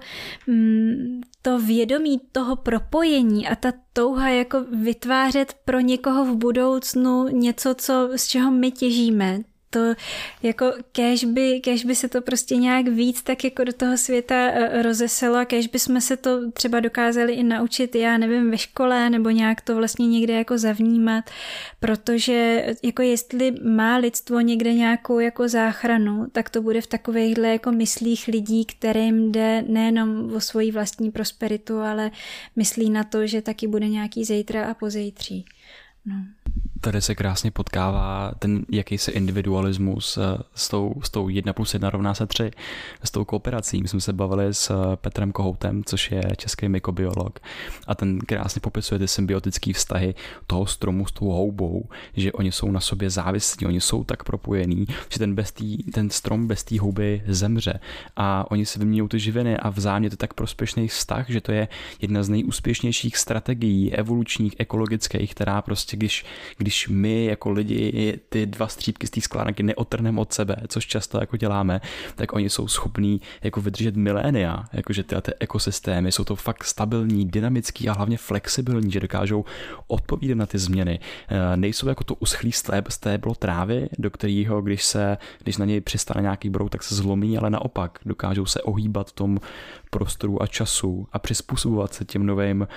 to vědomí toho propojení a ta touha jako vytvářet pro někoho v budoucnu něco, z čeho my těžíme. To jako kéž by se to prostě nějak víc tak jako do toho světa rozeselo a kéž by jsme se to třeba dokázali i naučit, já nevím, ve škole nebo nějak to vlastně někde jako zavnímat, protože jako jestli má lidstvo někde nějakou jako záchranu, tak to bude v takovejhle jako myslích lidí, kterým jde nejenom o svoji vlastní prosperitu, ale myslí na to, že taky bude nějaký zítra a pozítří. No. Tady se krásně potkává ten jakýsi individualismus s tou 1 + 1 = 3, s tou kooperací. My jsme se bavili s Petrem Kohoutem, což je český mykobiolog, a ten krásně popisuje ty symbiotické vztahy toho stromu s tou houbou, že oni jsou na sobě závislí, oni jsou tak propojení, že ten strom bez té houby zemře a oni si vyměňují ty živiny a vzájemně je to tak prospěšný vztah, že to je jedna z nejúspěšnějších strategií evolučních, ekologických, která prostě když my jako lidi ty 2 střípky z té skládanky neotrhneme od sebe, což často jako děláme, tak oni jsou schopní jako vydržet milénia, jakože ty ekosystémy jsou to fakt stabilní, dynamický a hlavně flexibilní, že dokážou odpovídat na ty změny. Nejsou jako to uschlý stéblo trávy, do kterého, když na něj přistane nějaký brouk, tak se zlomí, ale naopak dokážou se ohýbat v tom prostoru a času a přizpůsobovat se těm novým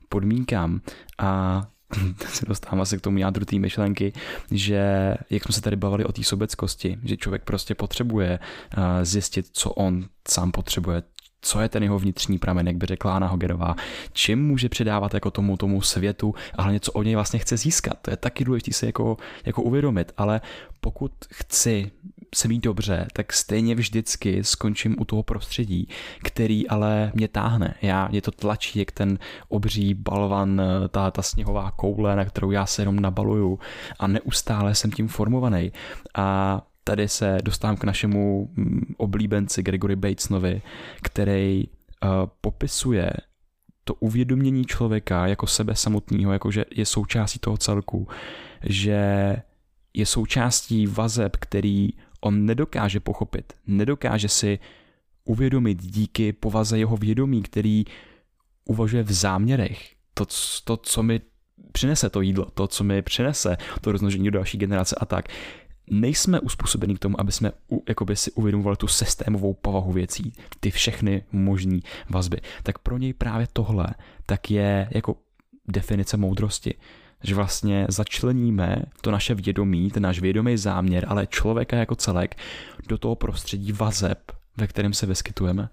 podmínkám a se dostávám asi k tomu jádru té myšlenky, že jak jsme se tady bavili o té sobeckosti, že člověk prostě potřebuje zjistit, co on sám potřebuje, co je ten jeho vnitřní pramen, jak by řekla Anna Hogerová, čím může předávat jako tomu světu a hlavně co od něj vlastně chce získat. To je taky důležité si jako uvědomit, ale pokud chci se mít dobře, tak stejně vždycky skončím u toho prostředí, který ale mě táhne. Mě to tlačí jak ten obří balvan, ta sněhová koule, na kterou já se jenom nabaluju a neustále jsem tím formovaný. A tady se dostávám k našemu oblíbenci Gregory Batesnovi, který popisuje to uvědomění člověka jako sebe samotného, jako že je součástí toho celku, že je součástí vazeb, který on nedokáže pochopit, nedokáže si uvědomit díky povaze jeho vědomí, který uvažuje v záměrech. To, co mi přinese to jídlo, to, co mi přinese to rozmnožení do další generace a tak. Nejsme uspůsobení k tomu, aby jsme jakoby si uvědomovali tu systémovou povahu věcí, ty všechny možný vazby. Tak pro něj právě tohle tak je jako definice moudrosti. Že vlastně začleníme to naše vědomí, ten náš vědomý záměr, ale člověka jako celek do toho prostředí vazeb, ve kterém se vyskytujeme.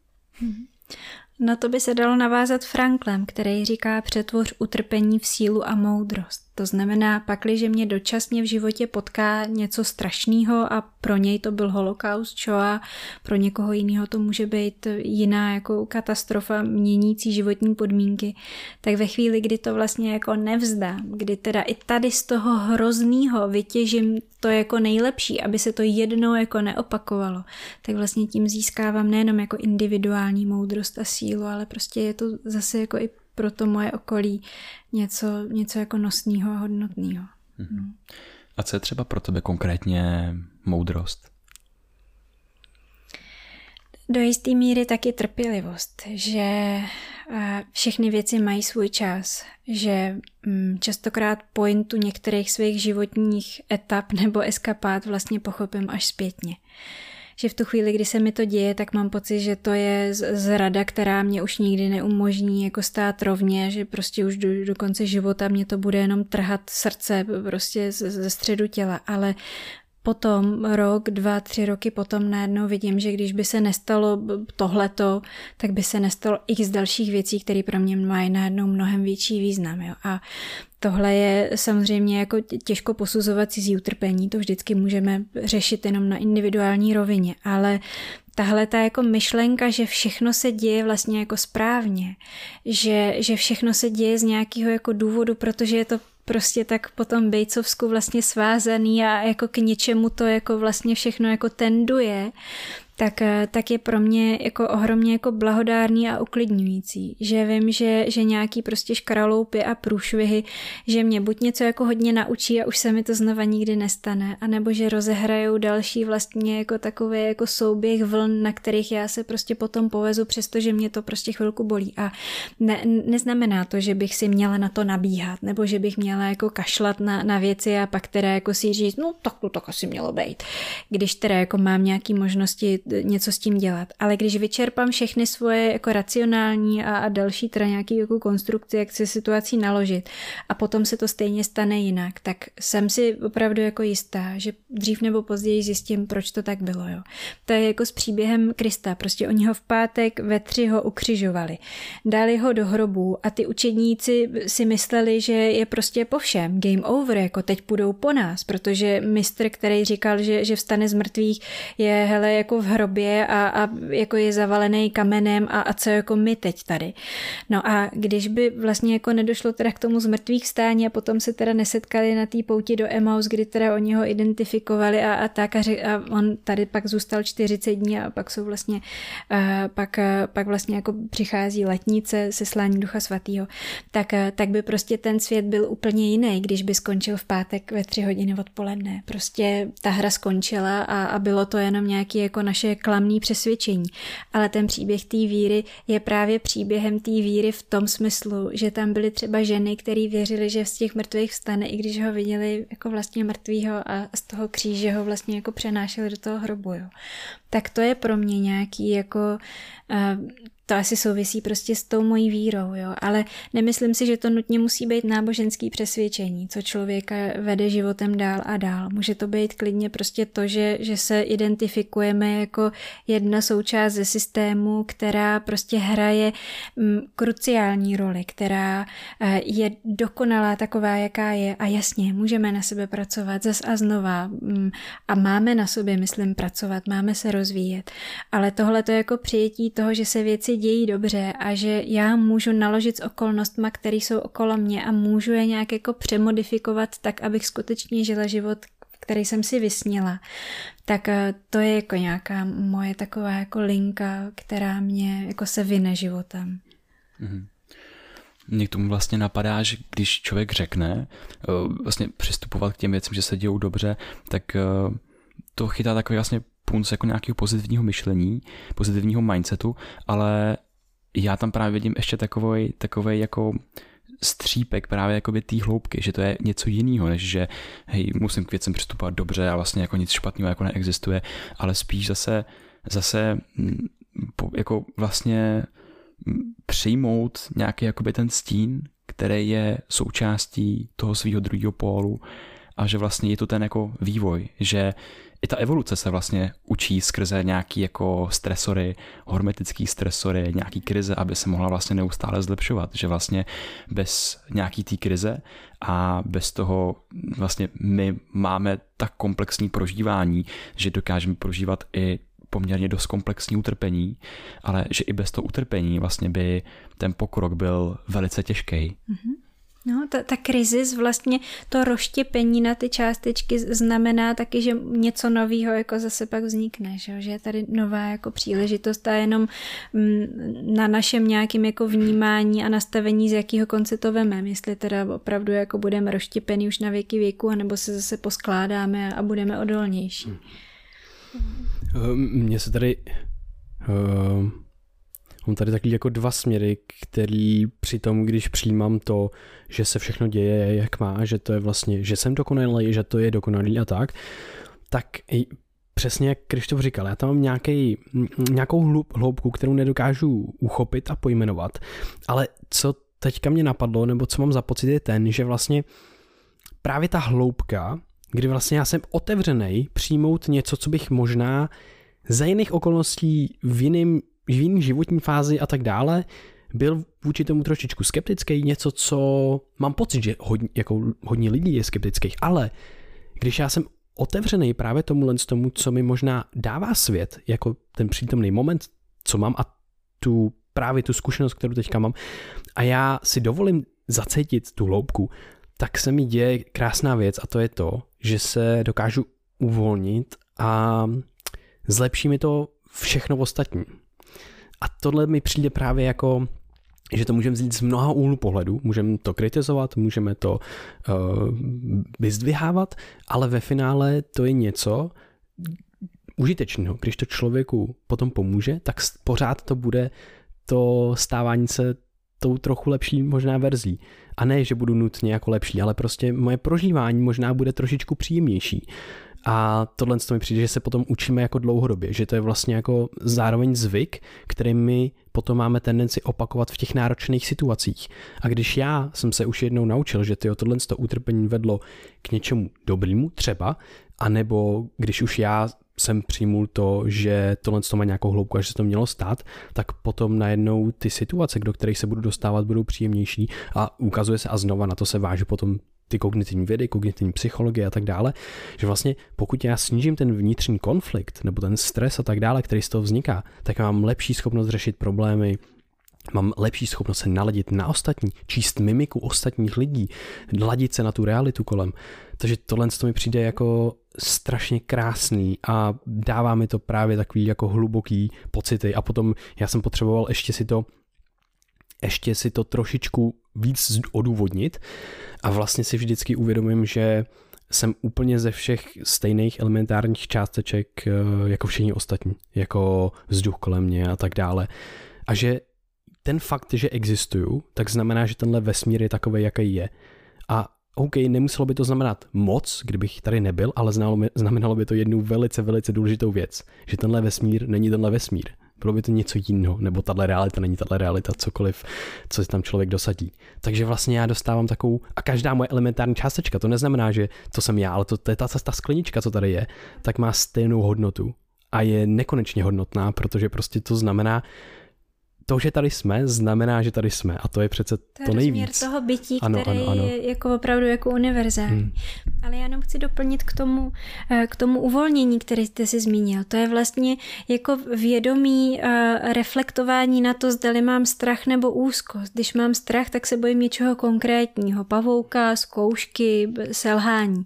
Na to by se dalo navázat Franklem, který říká: přetvoř utrpení v sílu a moudrost. To znamená, pakliže mě dočasně v životě potká něco strašného a pro něj to byl holokaust, Shoah, pro někoho jiného to může být jiná jako katastrofa měnící životní podmínky, tak ve chvíli, kdy to vlastně jako nevzdám, kdy teda i tady z toho hroznýho vytěžím to jako nejlepší, aby se to jednou jako neopakovalo, tak vlastně tím získávám nejenom jako individuální moudrost a sílu, ale prostě je to zase jako i pro to moje okolí něco jako nosného a hodnotného. No. A co je třeba pro tebe konkrétně moudrost? Do jisté míry taky trpělivost, že všechny věci mají svůj čas, že častokrát pointu některých svých životních etap nebo eskapád vlastně pochopím až zpětně. Že v tu chvíli, kdy se mi to děje, tak mám pocit, že to je zrada, která mě už nikdy neumožní jako stát rovně, že prostě už do konce života mě to bude jenom trhat srdce prostě ze středu těla, ale potom rok, 2, 3 roky potom najednou vidím, že když by se nestalo tohleto, tak by se nestalo x dalších věcí, které pro mě mají najednou mnohem větší význam. Jo. A tohle je samozřejmě jako těžko posuzovat cizí utrpení, to vždycky můžeme řešit jenom na individuální rovině, ale tahle ta jako myšlenka, že všechno se děje vlastně jako správně, že všechno se děje z nějakého jako důvodu, protože je to prostě tak potom bejcovsku vlastně svázaný a jako k něčemu to jako vlastně všechno jako tenduje, tak je pro mě jako ohromně jako blahodárný a uklidňující. Že vím, že nějaký prostě škraloupy a průšvihy, že mě buď něco jako hodně naučí a už se mi to znova nikdy nestane, anebo že rozehrajou další vlastně jako takový jako souběh vln, na kterých já se prostě potom povezu, přestože mě to prostě chvilku bolí. A neznamená to, že bych si měla na to nabíhat, nebo že bych měla jako kašlat na věci a pak teda jako si říct, no tak to tak asi mělo být. Když teda jako mám nějaký možnosti něco s tím dělat. Ale když vyčerpám všechny svoje jako racionální a další teda nějaký jako konstrukce, jak se situací naložit a potom se to stejně stane jinak, tak jsem si opravdu jako jistá, že dřív nebo později zjistím, proč to tak bylo. Jo. To je jako s příběhem Krista. Prostě oni ho v pátek ve 3 ho ukřižovali. Dali ho do hrobu a ty učedníci si mysleli, že je prostě po všem. Game over, jako teď půjdou po nás, protože mistr, který říkal, že vstane z mrtvých, je hele jako v hrobě a jako je zavalený kamenem a co jako my teď tady. No a když by vlastně jako nedošlo teda k tomu zmrtvých vstání a potom se teda nesetkali na té pouti do Emaus, kdy teda oni ho identifikovali a on tady pak zůstal 40 dní a pak jsou vlastně pak vlastně jako přichází letnice, seslání Ducha Svatého, tak by prostě ten svět byl úplně jiný, když by skončil v pátek ve 3 hodiny odpoledne. Prostě ta hra skončila a bylo to jenom nějaký jako naše klamné přesvědčení. Ale ten příběh té víry je právě příběhem té víry v tom smyslu, že tam byly třeba ženy, které věřily, že z těch mrtvých vstane, i když ho viděli jako vlastně mrtvýho a z toho kříže ho vlastně jako přenášeli do toho hrobu. Jo. Tak to je pro mě nějaký jako to asi souvisí prostě s tou mojí vírou, jo, ale nemyslím si, že to nutně musí být náboženský přesvědčení, co člověka vede životem dál a dál. Může to být klidně prostě to, že se identifikujeme jako jedna součást ze systému, která prostě hraje kruciální roli, která je dokonalá taková, jaká je a jasně, můžeme na sebe pracovat zas a znova a máme na sobě, myslím, pracovat, máme se rozvíjet, ale tohle to je jako přijetí toho, že se věci dějí dobře a že já můžu naložit s okolnostma, které jsou okolo mě a můžu je nějak jako přemodifikovat tak, abych skutečně žila život, který jsem si vysnila. Tak to je jako nějaká moje taková jako linka, která mě jako se vine životem. Mně k tomu vlastně napadá, že když člověk řekne vlastně přistupovat k těm věcem, že se dějou dobře, tak to chytá takový vlastně punc jako nějakého pozitivního myšlení, pozitivního mindsetu, ale já tam právě vidím ještě takovej jako střípek právě jakoby té hloubky, že to je něco jiného, než že hej, musím k věcem přistupovat dobře a vlastně jako nic špatného jako neexistuje, ale spíš zase jako vlastně přijmout nějaký jakoby ten stín, který je součástí toho svého druhého pólu a že vlastně je to ten jako vývoj, že i ta evoluce se vlastně učí skrze nějaký jako stresory, hormetický stresory, nějaký krize, aby se mohla vlastně neustále zlepšovat, že vlastně bez nějaký té krize a bez toho vlastně my máme tak komplexní prožívání, že dokážeme prožívat i poměrně dost komplexní utrpení, ale že i bez toho utrpení vlastně by ten pokrok byl velice těžký. No, ta krizis, vlastně to rozštěpení na ty částečky znamená taky, že něco nového jako zase pak vznikne, že je tady nová jako příležitost a jenom na našem nějakým jako vnímání a nastavení, z jakého konce to vememe, jestli teda opravdu jako budeme rozštěpený už na věky věku, anebo se zase poskládáme a budeme odolnější. Mně se tady mám tady takový jako dva směry, který při tom, když přijímám to, že se všechno děje jak má, že to je vlastně, že jsem dokonalý, že to je dokonalý a tak přesně jak Krištof říkal, já tam mám nějakou hloubku, kterou nedokážu uchopit a pojmenovat, ale co teďka mě napadlo, nebo co mám za pocit je ten, že vlastně právě ta hloubka, kdy vlastně já jsem otevřenej přijmout něco, co bych možná za jiných okolností v jiný životní fázi a tak byl vůči tomu trošičku skeptický, něco, co mám pocit, že hodně lidí je skeptických, ale když já jsem otevřený právě tomu, co mi možná dává svět, jako ten přítomný moment, co mám a právě tu zkušenost, kterou teďka mám a já si dovolím zacítit tu hloubku, tak se mi děje krásná věc a to je to, že se dokážu uvolnit a zlepší mi to všechno ostatní. A tohle mi přijde právě jako, že to můžeme vzít z mnoha úhlů pohledu, můžeme to kritizovat, můžeme to vyzdvihávat, ale ve finále to je něco užitečného. Když to člověku potom pomůže, tak pořád to bude to stávání se tou trochu lepší možná verzí. A ne, že budu nutně jako lepší, ale prostě moje prožívání možná bude trošičku příjemnější. A tohle mi přijde, že se potom učíme jako dlouhodobě, že to je vlastně jako zároveň zvyk, který my potom máme tendenci opakovat v těch náročných situacích. A když já jsem se už jednou naučil, že tohle utrpení vedlo k něčemu dobrému třeba, anebo když už já jsem přijmul to, že tohle má nějakou hloubku a že se to mělo stát, tak potom najednou ty situace, do kterých se budu dostávat, budou příjemnější a ukazuje se a znova na to se váží potom ty kognitivní vědy, kognitivní psychologie a tak dále, že vlastně pokud já snížím ten vnitřní konflikt nebo ten stres a tak dále, který z toho vzniká, tak mám lepší schopnost řešit problémy, mám lepší schopnost se naladit na ostatní, číst mimiku ostatních lidí, ladit se na tu realitu kolem. Takže tohle mi přijde jako strašně krásný a dává mi to právě takový jako hluboký pocity a potom já jsem potřeboval ještě si to trošičku víc odůvodnit a vlastně si vždycky uvědomím, že jsem úplně ze všech stejných elementárních částeček jako všichni ostatní, jako vzduch kolem mě a tak dále. A že ten fakt, že existuju, tak znamená, že tenhle vesmír je takovej, jaký je. A OK, nemuselo by to znamenat moc, kdybych tady nebyl, ale znamenalo by to jednu velice, velice důležitou věc, že tenhle vesmír není tenhle vesmír. Bylo by to něco jiného, nebo tahle realita není tahle realita, cokoliv, co si tam člověk dosadí. Takže vlastně já dostávám takovou, a každá moje elementární částečka, to neznamená, že to jsem já, ale to je ta sklenička, co tady je, tak má stejnou hodnotu a je nekonečně hodnotná, protože prostě to znamená, to, že tady jsme, znamená, že tady jsme a to je přece to nejvíc. Toho bytí, které je jako opravdu jako univerzální. Ale já jenom chci doplnit k tomu uvolnění, které jste si zmínil. To je vlastně jako vědomí reflektování na to, zdali mám strach nebo úzkost. Když mám strach, tak se bojím něčeho konkrétního. Pavouka, zkoušky, selhání.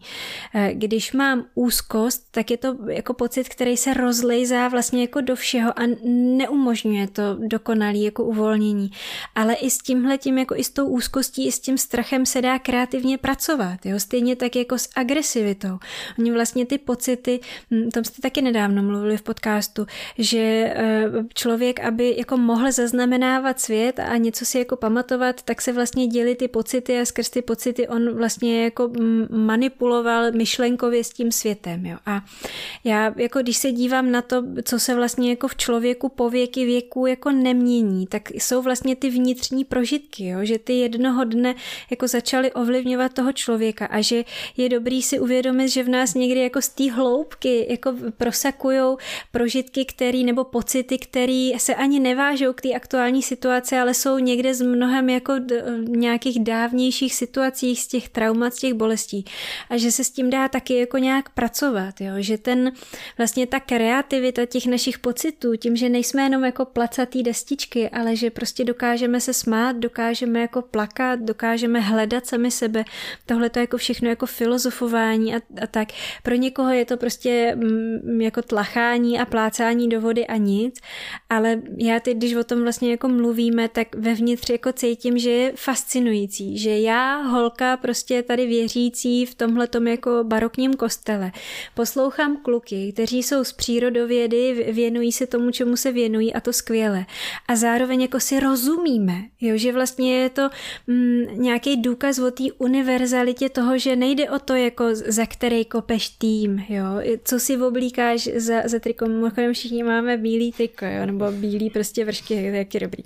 Když mám úzkost, tak je to jako pocit, který se rozlejzá vlastně jako do všeho a neumožňuje to dokonalý jako uvolnění. Ale i s tímhletím, jako i s tou úzkostí, i s tím strachem se dá kreativně pracovat. Jo? Stejně tak jako s agresivitou. Oni vlastně ty pocity, tom jste taky nedávno mluvili v podcastu, že člověk, aby jako mohl zaznamenávat svět a něco si jako pamatovat, tak se vlastně dělí ty pocity a skrz ty pocity on vlastně jako manipuloval myšlenkově s tím světem. Jo? A já jako když se dívám na to, co se vlastně jako v člověku po věky věku jako nemění, tak jsou vlastně ty vnitřní prožitky, jo? Že ty jednoho dne jako začaly ovlivňovat toho člověka a že je dobrý si uvědomit, že v nás někdy jako z té hloubky jako prosakujou prožitky, nebo pocity, které se ani nevážou k té aktuální situaci, ale jsou někde z mnohem jako nějakých dávnějších situacích, z těch traumat, z těch bolestí. A že se s tím dá taky jako nějak pracovat, jo? Že vlastně ta kreativita těch našich pocitů, tím, že nejsme jenom jako placatý destičky, ale že prostě dokážeme se smát, dokážeme jako plakat, dokážeme hledat sami sebe. Tohle to jako všechno jako filozofování a tak. Pro někoho je to prostě jako tlachání a plácání do vody a nic, ale já teď, když o tom vlastně jako mluvíme, tak vevnitř jako cítím, že je fascinující, že já, holka, prostě tady věřící v tomhletom jako barokním kostele, poslouchám kluky, kteří jsou z přírodovědy, věnují se tomu, čemu se věnují a to skvěle. A zároveň jako si rozumíme, jo, že vlastně je to nějaký důkaz o té univerzalitě toho, že nejde o to, jako za který kopeš tým, jo, co si oblíkáš za triko, mimochodem všichni máme bílý triko, jo, nebo bílý prostě vršky, jak je dobrý.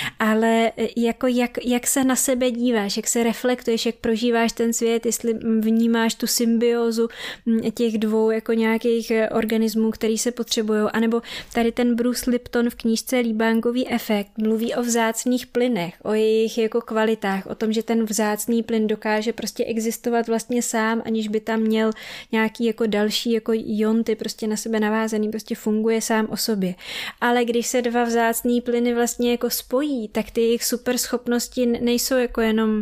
Ale jako jak se na sebe díváš, jak se reflektuješ, jak prožíváš ten svět, jestli vnímáš tu symbiózu těch dvou jako nějakých organismů, který se potřebujou, anebo tady ten Bruce Lipton v knížce Líbánkový efekt mluví o vzácných plynech, o jejich jako kvalitách, o tom, že ten vzácný plyn dokáže prostě existovat vlastně sám, aniž by tam měl nějaký jako další jako ionty prostě na sebe navázaný, prostě funguje sám o sobě. Ale když se dva vzácný plyny vlastně jako spojí, tak ty jejich super schopnosti nejsou jako jenom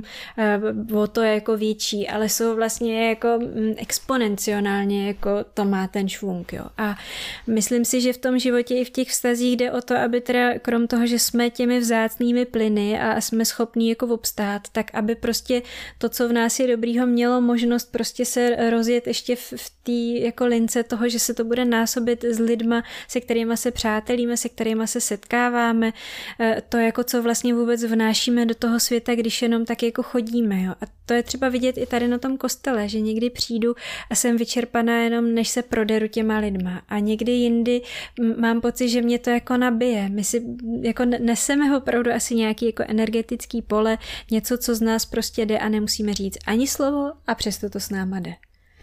o to jako větší, ale jsou vlastně jako exponenciálně jako to má ten švung, jo. A myslím si, že v tom životě i v těch vztazích jde o to, aby teda krom toho, že jsme těmi vzácnými plyny a jsme schopní jako obstát, tak aby prostě to, co v nás je dobrýho, mělo možnost prostě se rozjet ještě v té jako lince toho, že se to bude násobit s lidma, se kterýma se přátelíme, se kterýma se setkáváme, to jako co vlastně vůbec vnášíme do toho světa, když jenom tak jako chodíme, jo. A to je třeba vidět i tady na tom kostele, že někdy přijdu a jsem vyčerpaná jenom, než se proderu těma lidma. A někdy jindy mám pocit, že mě to jako nabije. My si jako neseme opravdu asi nějaký jako energetický pole, něco, co z nás prostě jde a nemusíme říct ani slovo a přesto to s náma jde.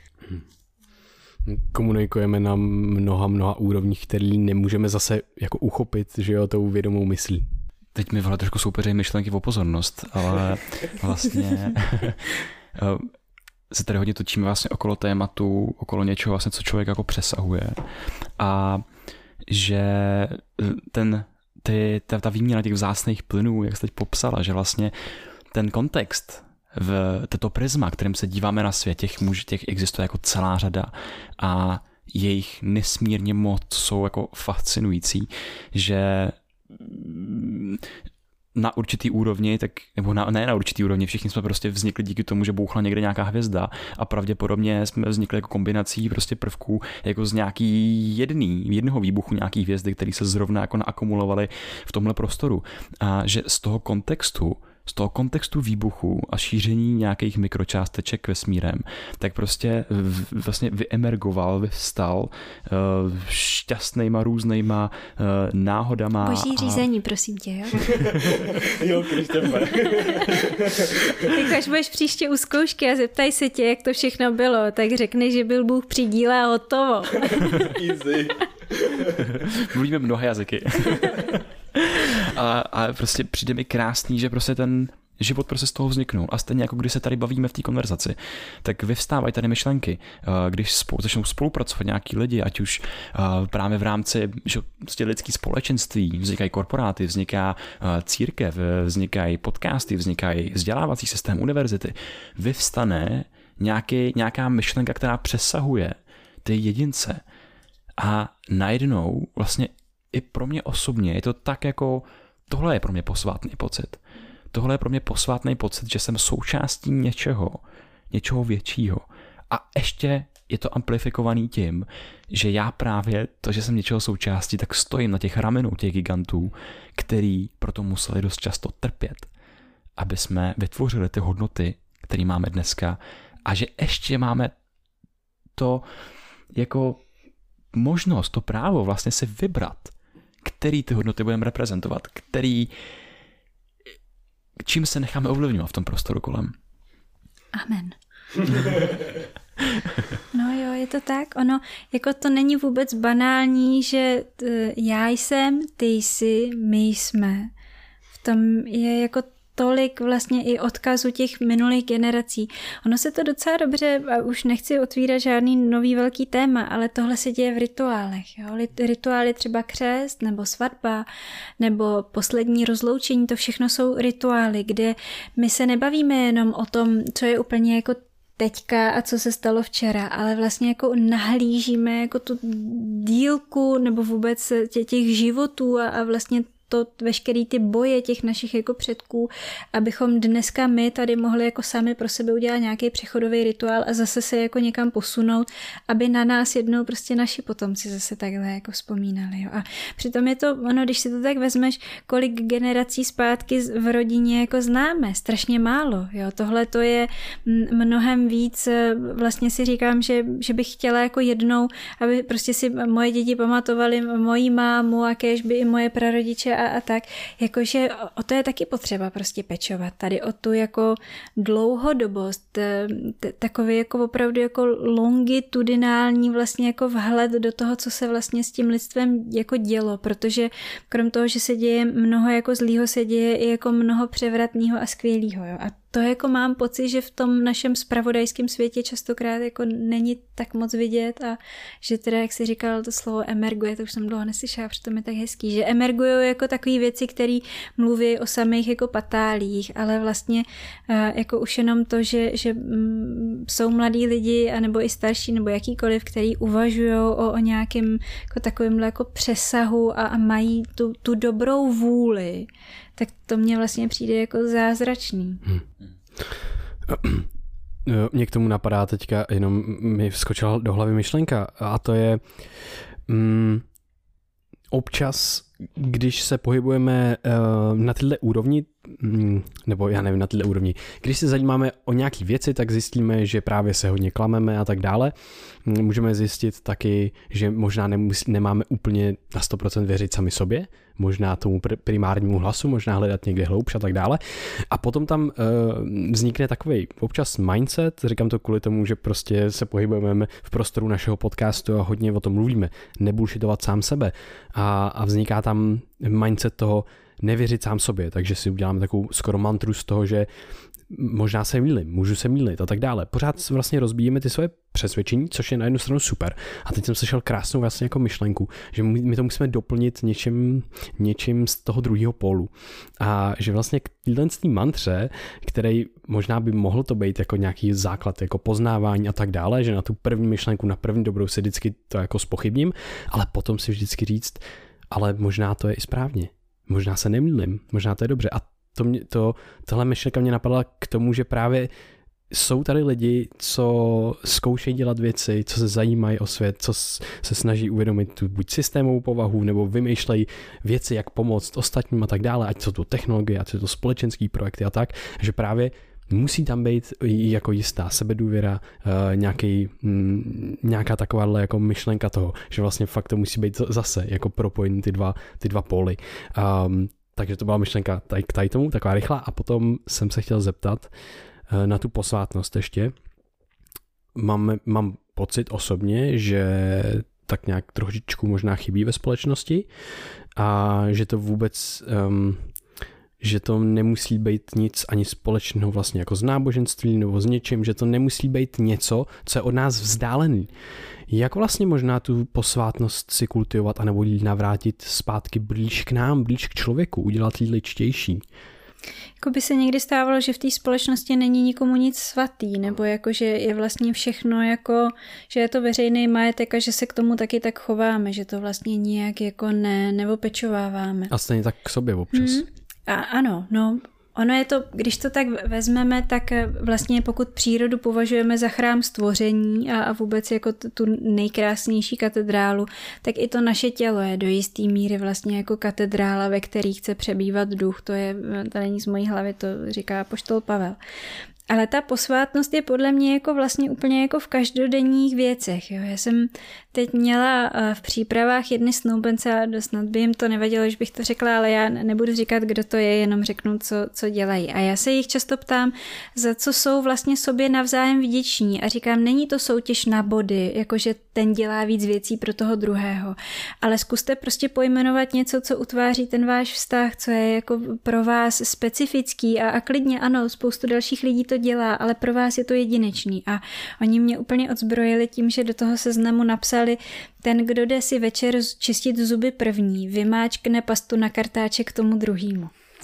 Komunikujeme na mnoha úrovních, který nemůžeme zase jako uchopit, že jo, tou vědomou myslí. Teď mi trošku soupeřejí myšlenky o pozornost, ale vlastně se tady hodně točíme vlastně okolo tématu, okolo něčeho vlastně, co člověk jako přesahuje a že ta výměna těch vzácných plynů, jak jste teď popsala, že vlastně ten kontext v této prisma, kterým se díváme na svět, těch existuje jako celá řada a jejich nesmírně moc jsou jako fascinující, že na určitý úrovni, nebo ne na určitý úrovni, všichni jsme prostě vznikli díky tomu, že bouchla někde nějaká hvězda a pravděpodobně jsme vznikli jako kombinací prostě prvků jako z jednoho výbuchu nějaký hvězdy, které se zrovna jako naakumulovaly v tomhle prostoru. A že z toho kontextu z toho kontextu výbuchu a šíření nějakých mikročásteček vesmírem, tak prostě vlastně vyvstal šťastnejma různejma náhodama. Boží řízení, prosím tě, jo? Jo, Krištofe. Tak až budeš příště u zkoušky a zeptaj se tě, jak to všechno bylo, tak řekneš, že byl Bůh při díle a hotovo. Easy. Mluvíme mnoha jazyky. A prostě přijde mi krásný, že prostě ten život prostě z toho vzniknul. A stejně jako když se tady bavíme v té konverzaci, tak vyvstávají tady myšlenky. Když začnou spolupracovat nějaký lidi, ať už právě v rámci prostě lidský společenství, vznikají korporáty, vzniká církev, vznikají podcasty, vznikají vzdělávací systém univerzity, vyvstane nějaká myšlenka, která přesahuje ty jedince. A najednou vlastně i pro mě osobně je to tak jako, tohle je pro mě posvátný pocit. Tohle je pro mě posvátný pocit, že jsem součástí něčeho většího. A ještě je to amplifikovaný tím, že já právě to, že jsem něčeho součástí, tak stojím na těch ramenou těch gigantů, který proto museli dost často trpět, aby jsme vytvořili ty hodnoty, které máme dneska, a že ještě máme to jako možnost, to právo vlastně si vybrat, který ty hodnoty budeme reprezentovat, čím se necháme ovlivňovat v tom prostoru kolem. Amen. No jo, je to tak. Ono, jako to není vůbec banální, že já jsem, ty jsi, my jsme. V tom je jako tolik vlastně i odkazu těch minulých generací. Ono se to docela dobře, a už nechci otvírat žádný nový velký téma, ale tohle se děje v rituálech. Jo? Rituály třeba křest, nebo svatba, nebo poslední rozloučení, to všechno jsou rituály, kde my se nebavíme jenom o tom, co je úplně jako teďka a co se stalo včera, ale vlastně jako nahlížíme jako tu dílku nebo vůbec těch životů a vlastně to veškerý ty boje těch našich jako předků, abychom dneska my tady mohli jako sami pro sebe udělat nějaký přechodový rituál a zase se jako někam posunout, aby na nás jednou prostě naši potomci zase takhle jako vzpomínali. Jo. A přitom je to, ono, když si to tak vezmeš, kolik generací zpátky v rodině jako známe, strašně málo. Jo. Tohle to je mnohem víc, vlastně si říkám, že bych chtěla jako jednou, aby prostě si moje děti pamatovali moji mámu a kéž by i moje prarodiče a tak, jakože o to je taky potřeba prostě pečovat. Tady o tu jako dlouhodobost, takový jako opravdu jako longitudinální vlastně jako vhled do toho, co se vlastně s tím lidstvem jako dělo, protože krom toho, že se děje mnoho jako zlýho, se děje i jako mnoho převratného a skvělého. Jo? A to jako mám pocit, že v tom našem zpravodajském světě častokrát jako není tak moc vidět a že teda, jak jsi říkal to slovo emerguje, to už jsem dlouho neslyšela, protože je tak hezký, že emergujou jako takové věci, které mluví o samých jako patálích, ale vlastně jako už jenom to, že jsou mladí lidi, anebo i starší, nebo jakýkoliv, který uvažují o nějakém jako takovémhle jako přesahu a mají tu dobrou vůli, tak to mně vlastně přijde jako zázračný. Mě k tomu napadá teďka, jenom mi vskočila do hlavy myšlenka a to je občas, když se pohybujeme na tyhle úrovni, nebo já nevím, na tyhle úrovni, když se zajímáme o nějaké věci, tak zjistíme, že právě se hodně klameme a tak dále. Můžeme zjistit taky, že možná nemáme úplně na 100% věřit sami sobě, možná tomu primárnímu hlasu, možná hledat někde hloubš a tak dále. A potom tam vznikne takový občas mindset, říkám to kvůli tomu, že prostě se pohybujeme v prostoru našeho podcastu a hodně o tom mluvíme, nebullshitovat sám sebe a vzniká tam mindset toho nevěřit sám sobě, takže si uděláme takovou skoro mantru z toho, že možná se mýlím, můžu se mýlit a tak dále. Pořád vlastně rozbíjíme ty svoje přesvědčení, což je na jednu stranu super. A teď jsem slyšel krásnou vlastně jako myšlenku, že my to musíme doplnit něčím z toho druhého pólu. A že vlastně k téhle mantře, který možná by mohl to být jako nějaký základ, jako poznávání a tak dále, že na tu první myšlenku, na první dobrou si vždycky to jako zpochybním, ale potom si vždycky říct, ale možná to je i správně. Možná se nemýlím, možná to je dobře. A tohle myšlenka mě napadla k tomu, že právě jsou tady lidi, co zkoušejí dělat věci, co se zajímají o svět, co se snaží uvědomit tu buď systémovou povahu, nebo vymýšlejí věci, jak pomoct ostatním a tak dále, ať jsou to technologie, ať jsou to společenský projekty a tak, že právě musí tam být jako jistá sebedůvěra, nějaká takováhle jako myšlenka toho, že vlastně fakt to musí být zase jako propojení ty dva póly. Takže to byla myšlenka tady tomu, taková rychlá, a potom jsem se chtěl zeptat na tu posvátnost ještě. Mám pocit osobně, že tak nějak trošičku možná chybí ve společnosti a že to vůbec... že to nemusí být nic ani společného vlastně jako s náboženství nebo s něčím, že to nemusí být něco, co je od nás vzdálený. Jak vlastně možná tu posvátnost si kultivovat anebo ji navrátit zpátky blíž k nám, blíž k člověku, udělat ji ličtější? Jako by se někdy stávalo, že v té společnosti není nikomu nic svatý, nebo jako, že je vlastně všechno jako, že je to veřejný majetek a že se k tomu taky tak chováme, že to vlastně nijak jako neopečováváme. A stejně tak k sobě občas. A ano, no, ono je to, když to tak vezmeme, tak vlastně pokud přírodu považujeme za chrám stvoření a vůbec jako tu nejkrásnější katedrálu, tak i to naše tělo je do jistý míry vlastně jako katedrála, ve který chce přebývat duch. To není z mojí hlavy, to říká apoštol Pavel. Ale ta posvátnost je podle mě jako vlastně úplně jako v každodenních věcech. Jo. Já jsem teď měla v přípravách jedny snoubence a snad by jim to nevadilo, že bych to řekla, ale já nebudu říkat, kdo to je, jenom řeknu, co dělají. A já se jich často ptám, za co jsou vlastně sobě navzájem vděční. A říkám, není to soutěž na body, jakože ten dělá víc věcí pro toho druhého. Ale zkuste prostě pojmenovat něco, co utváří ten váš vztah, co je jako pro vás specifický a klidně ano, spoustu dalších lidí to dělá, ale pro vás je to jedinečný. A oni mě úplně odzbrojili tím, že do toho seznamu napsali, ten, kdo jde si večer čistit zuby první, vymáčkne pastu na kartáček tomu druhýmu.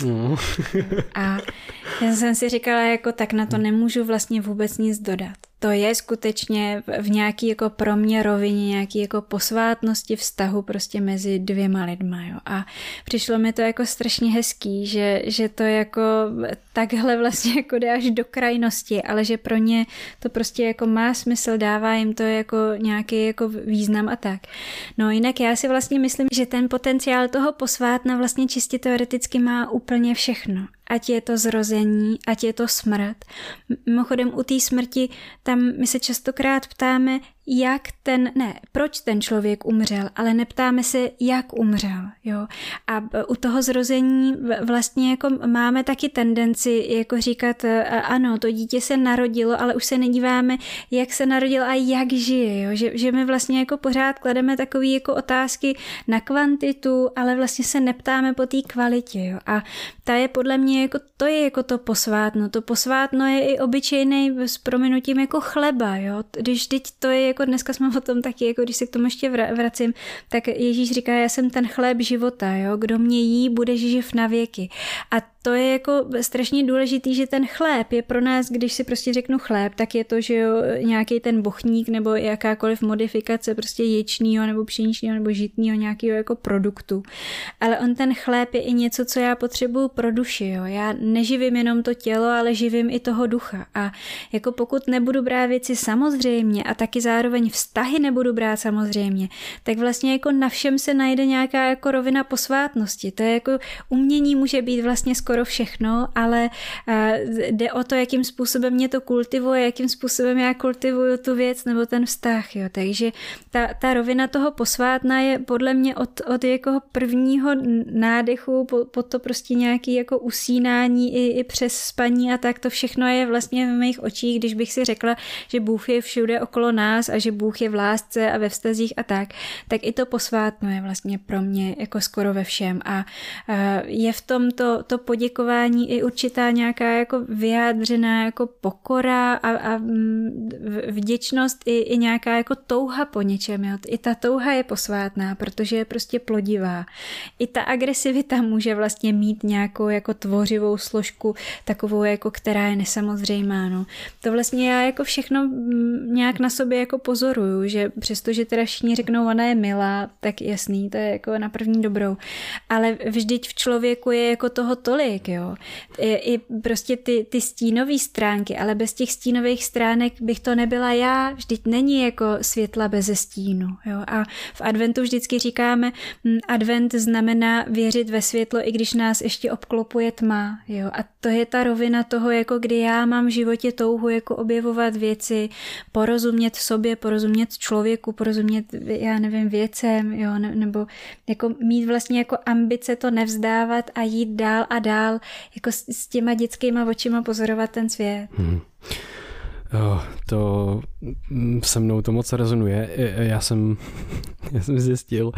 A já jsem si říkala, jako tak na to nemůžu vlastně vůbec nic dodat. To je skutečně v nějaký jako pro mě rovině nějaký jako posvátnosti vztahu prostě mezi dvěma lidma. Jo. A přišlo mi to jako strašně hezký, že to jako takhle vlastně jako jde až do krajnosti, ale že pro ně to prostě jako má smysl, dává jim to jako nějaký jako význam a tak. No jinak já si vlastně myslím, že ten potenciál toho posvátna vlastně čistě teoreticky má úplně všechno. Ať je to zrození, ať je to smrt. Mimochodem u té smrti, tam my se častokrát ptáme, proč ten člověk umřel, ale neptáme se, jak umřel. Jo? A u toho zrození vlastně jako máme taky tendenci jako říkat, ano, to dítě se narodilo, ale už se nedíváme, jak se narodilo a jak žije. Jo? Že my vlastně jako pořád klademe takové jako otázky na kvantitu, ale vlastně se neptáme po té kvalitě. Jo? A ta je podle mě jako, to je jako to posvátno. To posvátno je i obyčejný s prominutím jako chleba. Jo? Když teď to je jako dneska jsme o tom taky, jako když se k tomu ještě vracím, tak Ježíš říká, já jsem ten chléb života, jo? Kdo mě jí, bude živ na věky. A to je jako strašně důležitý, že ten chléb je pro nás, když si prostě řeknu chléb, tak je to, že jo, nějaký ten bochník nebo jakákoliv modifikace prostě ječního nebo pšeničního nebo žitního nějakého jako produktu. Ale on ten chléb je i něco, co já potřebuju pro duši, jo. Já neživím jenom to tělo, ale živím i toho ducha. A jako pokud nebudu brát věci samozřejmě a taky zároveň vztahy nebudu brát samozřejmě, tak vlastně jako na všem se najde nějaká jako rovina posvátnosti. To je jako umění může být vlastně skoro všechno, ale jde o to, jakým způsobem mě to kultivuje, jakým způsobem já kultivuju tu věc nebo ten vztah. Jo. Takže ta rovina toho posvátna je podle mě od jako prvního nádechu po to prostě nějaký jako usínání i přes spaní a tak to všechno je vlastně v mých očích, když bych si řekla, že Bůh je všude okolo nás a že Bůh je v lásce a ve vztazích a tak i to posvátno je vlastně pro mě jako skoro ve všem a je v tom to poděkování i určitá nějaká jako vyjádřená jako pokora a vděčnost i nějaká jako touha po něčem. Jo. I ta touha je posvátná, protože je prostě plodivá. I ta agresivita může vlastně mít nějakou jako tvořivou složku, takovou jako která je nesamozřejmá. No. To vlastně já jako všechno nějak na sobě jako pozoruju, že přestože teda všichni řeknou, ona je milá, tak jasný, to je jako na první dobrou. Ale vždyť v člověku je jako toho tolik, člověk, jo. I prostě ty stínové stránky, ale bez těch stínových stránek bych to nebyla já. Vždyť není jako světla beze stínu, jo. A v adventu vždycky říkáme, advent znamená věřit ve světlo, i když nás ještě obklopuje tma, jo. A to je ta rovina toho, jako kdy já mám v životě touhu jako objevovat věci, porozumět sobě, porozumět člověku, porozumět, já nevím, věcem, jo, nebo jako mít vlastně jako ambice to nevzdávat a jít dál a dál, jako s těma dětskýma očima pozorovat ten svět. To se mnou to moc rezonuje. Já jsem zjistil,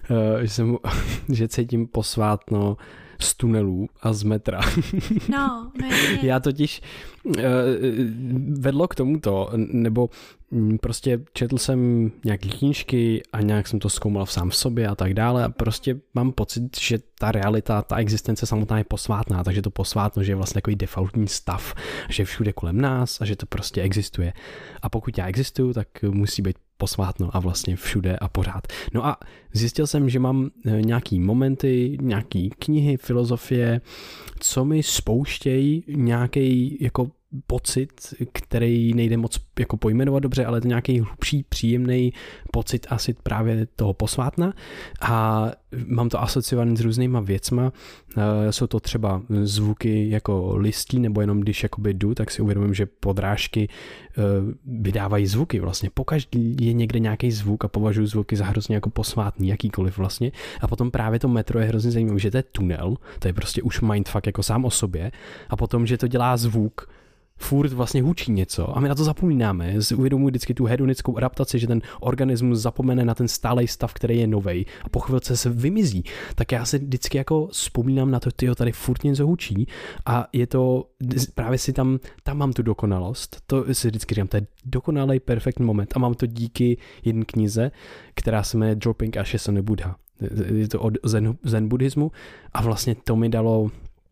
že cítím posvátno z tunelů a z metra. No Já totiž vedlo k tomuto, nebo prostě četl jsem nějaký knížky a nějak jsem to zkoumal sám v sobě a tak dále a prostě mám pocit, že ta realita, ta existence samotná je posvátná, takže to posvátno, že je vlastně takový defaultní stav, že je všude kolem nás a že to prostě existuje. A pokud já existuju, tak musí být posvátno a vlastně všude a pořád. No a zjistil jsem, že mám nějaký momenty, nějaký knihy, filozofie, co mi spouštějí nějaký jako pocit, který nejde moc jako pojmenovat dobře, ale to nějaký hlubší, příjemný pocit asi právě toho posvátna a mám to asociované s různýma věcma. Jsou to třeba zvuky jako listí, nebo jenom když jakoby jdu, tak si uvědomím, že podrážky vydávají zvuky vlastně. Pokaždý je někde nějaký zvuk a považuji zvuky za hrozně jako posvátný, jakýkoliv vlastně. A potom právě to metro je hrozně zajímavé, že to je tunel, to je prostě už mindfuck jako sám o sobě a potom, že to dělá zvuk, furt vlastně hučí něco a my na to zapomínáme. Uvědomuji vždycky tu hedonickou adaptaci, že ten organismus zapomene na ten stálej stav, který je novej a po chvilce se vymizí. Tak já se vždycky jako vzpomínám na to, tyjo, tady furt něco hučí a je to, právě si tam mám tu dokonalost. To si vždycky říkám, to je dokonalý, perfektní moment a mám to díky jedné knize, která se jmenuje Dropping Ashes on a Buddha. Je to od zen buddhismu a vlastně to mi dalo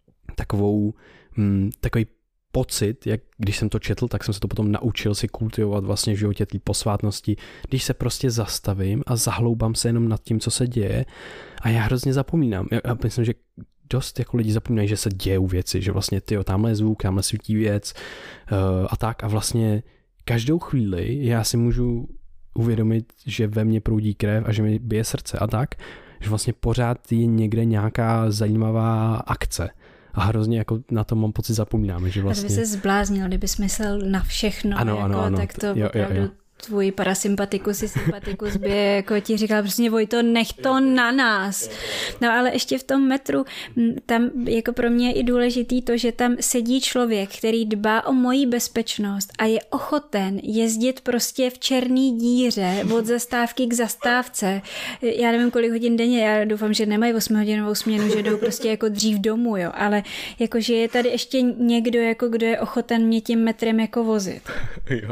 takový pocit, jak když jsem to četl, tak jsem se to potom naučil si kultivovat vlastně v životě té posvátnosti, když se prostě zastavím a zahloubám se jenom nad tím, co se děje a já hrozně zapomínám. Já myslím, že dost jako lidi zapomínají, že se dějou věci, že vlastně tyjo, tamhle je zvuk, tamhle svítí věc a tak a vlastně každou chvíli já si můžu uvědomit, že ve mně proudí krev a že mi bije srdce a tak, že vlastně pořád je někde nějaká zajímavá akce. A hrozně jako na to mám pocit zapomínáme, že vlastně... A kdyby se zbláznil, kdyby smysl na všechno, ano. Tak to opravdu tvůj parasympatikus i sympatikus by jako ti říkal prostě Vojto, nech to na nás. No ale ještě v tom metru, tam jako pro mě je i důležitý to, že tam sedí člověk, který dbá o moji bezpečnost a je ochoten jezdit prostě v černý díře od zastávky k zastávce. Já nevím, kolik hodin denně, já doufám, že nemají 8hodinovou směnu, že jdou prostě jako dřív domů, jo, ale jakože je tady ještě někdo, jako kdo je ochoten mě tím metrem jako vozit. Jo.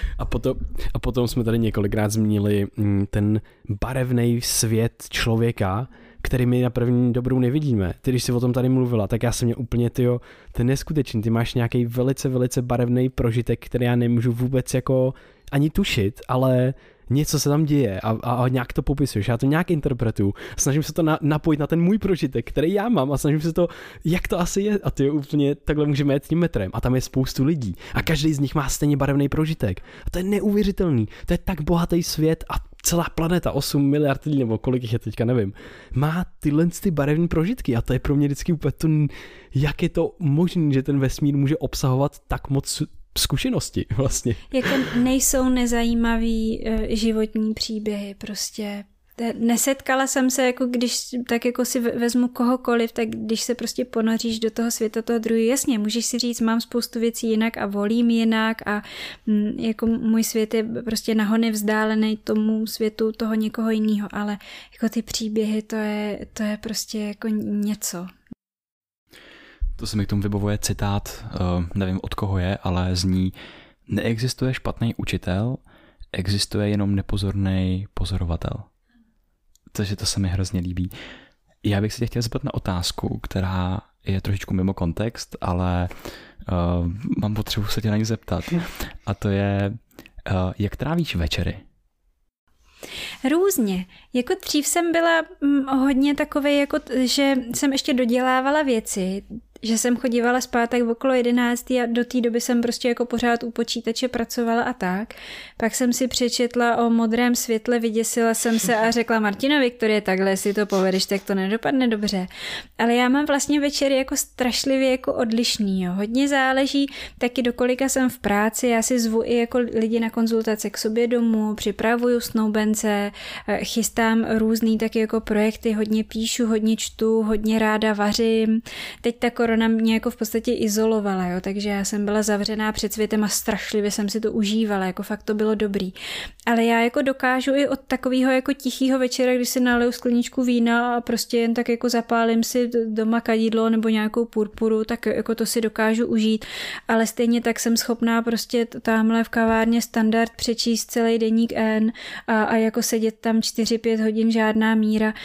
A potom jsme tady několikrát zmínili ten barevný svět člověka, který my na první dobrou nevidíme. Ty, když jsi o tom tady mluvila, tak já jsem mě úplně, tyjo, ten neskutečný, ty máš nějaký velice, velice barevný prožitek, který já nemůžu vůbec jako ani tušit, ale něco se tam děje a nějak to popisuješ, já to nějak interpretuju, snažím se to napojit na ten můj prožitek, který já mám a snažím se to, jak to asi je a ty úplně takhle můžeme jet tím metrem a tam je spoustu lidí a každý z nich má stejně barevný prožitek a to je neuvěřitelný, to je tak bohatý svět a celá planeta, 8 miliard lidí nebo kolik jich je teďka, nevím, má tyhle ty barevné prožitky a to je pro mě vždycky úplně to, jak je to možné, že ten vesmír může obsahovat tak moc zkušenosti vlastně. Jako nejsou nezajímavý životní příběhy prostě. Nesetkala jsem se, jako když tak jako si vezmu kohokoliv, tak když se prostě ponoříš do toho světa toho druhého, jasně, můžeš si říct, mám spoustu věcí jinak a volím jinak a jako můj svět je prostě nahony vzdálený tomu světu toho někoho jiného, ale jako ty příběhy, to je prostě jako něco. To se mi k tomu vybavuje citát, nevím od koho je, ale zní: neexistuje špatný učitel, existuje jenom nepozorný pozorovatel. Takže to se mi hrozně líbí. Já bych se tě chtěl zeptat na otázku, která je trošičku mimo kontext, ale mám potřebu se tě na ní zeptat. A to je, jak trávíš večery? Různě. Jako dřív jsem byla hodně takovej, jako, že jsem ještě dodělávala věci, že jsem chodívala spát tak okolo 11 a do té doby jsem prostě jako pořád u počítače pracovala a tak. Pak jsem si přečetla o modrém světle, vyděsila jsem se a řekla Martinovi, Viktorie, takhle, jestli to povedeš, tak to nedopadne dobře. Ale já mám vlastně večery jako strašlivě jako odlišný, jo. Hodně záleží taky do kolika jsem v práci, já si zvu i jako lidi na konzultace k sobě domů, připravuju snoubence, chystám různý taky jako projekty, hodně píšu, hodně čtu, hodně ráda vařím. Teď ta korona mě jako v podstatě izolovala, jo, takže já jsem byla zavřená před světem a strašlivě jsem si to užívala, jako fakt to bylo dobrý. Ale já jako dokážu i od takového jako tichého večera, když si naliju skleničku vína a prostě jen tak jako zapálím si doma kadidlo nebo nějakou purpuru, tak jako to si dokážu užít, ale stejně tak jsem schopná prostě tamhle v kavárně Standard přečíst celý deník N a jako sedět tam 4-5 hodin, žádná míra,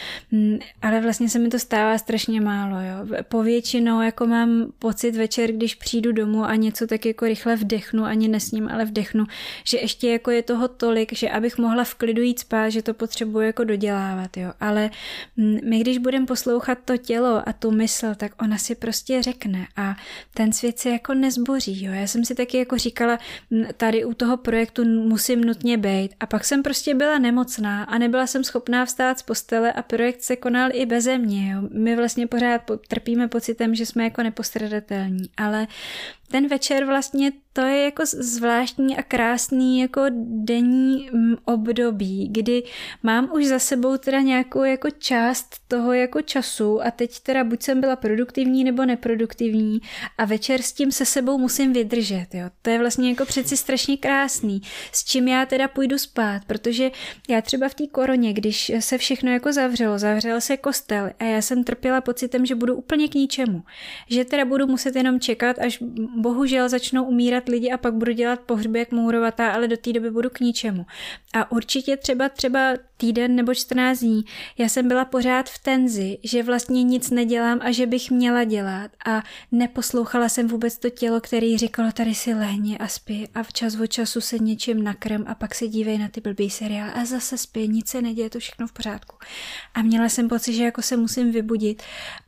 ale vlastně se mi to stává strašně málo, jo. Povětšinou jako mám pocit večer, když přijdu domů a něco tak jako rychle vdechnu, ani nesním, ale vdechnu, že ještě jako je toho tolik, že abych mohla v klidu jít spát, že to potřebuji jako dodělávat, jo. Ale my, když budeme poslouchat to tělo a tu mysl, tak ona si prostě řekne a ten svět se jako nezboří, jo. Já jsem si taky jako říkala, tady u toho projektu musím nutně bejt a pak jsem prostě byla nemocná a nebyla jsem schopná vstát z postele a projekt se konal i beze mě, jo. My vlastně pořád trpíme pocitem, že jsme jako nepostradatelní, ale ten večer vlastně to je jako zvláštní a krásný jako denní období, kdy mám už za sebou teda nějakou jako část toho jako času a teď teda buď jsem byla produktivní nebo neproduktivní a večer s tím se sebou musím vydržet, jo. To je vlastně jako přeci strašně krásný, s čím já teda půjdu spát, protože já třeba v té koroně, když se všechno jako zavřel se kostel a já jsem trpěla pocitem, že budu úplně k ničemu, že teda budu muset jenom čekat, až bohužel začnou umírat lidi a pak budu dělat pohřby jak mourovatá, ale do té doby budu k ničemu. A určitě třeba týden nebo 14 dní já jsem byla pořád v tenzi, že vlastně nic nedělám a že bych měla dělat a neposlouchala jsem vůbec to tělo, který říkalo, tady si lehni a spí a včas od času se něčím nakrm a pak se dívej na ty blbý seriál a zase spí, nic se neděje, to všechno v pořádku. A měla jsem pocit, že jako se musím vybudit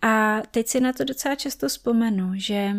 a teď si na to docela často vzpomenu, že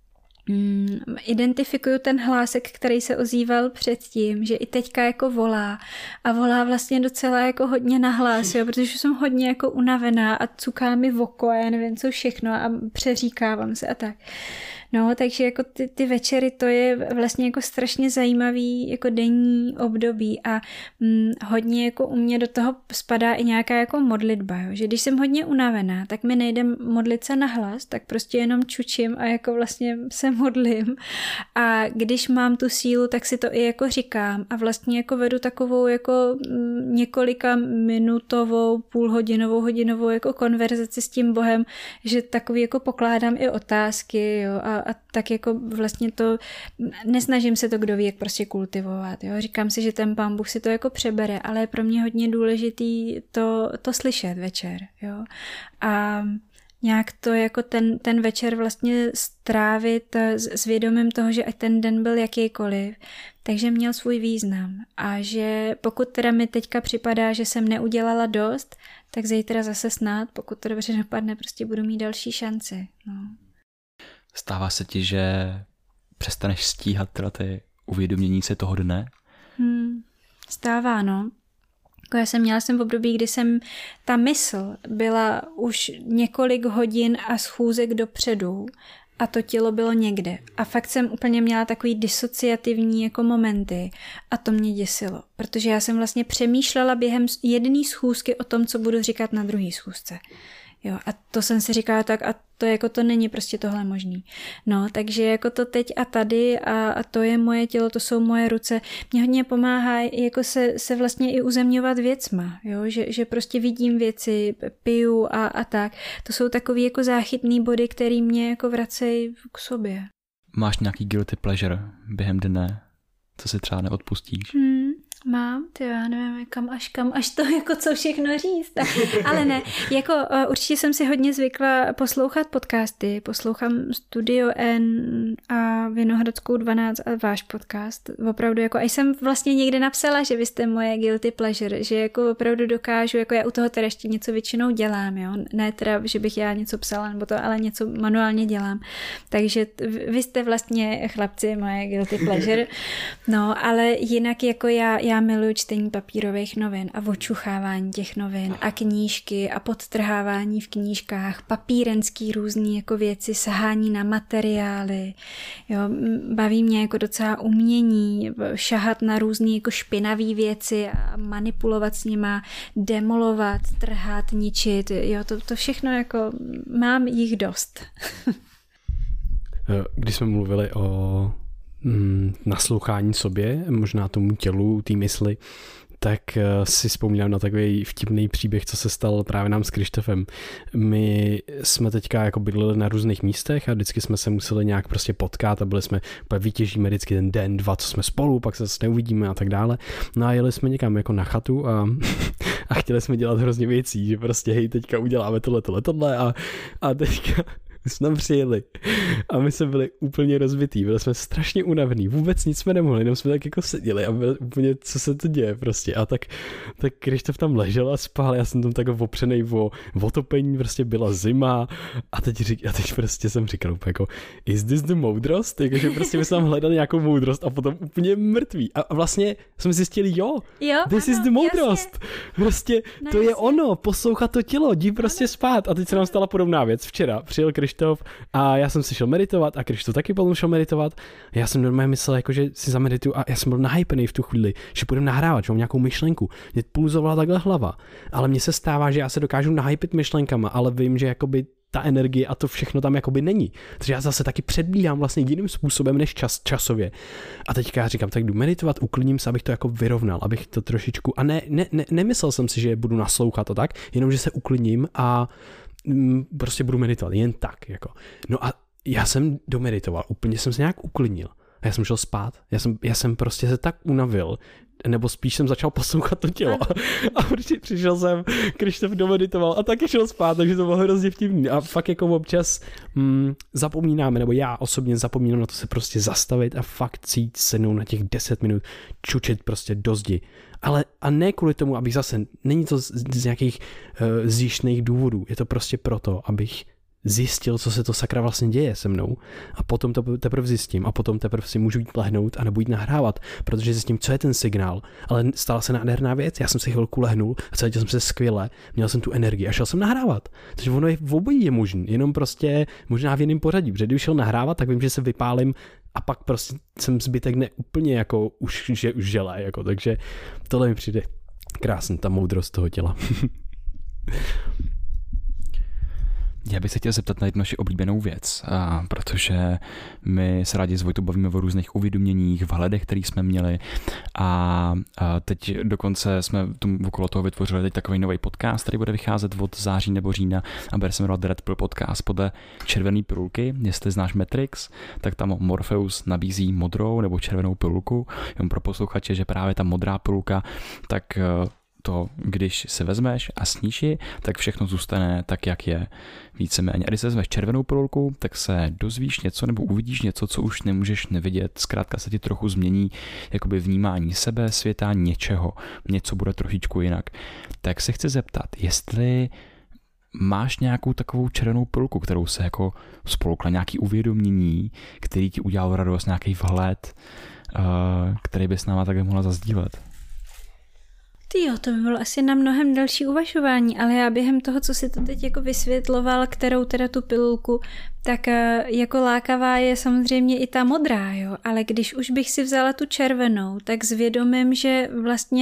identifikuju ten hlásek, který se ozýval předtím, že i teďka jako volá a volá vlastně docela jako hodně nahlas, jo, protože jsem hodně jako unavená a cuká mi v oko a já nevím co všechno a přeříkávám se a tak. No, takže jako ty večery, to je vlastně jako strašně zajímavý jako denní období a hodně jako u mě do toho spadá i nějaká jako modlitba, jo? Že když jsem hodně unavená, tak mi nejde modlit se nahlas, tak prostě jenom čučím a jako vlastně se modlím a když mám tu sílu, tak si to i jako říkám a vlastně jako vedu takovou jako několika minutovou, půlhodinovou, hodinovou jako konverzaci s tím Bohem, že takový jako pokládám i otázky, jo, a tak jako vlastně to, nesnažím se to kdo ví, jak prostě kultivovat, jo. Říkám si, že ten Pán Bůh si to jako přebere, ale je pro mě hodně důležitý to slyšet večer, jo. A nějak to jako ten večer vlastně strávit s vědomím toho, že ať ten den byl jakýkoliv, takže měl svůj význam a že pokud teda mi teďka připadá, že jsem neudělala dost, tak zítra zase snad, pokud to dobře dopadne, prostě budu mít další šanci, no. Stává se ti, že přestaneš stíhat teda ty uvědomění se toho dne? Stává, no. Já jsem měla v období, kdy ta mysl byla už několik hodin a schůzek dopředu a to tělo bylo někde. A fakt jsem úplně měla takový disociativní jako momenty a to mě děsilo, protože já jsem vlastně přemýšlela během jedné schůzky o tom, co budu říkat na druhé schůzce. Jo, a to jsem si říkala tak a to jako to není prostě tohle možný. No, takže jako to teď a tady a to je moje tělo, to jsou moje ruce. Mě hodně pomáhá jako se vlastně i uzemňovat věcma, jo, že prostě vidím věci, piju a tak. To jsou takový jako záchytný body, který mě jako vracejí k sobě. Máš nějaký guilty pleasure během dne? Co si třeba neodpustíš? Mám, já nevím, kam až to, jako co všechno říct. Ale ne, jako určitě jsem si hodně zvykla poslouchat podcasty, poslouchám Studio N a Vinohradskou 12 a váš podcast. Opravdu, jako, a jsem vlastně někde napsala, že vy jste moje guilty pleasure, že jako opravdu dokážu, jako já u toho teda ještě něco většinou dělám, jo. Ne teda, že bych já něco psala, nebo to, ale něco manuálně dělám. Takže vy jste vlastně, chlapci, moje guilty pleasure. No, ale jinak jako já miluji čtení papírových novin a očuchávání těch novin a knížky a podtrhávání v knížkách, papírenský různý jako věci, sahání na materiály. Jo, baví mě jako docela umění, šahat na různý jako špinavý věci a manipulovat s nima, demolovat, trhat, ničit. Jo, to všechno jako mám jich dost. Když jsme mluvili o naslouchání sobě, možná tomu tělu, té mysli, tak si vzpomínám na takový vtipný příběh, co se stal právě nám s Krištofem. My jsme teďka jako bydleli na různých místech a vždycky jsme se museli nějak prostě potkat a byli jsme, vytěžíme vždycky ten den, 2, co jsme spolu, pak se zase neuvidíme a tak dále. No a jeli jsme někam jako na chatu a chtěli jsme dělat hrozně věcí, že prostě hej, teďka uděláme tohle a teďka jsme tam přijeli a my jsme byli úplně rozbitý, byli jsme strašně unavení, vůbec nic jsme nemohli, jenom jsme tak jako seděli a byli úplně, co se to děje prostě a tak Krištof tam ležel a spal, já jsem tam tak opřenej o otopení, prostě byla zima a teď prostě jsem říkal jako, is this the moudrost? Jakože prostě my jsme tam hledali nějakou moudrost a potom úplně mrtví a vlastně jsme zjistili, this is the moudrost, jasně. Prostě no, to jasně. Je ono, poslouchat to tělo, jdi prostě spát a teď se nám stala podobná věc, včera přijel Krištof a já jsem si šel meditovat a Krištof taky potom šel meditovat. Já jsem normálně myslel, jako, že si zamedituju a já jsem byl nahypený v tu chvíli, že půjdem nahrávat, že mám nějakou myšlenku. Mě pulzovala takhle hlava, ale mně se stává, že já se dokážu nahypit myšlenkama, ale vím, že jakoby ta energie a to všechno tam jakoby není. Takže já zase taky předbíhám vlastně jiným způsobem než časově. A teďka já říkám, tak jdu meditovat, uklidním se, abych to jako vyrovnal, abych to trošičku, a nemyslel jsem si, že budu naslouchat a tak, jenom že se uklidním a prostě budu meditovat, jen tak, jako. No a já jsem domeditoval, úplně jsem se nějak uklidnil. Já jsem šel spát, já jsem prostě se tak unavil, nebo spíš jsem začal poslouchat to tělo. A přišel jsem, Krištof domeditoval a taky šel spát, takže to bylo hrozně vtipný. A fakt jako občas zapomínáme, nebo já osobně zapomínám na to se prostě zastavit a fakt cít sednout na těch 10 minut, čučet prostě do zdi. Ale a ne kvůli tomu, abych zase, není to z nějakých zjištných důvodů, je to prostě proto, abych zjistil, co se to sakra vlastně děje se mnou a potom to teprve zjistím a potom teprve si můžu jít lehnout a nebo jít nahrávat, protože zjistím, co je ten signál, ale stala se nádherná věc, já jsem si chvilku lehnul a cítil jsem se skvěle, měl jsem tu energii a šel jsem nahrávat, takže ono je v obojí je možný, jenom prostě možná v jiném pořadí, protože když šel nahrávat, tak vím, že se vypálím a pak prostě jsem zbytek úplně jako už želé, jako, takže tohle mi přijde krásný, ta moudrost toho těla. Já bych se chtěl zeptat na jednu naši oblíbenou věc, protože my se rádi s Vojtou bavíme o různých uvědoměních, vhledech, který jsme měli a teď dokonce jsme okolo toho vytvořili teď takový nový podcast, který bude vycházet od září nebo října a bude se jmenovat Red Pill Podcast podle červené pilulky. Jestli znáš Matrix, tak tam Morpheus nabízí modrou nebo červenou pilulku, jen pro posluchače, že právě ta modrá pilulka, tak to, když se vezmeš a sníš ji, tak všechno zůstane tak, jak je víceméně. A když se vezmeš červenou pilulku, tak se dozvíš něco nebo uvidíš něco, co už nemůžeš nevidět. Zkrátka se ti trochu změní jakoby vnímání sebe, světa, něčeho. Něco bude trošičku jinak. Tak se chci zeptat, jestli máš nějakou takovou červenou pilulku, kterou se jako spolkla, nějaký uvědomění, který ti udělal radost, nějaký vhled, který bys náma takhle mohla zazdílet. Jo, to by bylo asi na mnohem další uvažování, ale já během toho, co si to teď jako vysvětloval, kterou teda tu pilulku, tak jako lákavá je samozřejmě i ta modrá, jo, ale když už bych si vzala tu červenou, tak s vědomím, že vlastně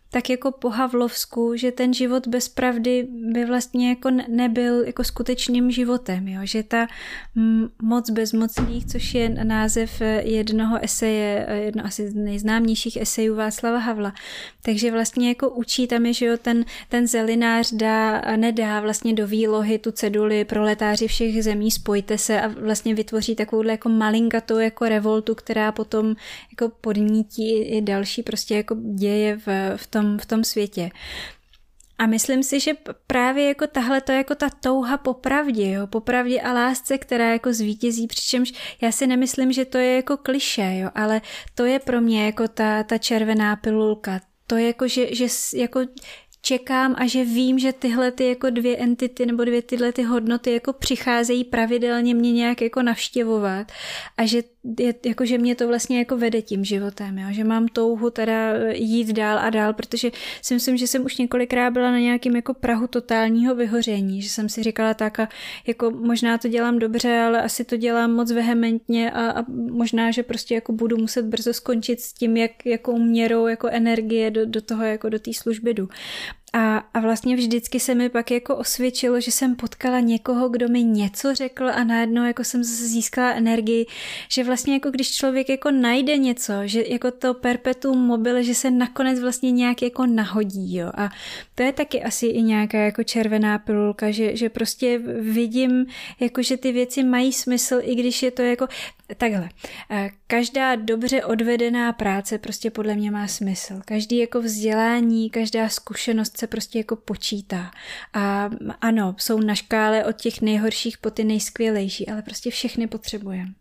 tak jako po Havlovsku, že ten život bez pravdy by vlastně jako nebyl jako skutečným životem, jo? Že ta moc bezmocných, což je název jednoho eseje, jedno asi z nejznámějších esejů Václava Havla, takže vlastně jako učí tam je, že jo, ten zelinář nedá vlastně do výlohy tu ceduli proletáři všech zemí, spojte se a vlastně vytvoří takovouhle jako malinkatou jako revoltu, která potom jako podnítí i další prostě jako děje v tom světě. A myslím si, že právě jako tahle to je jako ta touha po pravdě, jo, po pravdě a lásce, která jako zvítězí, přičemž já si nemyslím, že to je jako klišé, jo, ale to je pro mě jako ta červená pilulka. To je jako, že jako čekám a že vím, že tyhle ty jako dvě entity nebo tyhle ty hodnoty jako přicházejí pravidelně mě nějak jako navštěvovat a že jako, že mě to vlastně jako vede tím životem, jo? Že mám touhu teda jít dál a dál, protože si myslím, že jsem už několikrát byla na nějakém jako prahu totálního vyhoření, že jsem si říkala tak a jako možná to dělám dobře, ale asi to dělám moc vehementně a možná, že prostě jako budu muset brzo skončit s tím, jakou měrou jako energie do toho jako do té služby jdu. A vlastně vždycky se mi pak jako osvědčilo, že jsem potkala někoho, kdo mi něco řekl a najednou jako jsem zase získala energii, že vlastně jako když člověk jako najde něco, že jako to perpetuum mobile, že se nakonec vlastně nějak jako nahodí, jo. A to je taky asi i nějaká jako červená pilulka, že prostě vidím, jako že ty věci mají smysl, i když je to jako takhle. Každá dobře odvedená práce prostě podle mě má smysl. Každý jako vzdělání, každá zkušenost se prostě jako počítá. A ano, jsou na škále od těch nejhorších po ty nejskvělejší, ale prostě všechny potřebujeme.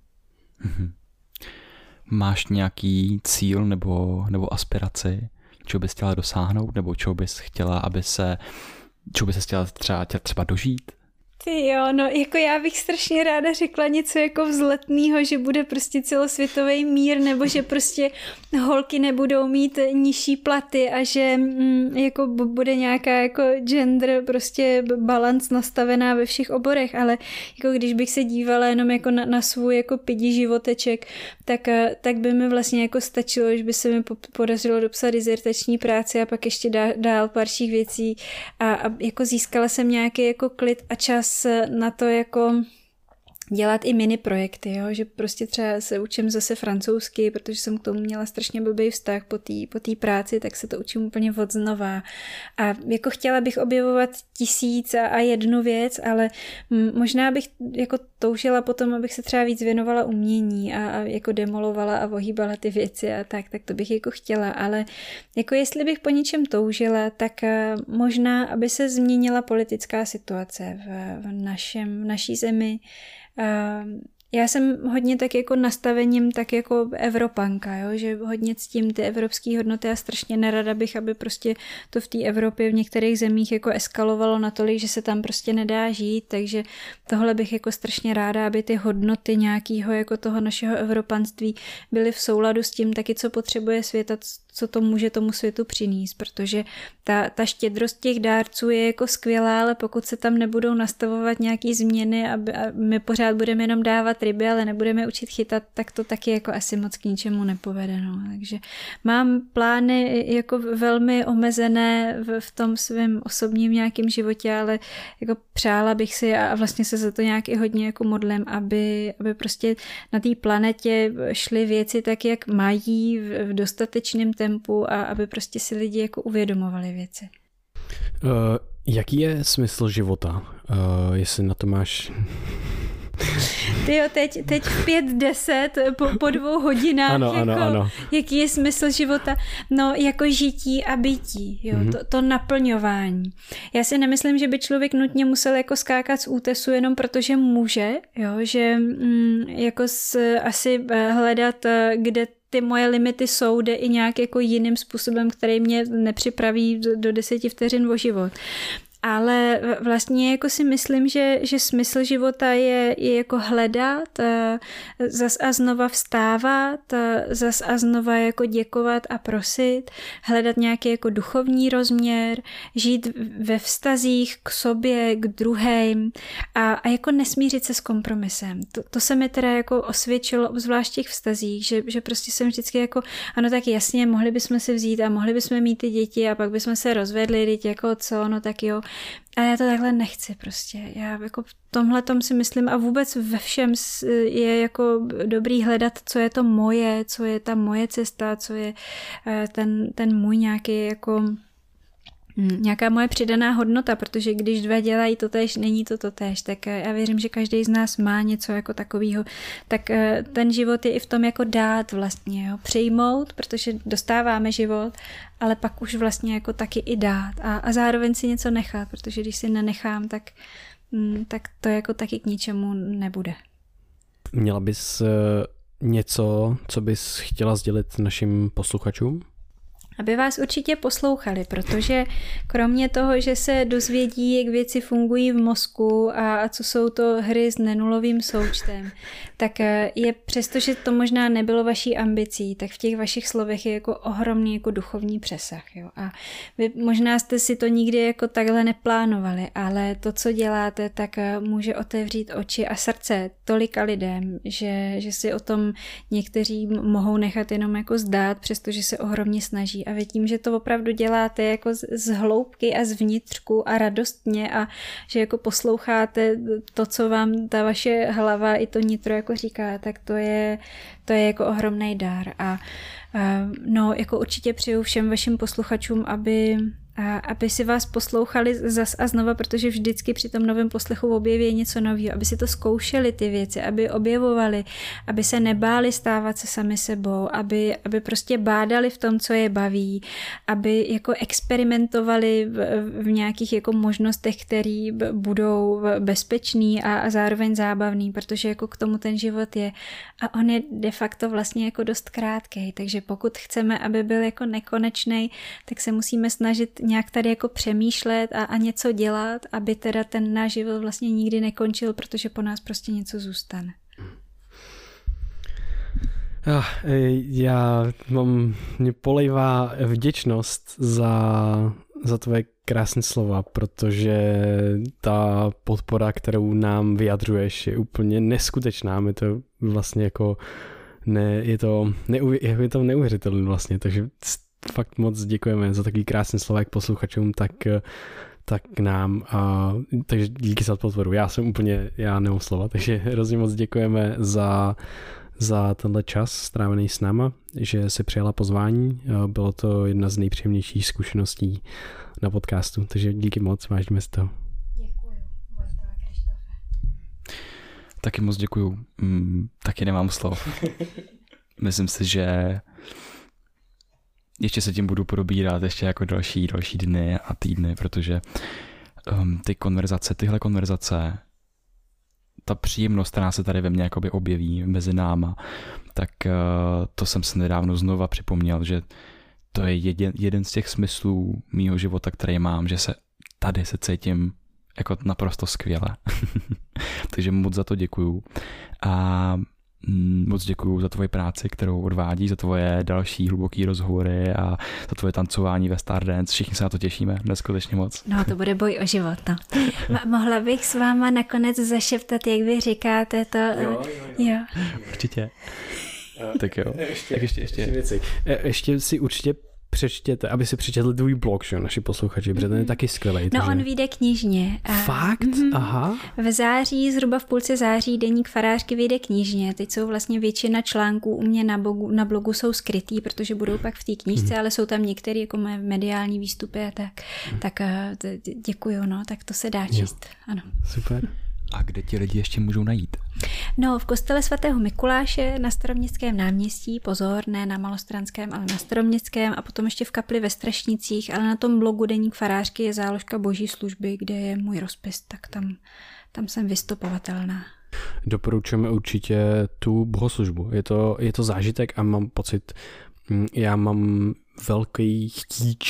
Máš nějaký cíl nebo aspiraci, čeho bys chtěla dosáhnout, nebo čeho bys chtěla, čeho bys chtěla třeba dožít? Ty jo, no jako já bych strašně ráda řekla něco jako vzletného, že bude prostě celosvětový mír, nebo že prostě holky nebudou mít nižší platy a že jako bude nějaká jako gender prostě balance nastavená ve všech oborech, ale jako když bych se dívala jenom jako na svůj jako pidi životeček, tak by mi vlastně jako stačilo, že by se mi podařilo dopsat dizertační práci a pak ještě dál parších věcí a jako získala jsem nějaký jako klid a čas na to jako dělat i mini projekty, jo? Že prostě třeba se učím zase francouzsky, protože jsem k tomu měla strašně blbý vztah po té práci, tak se to učím úplně od znova. A jako chtěla bych objevovat 1001 věc, ale možná bych jako toužila potom, abych se třeba víc věnovala umění a jako demolovala a ohýbala ty věci a tak to bych jako chtěla, ale jako jestli bych po něčem toužila, tak možná, aby se změnila politická situace v naší zemi. Já jsem hodně tak jako nastavením tak jako Evropanka, jo? Že hodně ctím ty evropské hodnoty a strašně nerada bych, aby prostě to v té Evropě v některých zemích jako eskalovalo natolik, že se tam prostě nedá žít, takže tohle bych jako strašně ráda, aby ty hodnoty nějakého jako toho našeho evropanství byly v souladu s tím taky, co potřebuje svět a co to může tomu světu přinést, protože ta štědrost těch dárců je jako skvělá, ale pokud se tam nebudou nastavovat nějaký změny a my pořád budeme jenom dávat ryby, ale nebudeme učit chytat, tak to taky jako asi moc k ničemu nepovede. No. Takže mám plány jako velmi omezené v tom svém osobním nějakém životě, ale jako přála bych si a vlastně se za to nějak i hodně jako modlím, aby prostě na té planetě šly věci tak, jak mají v dostatečném tempu a aby prostě si lidi jako uvědomovali věci. Jaký je smysl života? Jestli na to máš... Tyjo, teď v 5:10 po 2 hodinách, ano. Jaký je smysl života? No, jako žití a bytí, jo, to naplňování. Já si nemyslím, že by člověk nutně musel jako skákat z útesu jenom protože může, jo, že jako asi hledat, kde ty moje limity jsou, jde i nějak jako jiným způsobem, který mě nepřipraví do 10 vteřin o život. Ale vlastně jako si myslím, že smysl života je jako hledat, zas a znova vstávat, zas a znova jako děkovat a prosit, hledat nějaký jako duchovní rozměr, žít ve vztazích k sobě, k druhým a jako nesmířit se s kompromisem. To se mi teda jako osvědčilo, obzvlášť v těch vztazích, že prostě jsem vždycky jako, ano tak jasně, mohli bychom si vzít a mohli bychom mít ty děti a pak bychom se rozvedli, teď jako co, no tak jo. Ale já to takhle nechci prostě. Já jako v tomhletom si myslím a vůbec ve všem je jako dobrý hledat, co je to moje, co je ta moje cesta, co je ten můj nějaký jako nějaká moje přidaná hodnota, protože když dva dělají totéž, není to totéž, tak já věřím, že každý z nás má něco jako takového, tak ten život je i v tom jako dát vlastně, jo? Přijmout, protože dostáváme život, ale pak už vlastně jako taky i dát a zároveň si něco nechat, protože když si nenechám, tak to jako taky k ničemu nebude. Měla bys něco, co bys chtěla sdělit našim posluchačům? Aby vás určitě poslouchali, protože kromě toho, že se dozvědí, jak věci fungují v mozku a co jsou to hry s nenulovým součtem, tak je přestože to možná nebylo vaší ambicí, tak v těch vašich slovech je jako ohromný jako duchovní přesah. Jo? A vy možná jste si to nikdy jako takhle neplánovali, ale to, co děláte, tak může otevřít oči a srdce tolika lidem, že si o tom někteří mohou nechat jenom jako zdát, přestože se ohromně snaží. A vy tím, že to opravdu děláte jako z hloubky a z vnitřku a radostně a že jako posloucháte to, co vám ta vaše hlava i to nitro jako říká, tak to je jako ohromný dar. A no, jako určitě přeju všem vašim posluchačům, aby si vás poslouchali zas a znova, protože vždycky při tom novém poslechu objeví něco nového, aby si to zkoušeli ty věci, aby objevovali, aby se nebáli stávat se sami sebou, aby prostě bádali v tom, co je baví, aby jako experimentovali v nějakých jako možnostech, které budou bezpečný a zároveň zábavný, protože jako k tomu ten život je a on je de facto vlastně jako dost krátkej, takže pokud chceme, aby byl jako nekonečnej, tak se musíme snažit nějak tady jako přemýšlet a něco dělat, aby teda ten náš život vlastně nikdy nekončil, protože po nás prostě něco zůstane. Mě polejvá vděčnost za tvoje krásné slova, protože ta podpora, kterou nám vyjadřuješ, je úplně neskutečná. My to vlastně jako je to neuvěřitelné vlastně, takže fakt moc děkujeme za takový krásný slova jak posluchačům, tak nám. Takže díky za podporu. Já nemám slova, takže hrozně moc děkujeme za tenhle čas strávený s náma, že si přijala pozvání. Bylo to jedna z nejpříjemnějších zkušeností na podcastu, takže díky moc, vážíme si to. Děkuju, Vojta a Krištofe. Taky moc děkuju. Taky nemám slov. Myslím si, že ještě se tím budu probírat ještě jako další dny a týdny, protože tyhle konverzace, ta příjemnost, která se tady ve mně jakoby objeví mezi náma, tak to jsem se nedávno znova připomněl, že to je jeden z těch smyslů mýho života, který mám, že se cítím jako naprosto skvěle. Takže moc za to děkuju. A moc děkuju za tvoji práci, kterou odvádí, za tvoje další hluboký rozhovory a za tvoje tancování ve Stardance. Všichni se na to těšíme, neskutečně moc. No, to bude boj o život, no. Mohla bych s váma nakonec zašeptat, jak vy říkáte to? Jo. Určitě. Tak jo. Ještě věci. Ještě si určitě přečtěte, aby si přečetli tvůj blog, že naši posluchači, protože ten je taky skvělej. No, on vyjde knižně. Fakt? Aha. V září, zhruba v půlce září, deník Farářky vyjde knižně. Teď jsou vlastně většina článků u mě na blogu jsou skrytý, protože budou pak v té knížce, ale jsou tam některé jako moje mediální výstupy a tak. Tak děkuju, no, tak to se dá číst. Ano. Super. A kde ti lidi ještě můžou najít? No, v kostele svatého Mikuláše na Staroměstském náměstí, pozor, ne na Malostranském, ale na Staroměstském a potom ještě v kapli ve Strašnicích, ale na tom blogu deník Farářky je záložka Boží služby, kde je můj rozpis, tak tam jsem vystupovatelná. Doporučujeme určitě tu bohoslužbu. Je to zážitek a mám pocit, já mám velký chtíč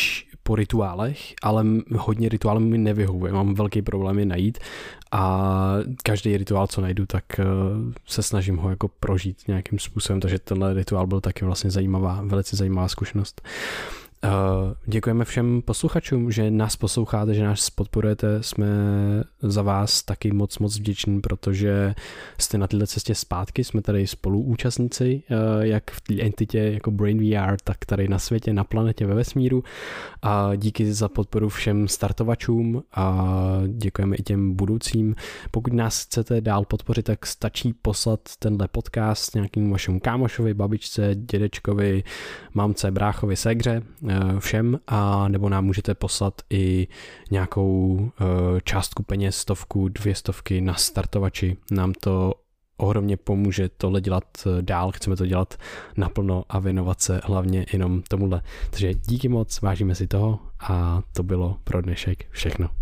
po rituálech, ale hodně rituálů mi nevyhovuje, mám velký problém je najít a každý rituál, co najdu, tak se snažím ho jako prožít nějakým způsobem, takže tenhle rituál byl taky vlastně velice zajímavá zkušenost. Děkujeme všem posluchačům, že nás posloucháte, že nás podporujete, jsme za vás taky moc vděční, protože jste na této cestě zpátky, jsme tady spoluúčastníci, jak v té entitě jako Brain VR, tak tady na světě, na planetě, ve vesmíru a díky za podporu všem startovačům a děkujeme i těm budoucím. Pokud nás chcete dál podpořit, tak stačí poslat tenhle podcast nějakým vašemu kámošovi, babičce, dědečkovi, mamce, bráchovi, ségře, všem, a nebo nám můžete poslat i nějakou částku peněz, 100, 200 na startovači. Nám to ohromně pomůže tohle dělat dál, chceme to dělat naplno a věnovat se hlavně jenom tomuhle. Takže díky moc, vážíme si toho a to bylo pro dnešek všechno.